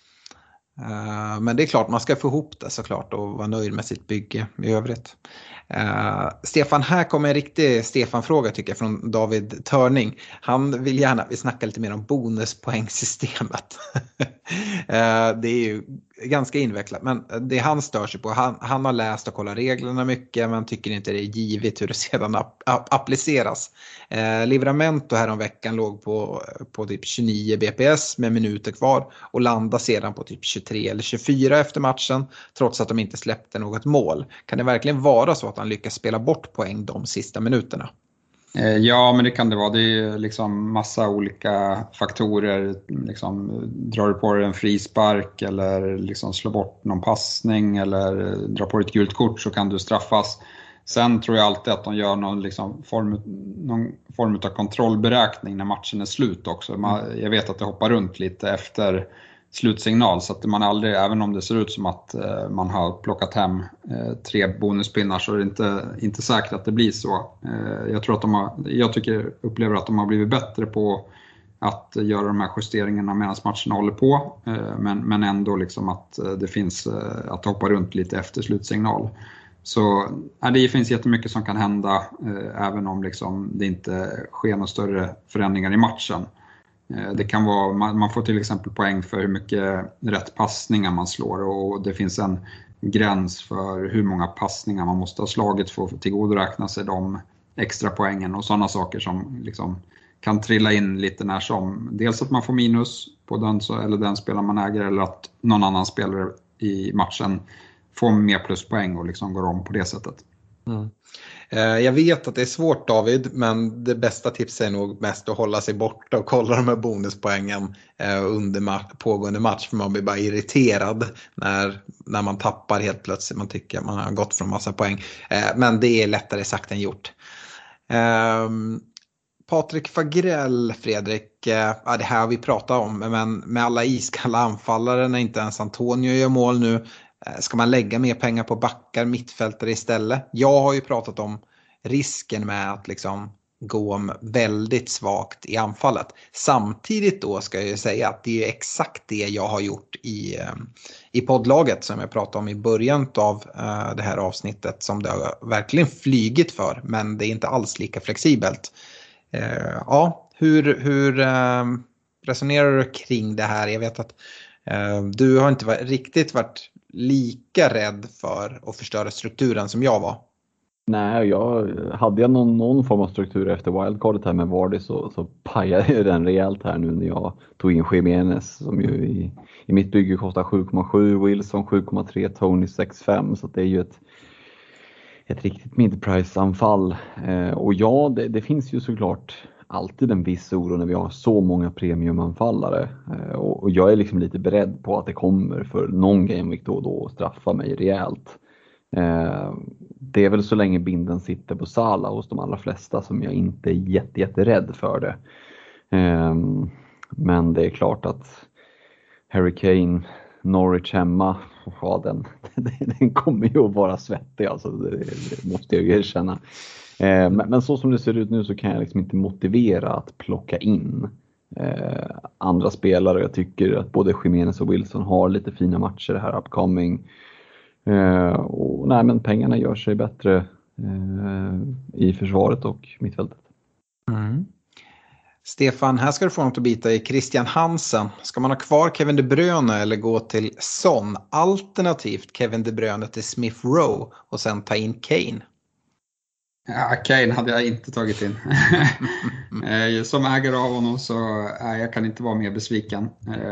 Uh, men det är klart, man ska få ihop det såklart och vara nöjd med sitt bygge i övrigt. Uh, Stefan, här kommer en riktig Stefan-fråga tycker jag från David Törning. Han vill gärna att vi snackar lite mer om bonuspoängsystemet. uh, det är ju ganska invecklat, men det han stör sig på, han, han har läst och kollat reglerna mycket men tycker inte det är givet hur det sedan ap- ap- appliceras. Uh, Livramento här om veckan låg på, på typ tjugonio B P S med minuter kvar och landade sedan på typ tjugotre eller tjugofyra efter matchen trots att de inte släppte något mål. Kan det verkligen vara så att han lyckas spela bort poäng de sista minuterna? Ja, men det kan det vara. Det är liksom massa olika faktorer. Liksom, drar du på dig en frispark eller liksom slår bort någon passning eller drar på dig ett gult kort så kan du straffas. Sen tror jag alltid att de gör någon, liksom form, någon form av kontrollberäkning när matchen är slut också. Man, jag vet att det hoppar runt lite efter slutsignal så att man aldrig, även om det ser ut som att eh, man har plockat hem eh, tre bonuspinnar så är det inte, inte säkert att det blir så. Eh, jag tror att de har, jag tycker, upplever att de har blivit bättre på att göra de här justeringarna medan matchen håller på. Eh, men, men ändå liksom att eh, det finns, eh, att hoppa runt lite efter slutsignal. Så ja, det finns jättemycket som kan hända eh, även om liksom, det inte sker några större förändringar i matchen. Det kan vara, man får till exempel poäng för hur mycket rätt passningar man slår och det finns en gräns för hur många passningar man måste ha slagit för att tillgodoräkna sig de extra poängen och sådana saker som liksom kan trilla in lite när som. Dels att man får minus på den, eller den spelare man äger eller att någon annan spelare i matchen får mer pluspoäng och liksom går om på det sättet. Mm. Jag vet att det är svårt David, men det bästa tipset är nog mest att hålla sig borta och kolla de här bonuspoängen under ma- pågående match för man blir bara irriterad när, när man tappar helt plötsligt. Man tycker att man har gått från massa poäng, men det är lättare sagt än gjort. Um, Patrik Fagrell, Fredrik, ja, det här har vi pratat om, men med alla iskalla anfallare när inte ens Antonio gör mål nu, ska man lägga mer pengar på backar, mittfältare istället? Jag har ju pratat om risken med att liksom gå väldigt svagt i anfallet. Samtidigt då ska jag ju säga att det är exakt det jag har gjort i, i poddlaget som jag pratade om i början av det här avsnittet som det har verkligen flygit för, men det är inte alls lika flexibelt. Ja, hur, hur resonerar du kring det här? Jag vet att du har inte varit, riktigt varit lika rädd för att förstöra strukturen som jag var. Nej, jag, hade jag någon, någon form av struktur efter wildcardet här med Vardy så, så pajade jag den rejält här nu när jag tog in Jimenez som ju i, i mitt bygge kostar sju komma sju, Wilson sju komma tre, Tony sex komma fem, så det är ju ett, ett riktigt mid-price-anfall. Eh, och ja, det, det finns ju såklart alltid en viss oro när vi har så många premiumanfallare. Eh, och, och jag är liksom lite beredd på att det kommer för någon gameweek då och då att straffa mig rejält. Eh, det är väl så länge binden sitter på Salah hos de allra flesta som jag inte är jätte, jätterädd för det. Eh, men det är klart att Harry Kane, Norwich hemma, ja, den, den kommer ju att vara svettig, alltså, det, det måste jag ju erkänna. Eh, men, men så som det ser ut nu så kan jag liksom inte motivera att plocka in eh, andra spelare. Jag tycker att både Jimenez och Wilson har lite fina matcher det här upcoming. Eh, och nej, men pengarna gör sig bättre eh, i försvaret och mittfältet. Mm. Stefan, här ska du få något att bita i. Christian Hansen. Ska man ha kvar Kevin De Bruyne eller gå till Son? Alternativt Kevin De Bruyne till Smith Rowe och sen ta in Kane? Ja, Kane hade jag inte tagit in. Som ägare av honom så äh, jag kan inte vara mer besviken.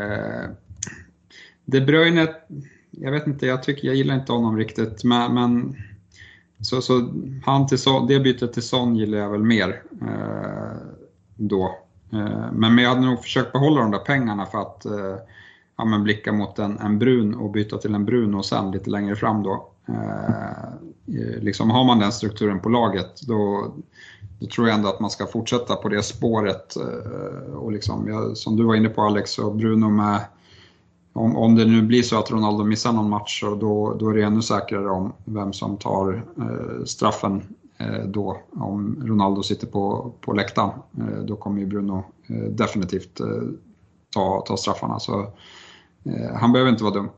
De Bruyne, jag vet inte, jag tycker jag gillar inte honom riktigt, men, men så, så han till Son, det bytet till Son gillar jag väl mer eh, då. Eh, men, men jag hade nog försökt behålla de där pengarna för att eh, ja, men blicka mot en, en brun och byta till en brun och sen lite längre fram då. Eh, liksom har man den strukturen på laget, då, då tror jag ändå att man ska fortsätta på det spåret. Eh, och liksom, jag, som du var inne på Alex och Bruno med, om, om det nu blir så att Ronaldo missar någon match, så då, då är det ännu säkrare om vem som tar eh, straffen eh, då. Om Ronaldo sitter på, på läktaren, eh, då kommer ju Bruno eh, definitivt eh, ta, ta straffarna. Så eh, han behöver inte vara dum.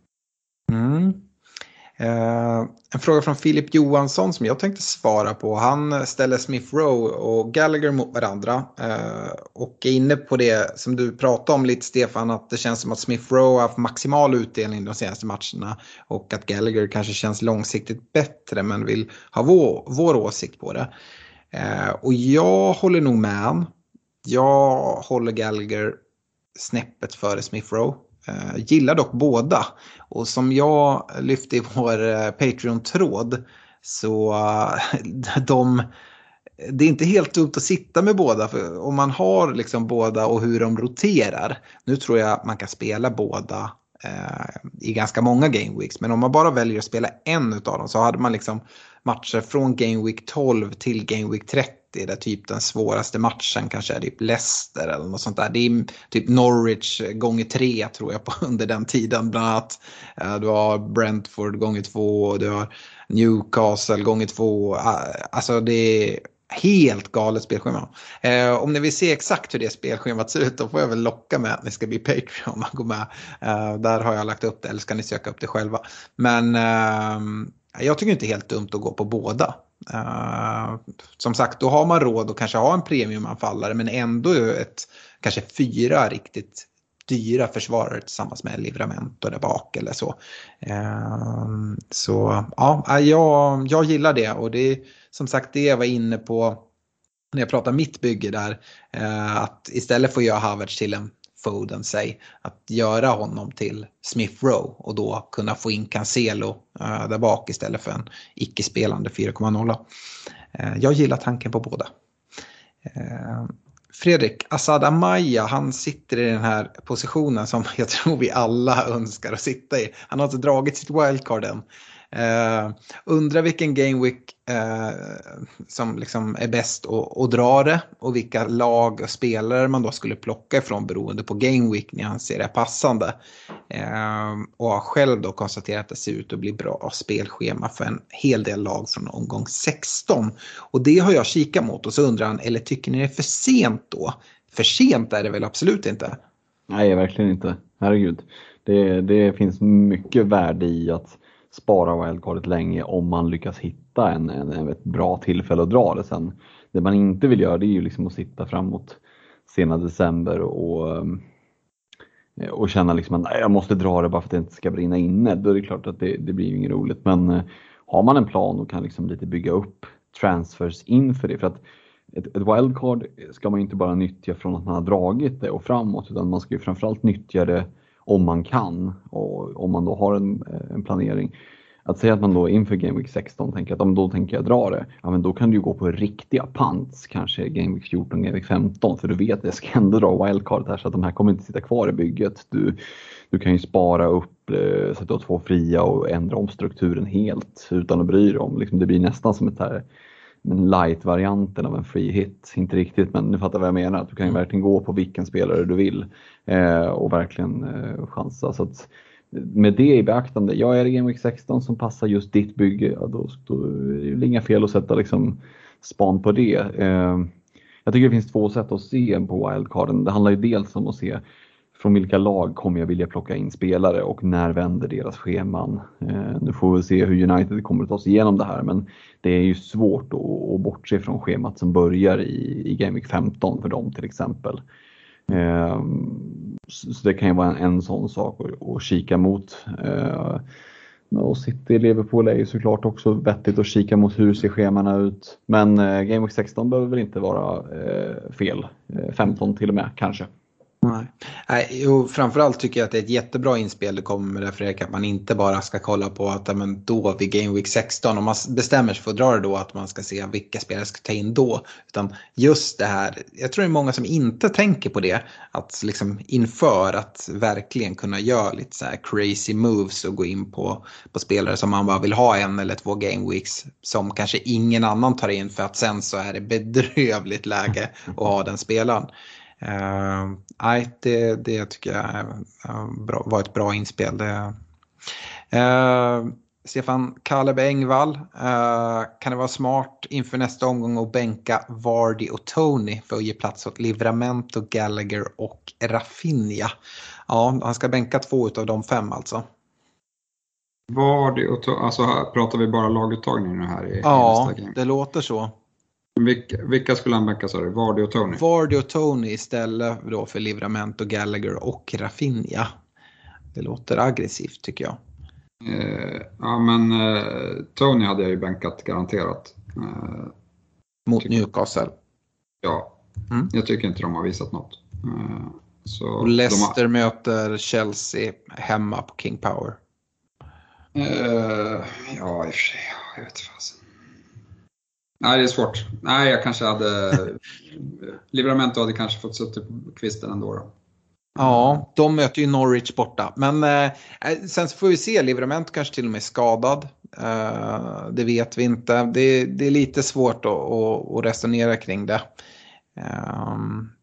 Mm. Uh, en fråga från Filip Johansson som jag tänkte svara på. Han ställer Smith Rowe och Gallagher mot varandra uh, och är inne på det som du pratade om lite, Stefan, att det känns som att Smith Rowe har haft maximal utdelning de senaste matcherna och att Gallagher kanske känns långsiktigt bättre, men vill ha vår, vår åsikt på det. Uh, och jag håller nog med han. Jag håller Gallagher snäppet före Smith Rowe. Uh, gillar dock båda, och som jag lyfte i vår uh, Patreon-tråd, så uh, de, det är inte helt dumt att sitta med båda, för om man har liksom båda och hur de roterar. Nu tror jag man kan spela båda uh, i ganska många game weeks, men om man bara väljer att spela en utav dem, så hade man liksom matcher från game week tolv till game week trettio. Det är typ den svåraste matchen, kanske är typ Leicester eller något sånt där. Det är typ Norwich gånger tre tror jag på under den tiden. Bland annat du har Brentford gånger två och du har Newcastle gånger två. Alltså det är helt galet spelschema. Eh, om ni vill se exakt hur det spelschemat ser ut, då får jag väl locka med att ni ska bli Patreon om man går med. Eh, där har jag lagt upp det, eller ska ni söka upp det själva. Men eh, jag tycker inte helt dumt att gå på båda. Uh, som sagt, då har man råd att kanske ha en premiumanfallare, men ändå ett kanske fyra riktigt dyra försvarare tillsammans med Livramento där bak eller så. Uh, så ja, jag, jag gillar det, och det är som sagt det jag var inne på när jag pratade mitt bygge där, uh, att istället för att göra Havertz till en Foden, sig att göra honom till Smith Rowe och då kunna få in Cancelo uh, där bak istället för en icke-spelande fyra komma noll. Uh, jag gillar tanken på båda. Uh, Fredrik, Asad Amaya, han sitter i den här positionen som jag tror vi alla önskar att sitta i. Han har inte dragit sitt wildcard än. Uh, undrar vilken game week uh, som liksom är bäst att, att dra det, och vilka lag och spelare man då skulle plocka ifrån beroende på game week när han ser det passande. Uh, och har själv då konstaterat att det ser ut att bli bra spelschema för en hel del lag från omgång sexton, och det har jag kikat mot. Och så undrar han, eller tycker ni det är för sent då? För sent är det väl absolut inte? Nej, verkligen inte. Herregud. Det, det finns mycket värde i att spara wildcardet länge om man lyckas hitta en, en, en ett bra tillfälle att dra det sen. Det man inte vill göra, det är ju liksom att sitta framåt sena december och, och känna liksom att nej, jag måste dra det bara för att det inte ska brinna inne. Då är det klart att det, det blir ju inget roligt. Men har man en plan och kan liksom lite bygga upp transfers inför det. För att ett, ett wildcard ska man ju inte bara nyttja från att man har dragit det och framåt, utan man ska ju framförallt nyttja det om man kan, och om man då har en, en planering. Att säga att man då inför Game Week sexton tänker att om då tänker jag dra det, ja men då kan du ju gå på riktiga pants, kanske Game Week fjorton, Game Week femton, för du vet att jag ska ändå dra wildcard här, så att de här kommer inte sitta kvar i bygget. Du, du kan ju spara upp eh, så att du har två fria och ändra om strukturen helt utan att bry dig om. Liksom, det blir nästan som ett här en light-varianten av en free hit. Inte riktigt, men nu fattar vad jag menar. Att du kan ju verkligen gå på vilken spelare du vill eh, och verkligen eh, chansa. Så att med det i beaktande, jag är i Game Week sexton som passar just ditt bygge, ja, då, då är det inga fel att sätta liksom span på det. Eh, jag tycker det finns två sätt att se på wildcarden. Det handlar ju dels om att se från vilka lag kommer jag vilja plocka in spelare och när vänder deras scheman. Eh, nu får vi se hur United kommer att ta sig igenom det här, men det är ju svårt att, att bortse från schemat som börjar i, i Game Week femton för dem till exempel. Eh, så, så det kan ju vara en, en sån sak att, att kika mot. Eh, och City, Liverpool är ju såklart också vettigt att kika mot hur ser schemarna ut. Men eh, Game Week sexton behöver väl inte vara eh, fel. Eh, femton till och med kanske. Nej. Nej, och framförallt tycker jag att det är ett jättebra inspel det kommer med det, Fredrik, att man inte bara ska kolla på att men då vid Game Week sexton, om man bestämmer sig för att dra det då, att man ska se vilka spelare ska ta in då, utan just det här, jag tror det är många som inte tänker på det, att liksom inför att verkligen kunna göra lite så här crazy moves och gå in på, på spelare som man bara vill ha en eller två Game Weeks som kanske ingen annan tar in, för att sen så är det bedrövligt läge att ha den spelaren. Uh, nej, det, det tycker jag uh, bra, var ett bra inspel. Det, uh, Stefan Kaleb Engvall, uh, kan det vara smart inför nästa omgång att bänka Vardy och Tony för att ge plats åt Livramento, Gallagher och Rafinha? Ja, han ska bänka två av de fem alltså. Vardy och Tony, alltså pratar vi bara laguttagning nu här i, ja, i det låter så. Vilka, vilka skulle han bänka, sa du? Vardy och Tony? Vardy och Tony istället då för Livramento, Gallagher och Rafinha. Det låter aggressivt tycker jag. Eh, ja men eh, Tony hade jag ju bänkat garanterat. Eh, Mot Newcastle. Ja, mm. Jag tycker inte de har visat något. Eh, så och Leicester har... möter Chelsea hemma på King Power. Eh, ja, i och för sig, jag vet fasen. Nej, det är svårt. Nej, jag kanske hade... Livramento hade kanske fått suttit på kvisten ändå då. Ja, de möter ju Norwich borta. Men eh, sen så får vi se, Livramento kanske till och med är skadad. Eh, det vet vi inte. Det, det är lite svårt att, att, att resonera kring det. Eh,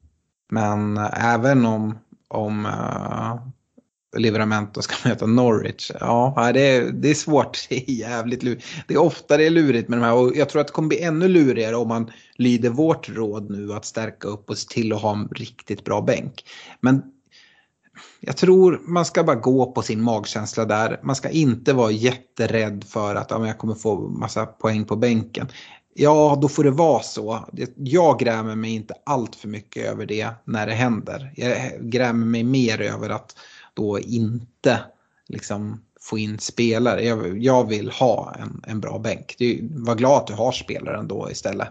men även om... om eh, Livramento ska möta Norwich. Ja, det är, det är svårt. Det är jävligt lurigt. Det är ofta det är lurigt med de här. Och jag tror att det kommer bli ännu lurigare om man lyder vårt råd nu att stärka upp och se till att ha en riktigt bra bänk. Men jag tror man ska bara gå på sin magkänsla där. Man ska inte vara jätterädd för att ja, jag kommer få massa poäng på bänken. Ja, då får det vara så. Jag grämer mig inte allt för mycket över det när det händer. Jag grämer mig mer över att då inte liksom få in spelare. Jag, jag vill ha en, en bra bänk. Du, var glad att du har spelare ändå istället.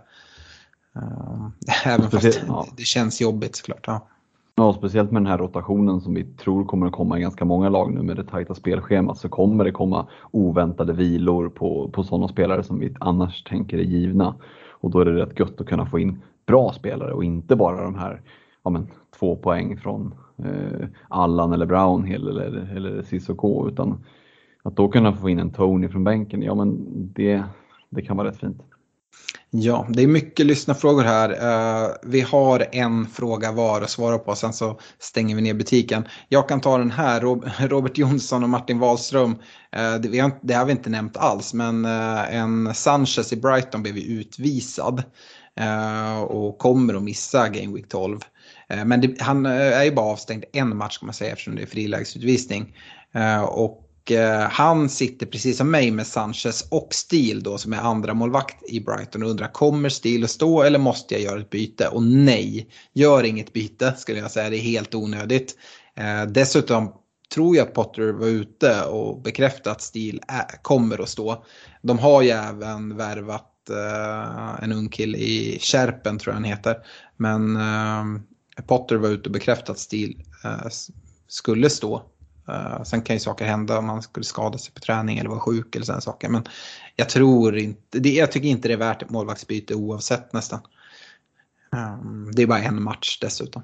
Uh, även fast ja. det känns jobbigt såklart. Ja. Ja, speciellt med den här rotationen som vi tror kommer att komma i ganska många lag nu med det tajta spelschemat, så kommer det komma oväntade vilor på, på sådana spelare som vi annars tänker är givna. Och då är det rätt gött att kunna få in bra spelare och inte bara de här ja, men, två poäng från eh, Allan eller Brownhill eller, eller Sissoko, utan att då kunna få in en Tony från bänken, ja men det, det kan vara rätt fint. Ja, det är mycket lyssnarfrågor här. Uh, vi har en fråga var att svara på, sen så stänger vi ner butiken. Jag kan ta den här. Robert Jonsson och Martin Wahlström. Uh, det, vi har, det har vi inte nämnt alls, men uh, en Sanchez i Brighton blev utvisad uh, och kommer att missa Game Week tolv. Uh, men det, han uh, är ju bara avstängd en match kan man säga, eftersom det är frilägesutvisning. Uh, och han sitter precis som mig med Sanchez och Steele då, som är andra målvakt i Brighton, och undrar, kommer Steele att stå eller måste jag göra ett byte? Och nej, gör inget byte skulle jag säga, det är helt onödigt. Eh, dessutom tror jag att Potter var ute och bekräftat att Steele är, kommer att stå. De har ju även värvat eh, en ung kille i Kärpen tror jag han heter, men eh, Potter var ute och bekräftat att Steele eh, skulle stå. Uh, sen kan ju saker hända om man skulle skada sig på träning eller vara sjuk eller sådana saker. Men jag tror inte, det, jag tycker inte det är värt ett målvaktsbyte oavsett nästan. Um, det är bara en match dessutom.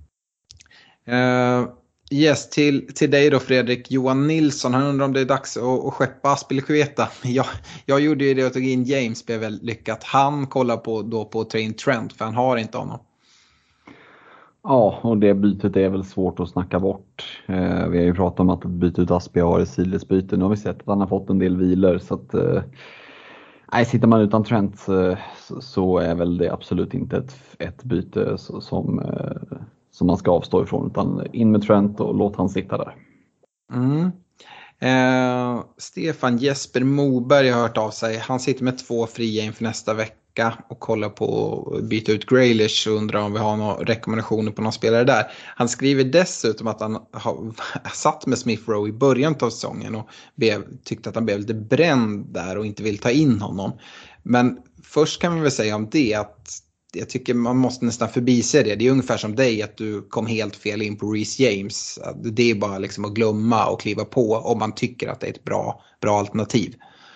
Uh, yes, till, till dig då Fredrik. Johan Nilsson, han undrar om det är dags att, att skeppa Aspilicueta. Jag, jag gjorde ju det och tog in James, blev väl lyckat. Han kollar på, då på Train Trent för han har inte honom. Ja, och det bytet är väl svårt att snacka bort. Eh, vi har ju pratat om att byta ut Aspi har i Siles-byte. Nu har vi sett att han har fått en del vilor. Så att, eh, nej, sitter man utan Trent eh, så, så är väl det absolut inte ett, ett byte så, som, eh, som man ska avstå ifrån. Utan in med Trent och låt han sitta där. Mm. Eh, Stefan Jesper Moberg har hört av sig. Han sitter med två fria inför nästa vecka och kollar på att byta ut Grealish och undrar om vi har några rekommendationer på någon spelare där. Han skriver dessutom att han har satt med Smith Rowe i början av säsongen och blev, tyckte att han blev lite bränd där och inte vill ta in honom. Men först kan vi väl säga om det att jag tycker man måste nästan förbise det. Det är ungefär som dig att du kom helt fel in på Reece James. Det är bara liksom att glömma och kliva på om man tycker att det är ett bra, bra alternativ.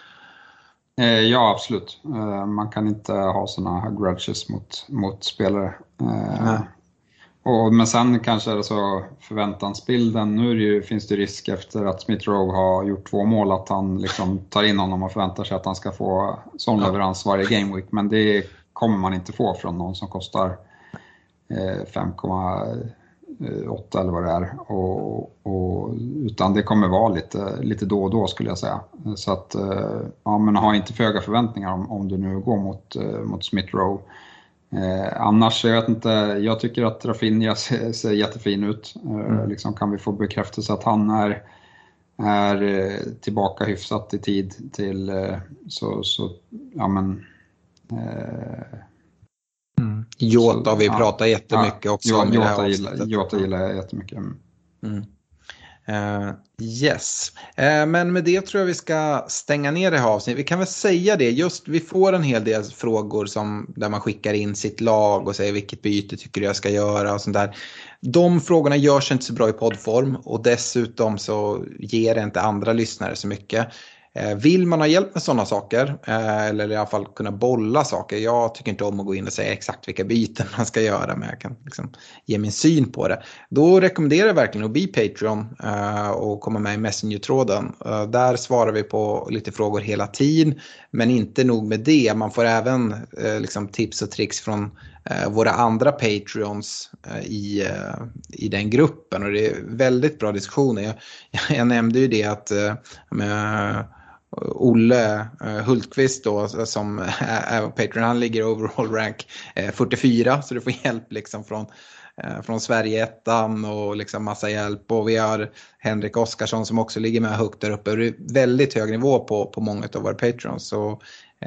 Ja, absolut. Man kan inte ha såna grudges mot, mot spelare. Mm. Och, men sen kanske är det så förväntansbilden. Nu är det ju, finns det risk efter att Smith Rowe har gjort två mål att han liksom tar in honom och förväntar sig att han ska få sån ja. leverans varje game week. Men det kommer man inte få från någon som kostar fem komma åtta eller vad det är. Och, och, utan det kommer vara lite, lite då och då skulle jag säga. Så att, ja, men ha inte för höga förväntningar om, om du nu går mot, mot Smith Rowe. Eh, annars, jag vet inte, jag tycker att Rafinha ser, ser jättefin ut. Eh, mm. liksom kan vi få bekräftelse att han är, är tillbaka hyfsat i tid till eh, så, så, ja men eh, mm. Jota har vi ja, pratat jättemycket ja, också om. Jota gillar, Jota gillar jag jättemycket. Mm. Mm. Uh, yes, uh, men med det tror jag vi ska stänga ner det här avsnittet. Vi kan väl säga det, just vi får en hel del frågor som, där man skickar in sitt lag och säger vilket byte tycker du jag ska göra och sånt där. De frågorna görs inte så bra i poddform och dessutom så ger det inte andra lyssnare så mycket. Vill man ha hjälp med sådana saker eller i alla fall kunna bolla saker, jag tycker inte om att gå in och säga exakt vilka byten man ska göra, men jag kan liksom ge min syn på det. Då rekommenderar jag verkligen att bli Patreon och komma med i Messenger-tråden. Där svarar vi på lite frågor hela tiden, men inte nog med det. Man får även liksom tips och tricks från våra andra Patreons i, i den gruppen och det är väldigt bra diskussioner. Jag, jag nämnde ju det att med Olle Hultqvist då, som är Patreon, han ligger overall rank fyrtiofyra, så du får hjälp liksom från, från Sverige ettan och liksom massa hjälp. Och vi har Henrik Oskarsson som också ligger med högt där uppe. Det är väldigt hög nivå på, på många av våra Patreons. Så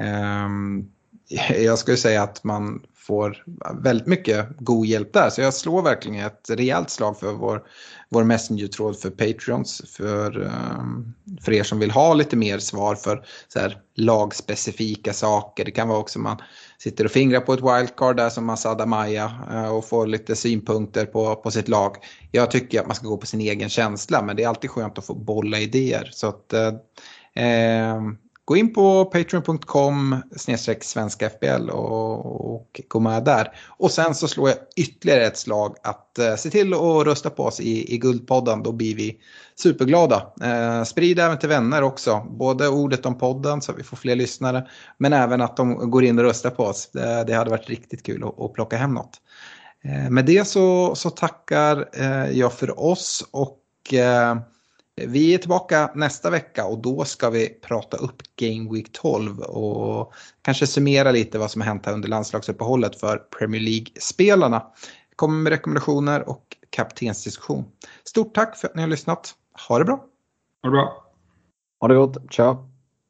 um, jag skulle säga att man får väldigt mycket god hjälp där. Så jag slår verkligen ett rejält slag för vår, vår Messenger-tråd för Patreons. För, um, för er som vill ha lite mer svar för så här, lagspecifika saker. Det kan vara också man sitter och fingrar på ett wildcard där som Masada Maya uh, och får lite synpunkter på, på sitt lag. Jag tycker att man ska gå på sin egen känsla, men det är alltid skönt att få bolla idéer. Så att... Uh, uh, Gå in på patreon punkt com snedstreck svenska F B L och, och gå med där. Och sen så slår jag ytterligare ett slag att eh, se till att rösta på oss i, i Guldpodden. Då blir vi superglada. Eh, sprid även till vänner också. Både ordet om podden så att vi får fler lyssnare. Men även att de går in och röstar på oss. Det, det hade varit riktigt kul att, att plocka hem något. Eh, med det så, så tackar eh, jag för oss och... Eh, Vi är tillbaka nästa vecka och då ska vi prata upp Game Week tolv och kanske summera lite vad som har hänt här under landslagsuppehållet för Premier League-spelarna. Kommer med rekommendationer och kaptensdiskussion. Stort tack för att ni har lyssnat. Ha det bra. Ha det bra. Ha det gott. Ciao.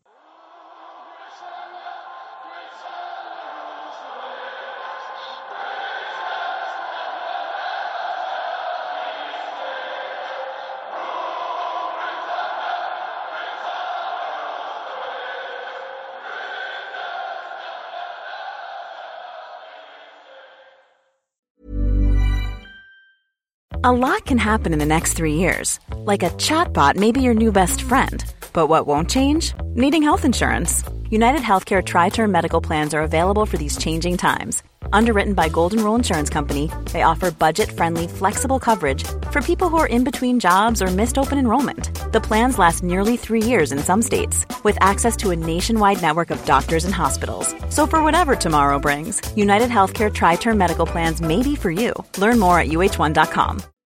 A lot can happen in the next three years. Like a chatbot may be your new best friend. But what won't change? Needing health insurance. United Healthcare Tri-Term Medical Plans are available for these changing times. Underwritten by Golden Rule Insurance Company, they offer budget-friendly, flexible coverage for people who are in between jobs or missed open enrollment. The plans last nearly three years in some states, with access to a nationwide network of doctors and hospitals. So for whatever tomorrow brings, United Healthcare Tri-Term Medical Plans may be for you. Learn more at U H one dot com.